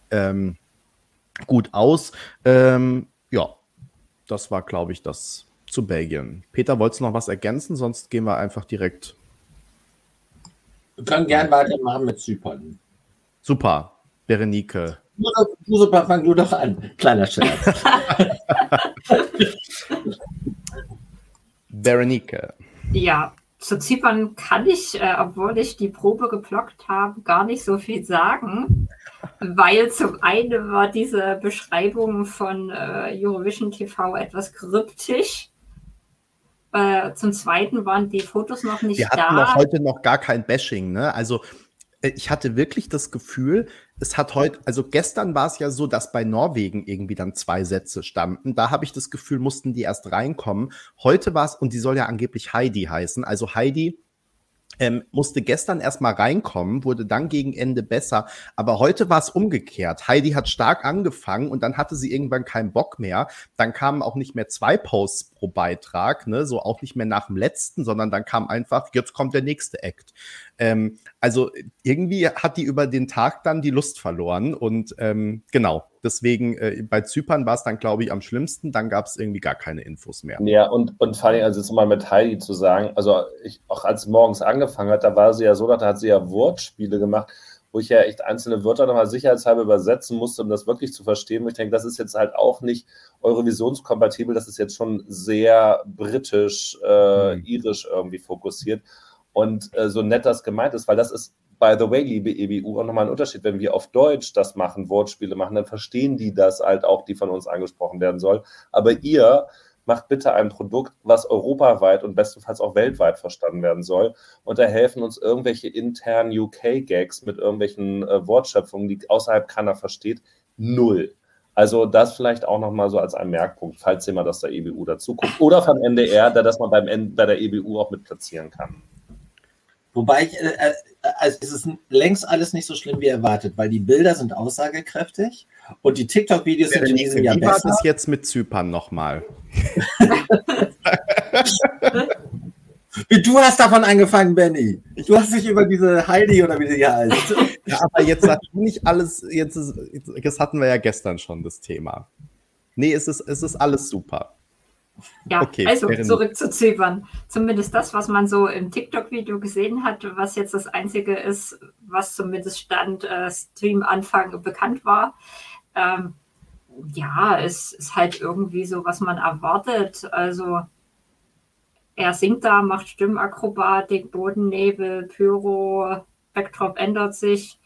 gut aus. Ja, das war, glaube ich, das zu Belgien. Peter, wolltest du noch was ergänzen? Sonst gehen wir einfach direkt. Wir können gern weitermachen mit Zypern. Super, Berenike. Super, fang du doch an. Kleiner Scherz. Berenike. Ja, zu Zypern kann ich, obwohl ich die Probe geblockt habe, gar nicht so viel sagen, weil zum einen war diese Beschreibung von Eurovision TV etwas kryptisch. Zum Zweiten waren die Fotos noch nicht da. Wir hatten heute noch gar kein Bashing, ne? Also ich hatte wirklich das Gefühl, es hat heute, also gestern war es ja so, dass bei Norwegen irgendwie dann 2 Sätze standen. Da habe ich das Gefühl, mussten die erst reinkommen. Heute war es, und die soll ja angeblich Heidi heißen. Also Heidi musste gestern erstmal reinkommen, wurde dann gegen Ende besser. Aber heute war es umgekehrt. Heidi hat stark angefangen und dann hatte sie irgendwann keinen Bock mehr. Dann kamen auch nicht mehr 2 Posts pro Beitrag, ne? So auch nicht mehr nach dem letzten, sondern dann kam einfach, jetzt kommt der nächste Act. Also irgendwie hat die über den Tag dann die Lust verloren und genau, deswegen bei Zypern war es dann, glaube ich, am schlimmsten, dann gab es irgendwie gar keine Infos mehr. Ja, und vor allem, also jetzt mal mit Heidi zu sagen, also auch als morgens angefangen hat, da war sie ja so, da hat sie ja Wortspiele gemacht, wo ich ja echt einzelne Wörter nochmal sicherheitshalber übersetzen musste, um das wirklich zu verstehen. Und ich denke, das ist jetzt halt auch nicht eurovisionskompatibel, das ist jetzt schon sehr britisch, irisch irgendwie fokussiert. Und so nett das gemeint ist, weil das ist, by the way, liebe EBU, auch nochmal ein Unterschied. Wenn wir auf Deutsch das machen, Wortspiele machen, dann verstehen die das halt auch, die von uns angesprochen werden soll. Aber ihr macht bitte ein Produkt, was europaweit und bestenfalls auch weltweit verstanden werden soll. Und da helfen uns irgendwelche internen UK-Gags mit irgendwelchen Wortschöpfungen, die außerhalb keiner versteht, null. Also das vielleicht auch nochmal so als ein Merkpunkt, falls jemand aus der EBU dazu guckt. Oder vom NDR, der das mal bei der EBU auch mit platzieren kann. Wobei also es ist längst alles nicht so schlimm wie erwartet, weil die Bilder sind aussagekräftig und die TikTok-Videos sind in diesem Jahr besser. Wie war das jetzt mit Zypern nochmal? Du hast davon angefangen, Benny. Du hast dich über diese Heidi oder wie sie hier heißt. Ja, aber jetzt sag du nicht alles, das hatten wir ja gestern schon, das Thema. Nee, es ist alles super. Ja, okay, also zurück zu Zypern. Zumindest das, was man so im TikTok-Video gesehen hat, was jetzt das Einzige ist, was zumindest Stand Stream-Anfang bekannt war. Ja, es ist halt irgendwie so, was man erwartet. Also er singt da, macht Stimmakrobatik, Bodennebel, Pyro, Backdrop ändert sich.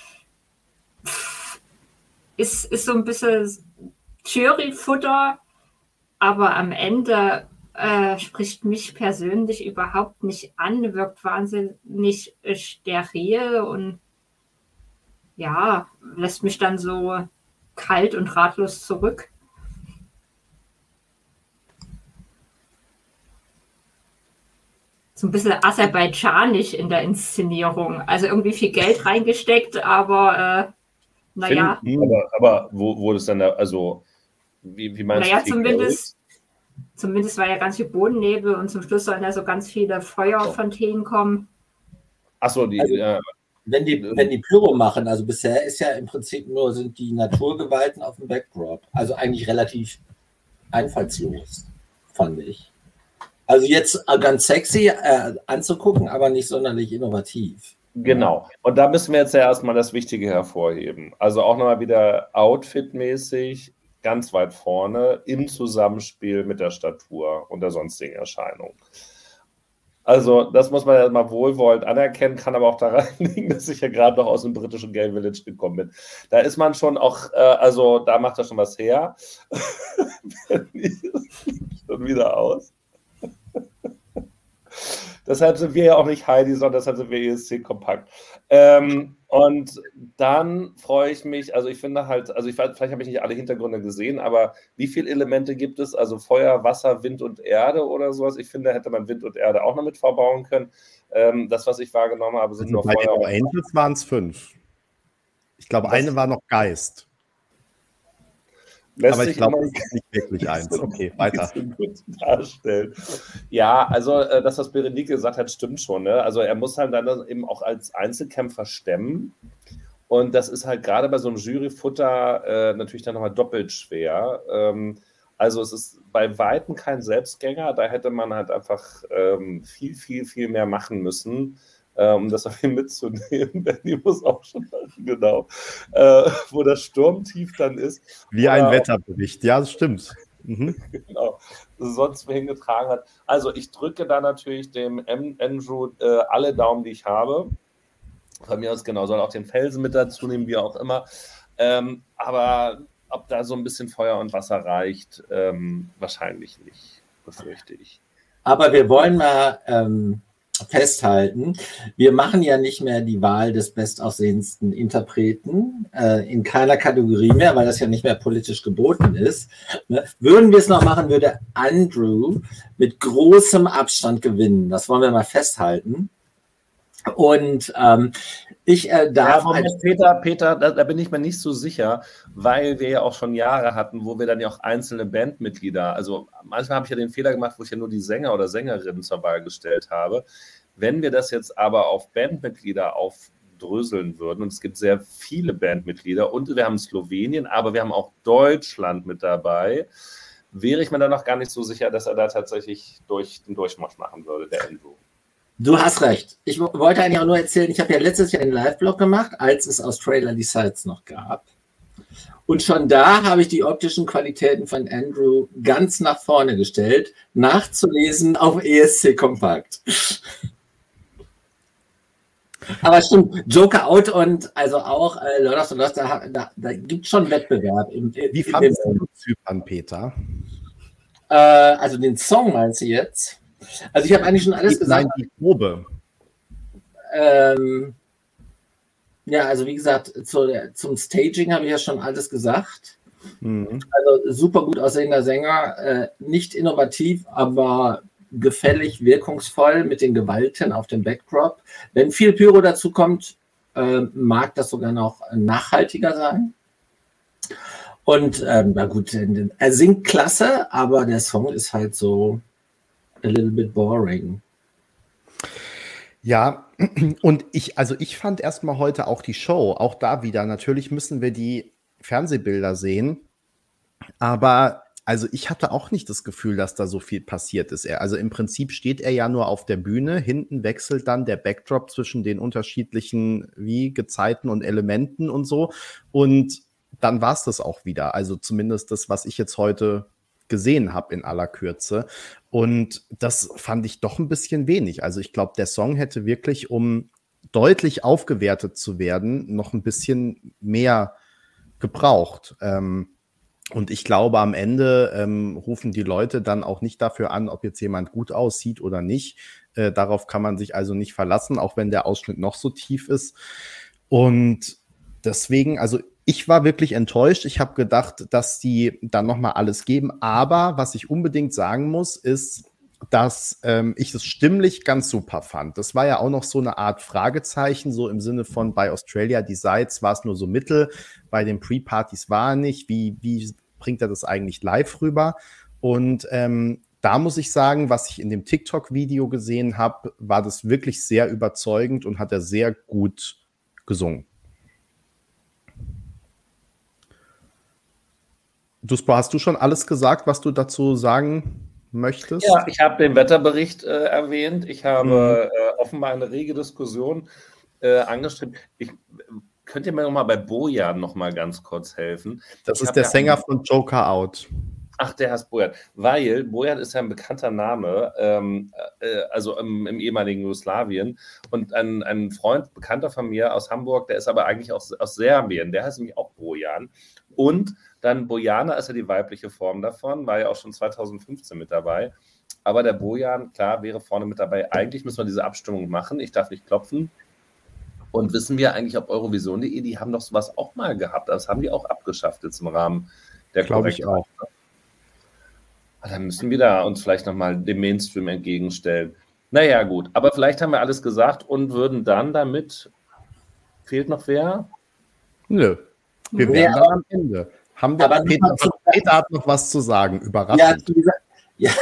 Ist so ein bisschen Juryfutter, aber am Ende spricht mich persönlich überhaupt nicht an, wirkt wahnsinnig steril und ja, lässt mich dann so kalt und ratlos zurück. So ein bisschen aserbaidschanisch in der Inszenierung. Also irgendwie viel Geld reingesteckt, aber naja. Aber wo das dann, also wie meinst du? Naja, zumindest war ja ganz viel Bodennebel und zum Schluss sollen ja so ganz viele Feuerfontänen kommen. Achso, wenn die Pyro machen, also bisher ist ja im Prinzip sind die Naturgewalten auf dem Backdrop. Also eigentlich relativ einfallslos, fand ich. Also jetzt ganz sexy anzugucken, aber nicht sonderlich innovativ. Genau. Und da müssen wir jetzt ja erstmal das Wichtige hervorheben. Also auch nochmal wieder outfitmäßig ganz weit vorne im Zusammenspiel mit der Statur und der sonstigen Erscheinung. Also das muss man ja mal wohlwollend anerkennen, kann aber auch daran liegen, dass ich ja gerade noch aus dem britischen Gay Village gekommen bin. Da ist man schon auch, also da macht er schon was her. Schon wieder aus. Deshalb sind wir ja auch nicht Heidi, sondern deshalb sind wir ESC Kompakt. Und dann freue ich mich, also ich finde halt, also vielleicht habe ich nicht alle Hintergründe gesehen, aber wie viele Elemente gibt es? Also Feuer, Wasser, Wind und Erde oder sowas? Ich finde, da hätte man Wind und Erde auch noch mit verbauen können. Das, was ich wahrgenommen habe, sind nur bei Feuer. Bei den Angels waren es 5. Ich glaube, eine war noch Geist. Aber ich glaube, es ist nicht wirklich eins. Okay, weiter. Gut darstellen. Ja, also das, was Berenike gesagt hat, stimmt schon. Ne? Also er muss halt dann eben auch als Einzelkämpfer stemmen. Und das ist halt gerade bei so einem Juryfutter natürlich dann nochmal doppelt schwer. Also es ist bei Weitem kein Selbstgänger. Da hätte man halt einfach viel, viel, viel mehr machen müssen. Um das auf ihn mitzunehmen. Benni muss auch schon halten, genau. Wo das Sturmtief dann ist. Wie ein Wetterbericht, ja, das stimmt. Mhm. Genau, sonst wer hingetragen hat. Also ich drücke da natürlich dem Andrew alle Daumen, die ich habe. Von mir aus genau, soll auch den Felsen mit dazu nehmen, wie auch immer. Aber ob da so ein bisschen Feuer und Wasser reicht, wahrscheinlich nicht, befürchte ich. Aber wir wollen mal festhalten, wir machen ja nicht mehr die Wahl des bestaussehendsten Interpreten in keiner Kategorie mehr, weil das ja nicht mehr politisch geboten ist. Ne? Würden wir es noch machen, würde Andrew mit großem Abstand gewinnen. Das wollen wir mal festhalten. Und ich darf... Ja, Peter, da bin ich mir nicht so sicher, weil wir ja auch schon Jahre hatten, wo wir dann ja auch einzelne Bandmitglieder, also manchmal habe ich ja den Fehler gemacht, wo ich ja nur die Sänger oder Sängerinnen zur Wahl gestellt habe. Wenn wir das jetzt aber auf Bandmitglieder aufdröseln würden, und es gibt sehr viele Bandmitglieder und wir haben Slowenien, aber wir haben auch Deutschland mit dabei, wäre ich mir dann noch gar nicht so sicher, dass er da tatsächlich den Durchmarsch machen würde, der Andrew. Du hast recht. Ich wollte eigentlich auch nur erzählen, ich habe ja letztes Jahr einen Live-Blog gemacht, als es Australia Decides noch gab. Und schon da habe ich die optischen Qualitäten von Andrew ganz nach vorne gestellt, nachzulesen auf ESC Kompakt. Aber stimmt, Joker Out und also auch Lord of the Lost, da gibt es schon Wettbewerb. Wie fandest du Zypern, Peter? Also den Song meinst du jetzt? Also ich habe eigentlich schon alles gesagt. Nein, die Probe. Ja, also wie gesagt, zum Staging habe ich ja schon alles gesagt. Also super gut aussehender Sänger, nicht innovativ, aber gefällig, wirkungsvoll mit den Gewalten auf dem Backdrop. Wenn viel Pyro dazu kommt, mag das sogar noch nachhaltiger sein. Und na gut, er singt klasse, aber der Song ist halt so a little bit boring. Ja, und ich fand erstmal heute auch die Show, auch da wieder, natürlich müssen wir die Fernsehbilder sehen, aber also ich hatte auch nicht das Gefühl, dass da so viel passiert ist. Also im Prinzip steht er ja nur auf der Bühne, hinten wechselt dann der Backdrop zwischen den unterschiedlichen Gezeiten und Elementen und so und dann war es das auch wieder. Also zumindest das, was ich jetzt heute gesehen habe in aller Kürze. Und das fand ich doch ein bisschen wenig. Also ich glaube, der Song hätte wirklich, um deutlich aufgewertet zu werden, noch ein bisschen mehr gebraucht. Und ich glaube, am Ende rufen die Leute dann auch nicht dafür an, ob jetzt jemand gut aussieht oder nicht. Darauf kann man sich also nicht verlassen, auch wenn der Ausschnitt noch so tief ist. Und deswegen, also ich war wirklich enttäuscht. Ich habe gedacht, dass die dann nochmal alles geben. Aber was ich unbedingt sagen muss, ist, dass ich es stimmlich ganz super fand. Das war ja auch noch so eine Art Fragezeichen, so im Sinne von bei Australia Decides war es nur so mittel, bei den Pre-Partys war er nicht. Wie bringt er das eigentlich live rüber? Und da muss ich sagen, was ich in dem TikTok-Video gesehen habe, war das wirklich sehr überzeugend und hat er sehr gut gesungen. Duspo, hast du schon alles gesagt, was du dazu sagen möchtest? Ja, ich habe den Wetterbericht erwähnt. Ich habe offenbar eine rege Diskussion angestrebt. Könnt ihr mir noch mal bei Bojan noch mal ganz kurz helfen? Das ist der Sänger von Joker Out. Ach, der heißt Bojan. Weil Bojan ist ja ein bekannter Name, also im ehemaligen Jugoslawien. Und ein Freund, Bekannter von mir aus Hamburg, der ist aber eigentlich aus Serbien. Der heißt nämlich auch Bojan. Und dann Bojana ist ja die weibliche Form davon, war ja auch schon 2015 mit dabei. Aber der Bojan, klar, wäre vorne mit dabei. Eigentlich müssen wir diese Abstimmung machen. Ich darf nicht klopfen. Und wissen wir eigentlich, ob Eurovision.de, die haben doch sowas auch mal gehabt. Das haben die auch abgeschafft jetzt im Rahmen der Glaube ich auch. Dann müssen wir da uns vielleicht nochmal dem Mainstream entgegenstellen. Naja, gut. Aber vielleicht haben wir alles gesagt und würden dann damit... Fehlt noch wer? Nö. Wir wären dann am Ende. Peter hat noch was zu sagen. Überraschend. Ja.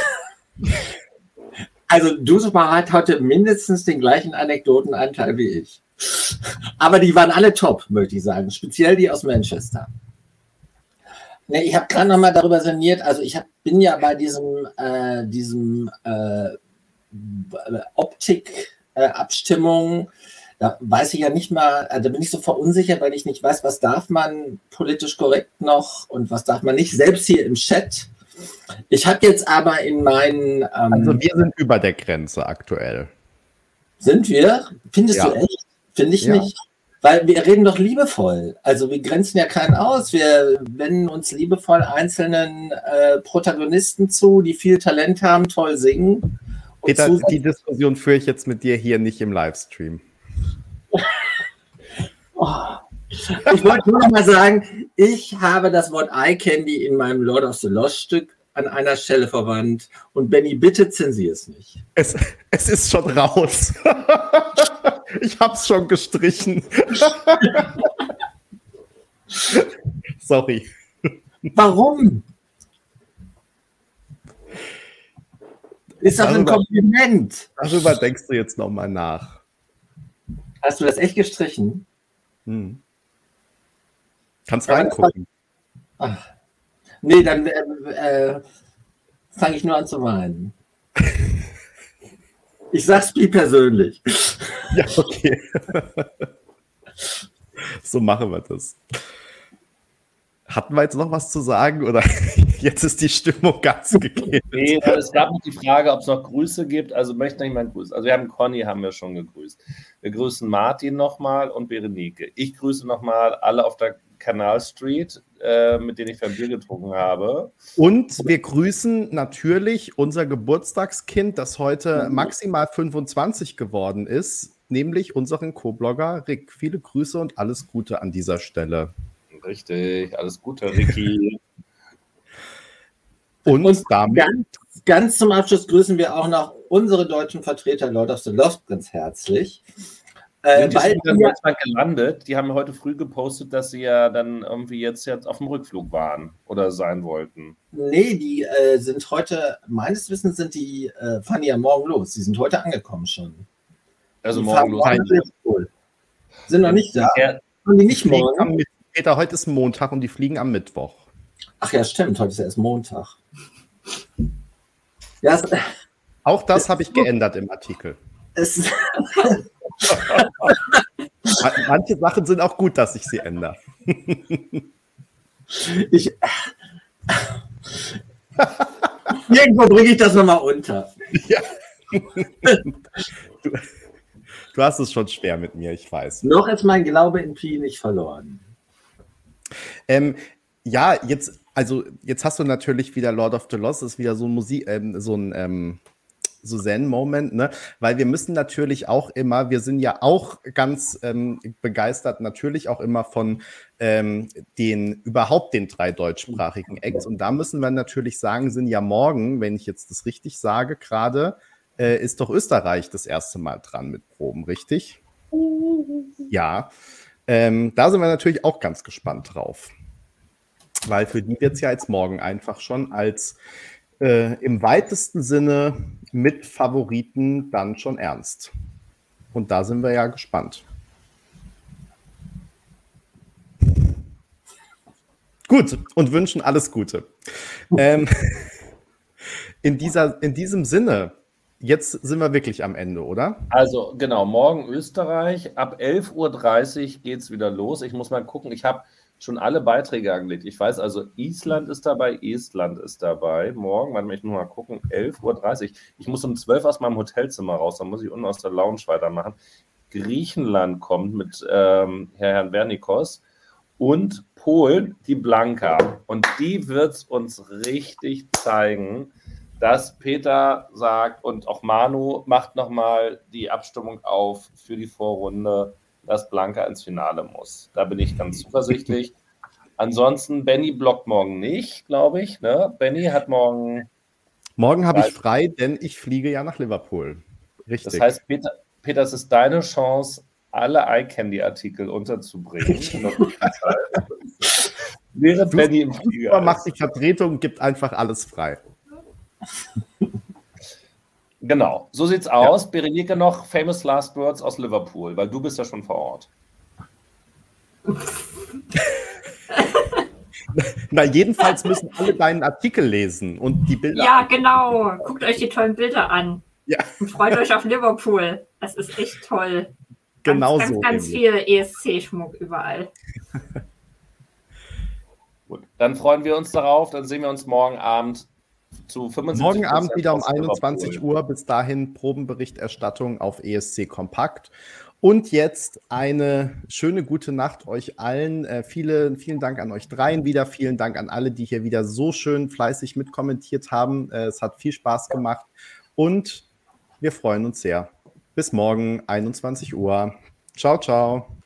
Also Duspa hat heute mindestens den gleichen Anekdotenanteil wie ich. Aber die waren alle top, möchte ich sagen. Speziell die aus Manchester. Nee, ich habe gerade noch mal darüber sinniert. Also ich bin ja bei diesem Optik-Abstimmung. Da weiß ich ja nicht mal, da bin ich so verunsichert, weil ich nicht weiß, was darf man politisch korrekt noch und was darf man nicht. Selbst hier im Chat. Ich habe jetzt aber in meinen... also wir sind über der Grenze aktuell. Sind wir? Findest du echt? Finde ich nicht. Weil wir reden doch liebevoll. Also wir grenzen ja keinen aus. Wir wenden uns liebevoll einzelnen Protagonisten zu, die viel Talent haben, toll singen. Peter, die Diskussion führe ich jetzt mit dir hier nicht im Livestream. Ich wollte nur noch mal sagen, ich habe das Wort Eye Candy in meinem Lord of the Lost Stück an einer Stelle verwandt. Und Benny, bitte zensier es nicht. Es ist schon raus. Ich hab's schon gestrichen. Sorry. Warum? Ist doch ein Kompliment. Darüber denkst du jetzt nochmal nach. Hast du das echt gestrichen? Kannst reingucken. Ach. Nee, dann fange ich nur an zu weinen. Ich sag's wie persönlich. Ja, okay. So machen wir das. Hatten wir jetzt noch was zu sagen oder jetzt ist die Stimmung ganz gegeben? Nee, es gab noch die Frage, ob es noch Grüße gibt. Also möchte noch jemand grüßen. Also wir haben Conny, haben wir schon gegrüßt. Wir grüßen Martin nochmal und Berenike. Ich grüße nochmal alle auf der Canal Street, mit denen ich ein Bier getrunken habe. Und wir grüßen natürlich unser Geburtstagskind, das heute maximal 25 geworden ist, nämlich unseren Co-Blogger Rick. Viele Grüße und alles Gute an dieser Stelle. Richtig, alles Gute, Ricky. Und damit ganz zum Abschluss grüßen wir auch noch unsere deutschen Vertreter Lord of the Lost ganz herzlich. Sind die in Deutschland gelandet? Die haben heute früh gepostet, dass sie ja dann irgendwie jetzt auf dem Rückflug waren oder sein wollten. Nee, die sind heute, meines Wissens fahren die ja morgen los. Die sind heute angekommen schon. Also morgen los. Sind noch nicht da. Und die nicht morgen. Peter, heute ist Montag und die fliegen am Mittwoch. Ach ja, stimmt, heute ist ja erst Montag. Ja, auch das habe ich geändert im Artikel. Manche Sachen sind auch gut, dass ich sie ändere. Irgendwo bringe ich das nochmal unter. Ja. Du hast es schon schwer mit mir, ich weiß. Noch ist mein Glaube in Pi nicht verloren. Ja, jetzt hast du natürlich wieder Lord of the Lost, ist wieder so ein so Zen-Moment, ne? Weil wir müssen natürlich auch immer, wir sind ja auch ganz begeistert, natürlich auch immer von den 3 deutschsprachigen Acts. Und da müssen wir natürlich sagen, sind ja morgen, wenn ich jetzt das richtig sage, gerade ist doch Österreich das erste Mal dran mit Proben, richtig? Ja. Da sind wir natürlich auch ganz gespannt drauf. Weil für die wird es ja jetzt morgen einfach schon als im weitesten Sinne mit Favoriten dann schon ernst. Und da sind wir ja gespannt. Gut, und wünschen alles Gute. In diesem Sinne, jetzt sind wir wirklich am Ende, oder? Also genau, morgen Österreich, ab 11:30 Uhr geht es wieder los. Ich muss mal gucken, ich habe schon alle Beiträge angelegt. Ich weiß also, Island ist dabei, Estland ist dabei. Morgen, warte mal, ich muss mal gucken, 11:30 Uhr. Ich muss um 12 Uhr aus meinem Hotelzimmer raus, dann muss ich unten aus der Lounge weitermachen. Griechenland kommt mit Herrn Vernikos und Polen, die Blanka. Und die wird es uns richtig zeigen, dass Peter sagt und auch Manu macht nochmal die Abstimmung auf für die Vorrunde, dass Blanka ins Finale muss. Da bin ich ganz zuversichtlich. Ansonsten, Benny blockt morgen nicht, glaube ich. Ne? Benny hat morgen... Morgen habe ich frei, denn ich fliege ja nach Liverpool. Richtig. Das heißt, Peter, es ist deine Chance, alle iCandy-Artikel unterzubringen. Während Benny im Flieger ist. Macht die Vertretung, gibt einfach alles frei. Genau, so sieht's aus. Ja. Berenike noch Famous Last Words aus Liverpool, weil du bist ja schon vor Ort. Na, jedenfalls müssen alle deinen Artikel lesen und die Bilder. Ja, genau. Guckt euch die tollen Bilder an. Ja. Und freut euch auf Liverpool. Das ist echt toll. Genau ganz, so. Ganz viel ESC-Schmuck überall. Gut, dann freuen wir uns darauf. Dann sehen wir uns morgen Abend zu 75%. Morgen Abend wieder um 21 Uhr. Bis dahin Probenberichterstattung auf ESC Kompakt. Und jetzt eine schöne gute Nacht euch allen. Vielen Dank an euch dreien wieder. Vielen Dank an alle, die hier wieder so schön fleißig mitkommentiert haben. Es hat viel Spaß gemacht und wir freuen uns sehr. Bis morgen, 21 Uhr. Ciao, ciao.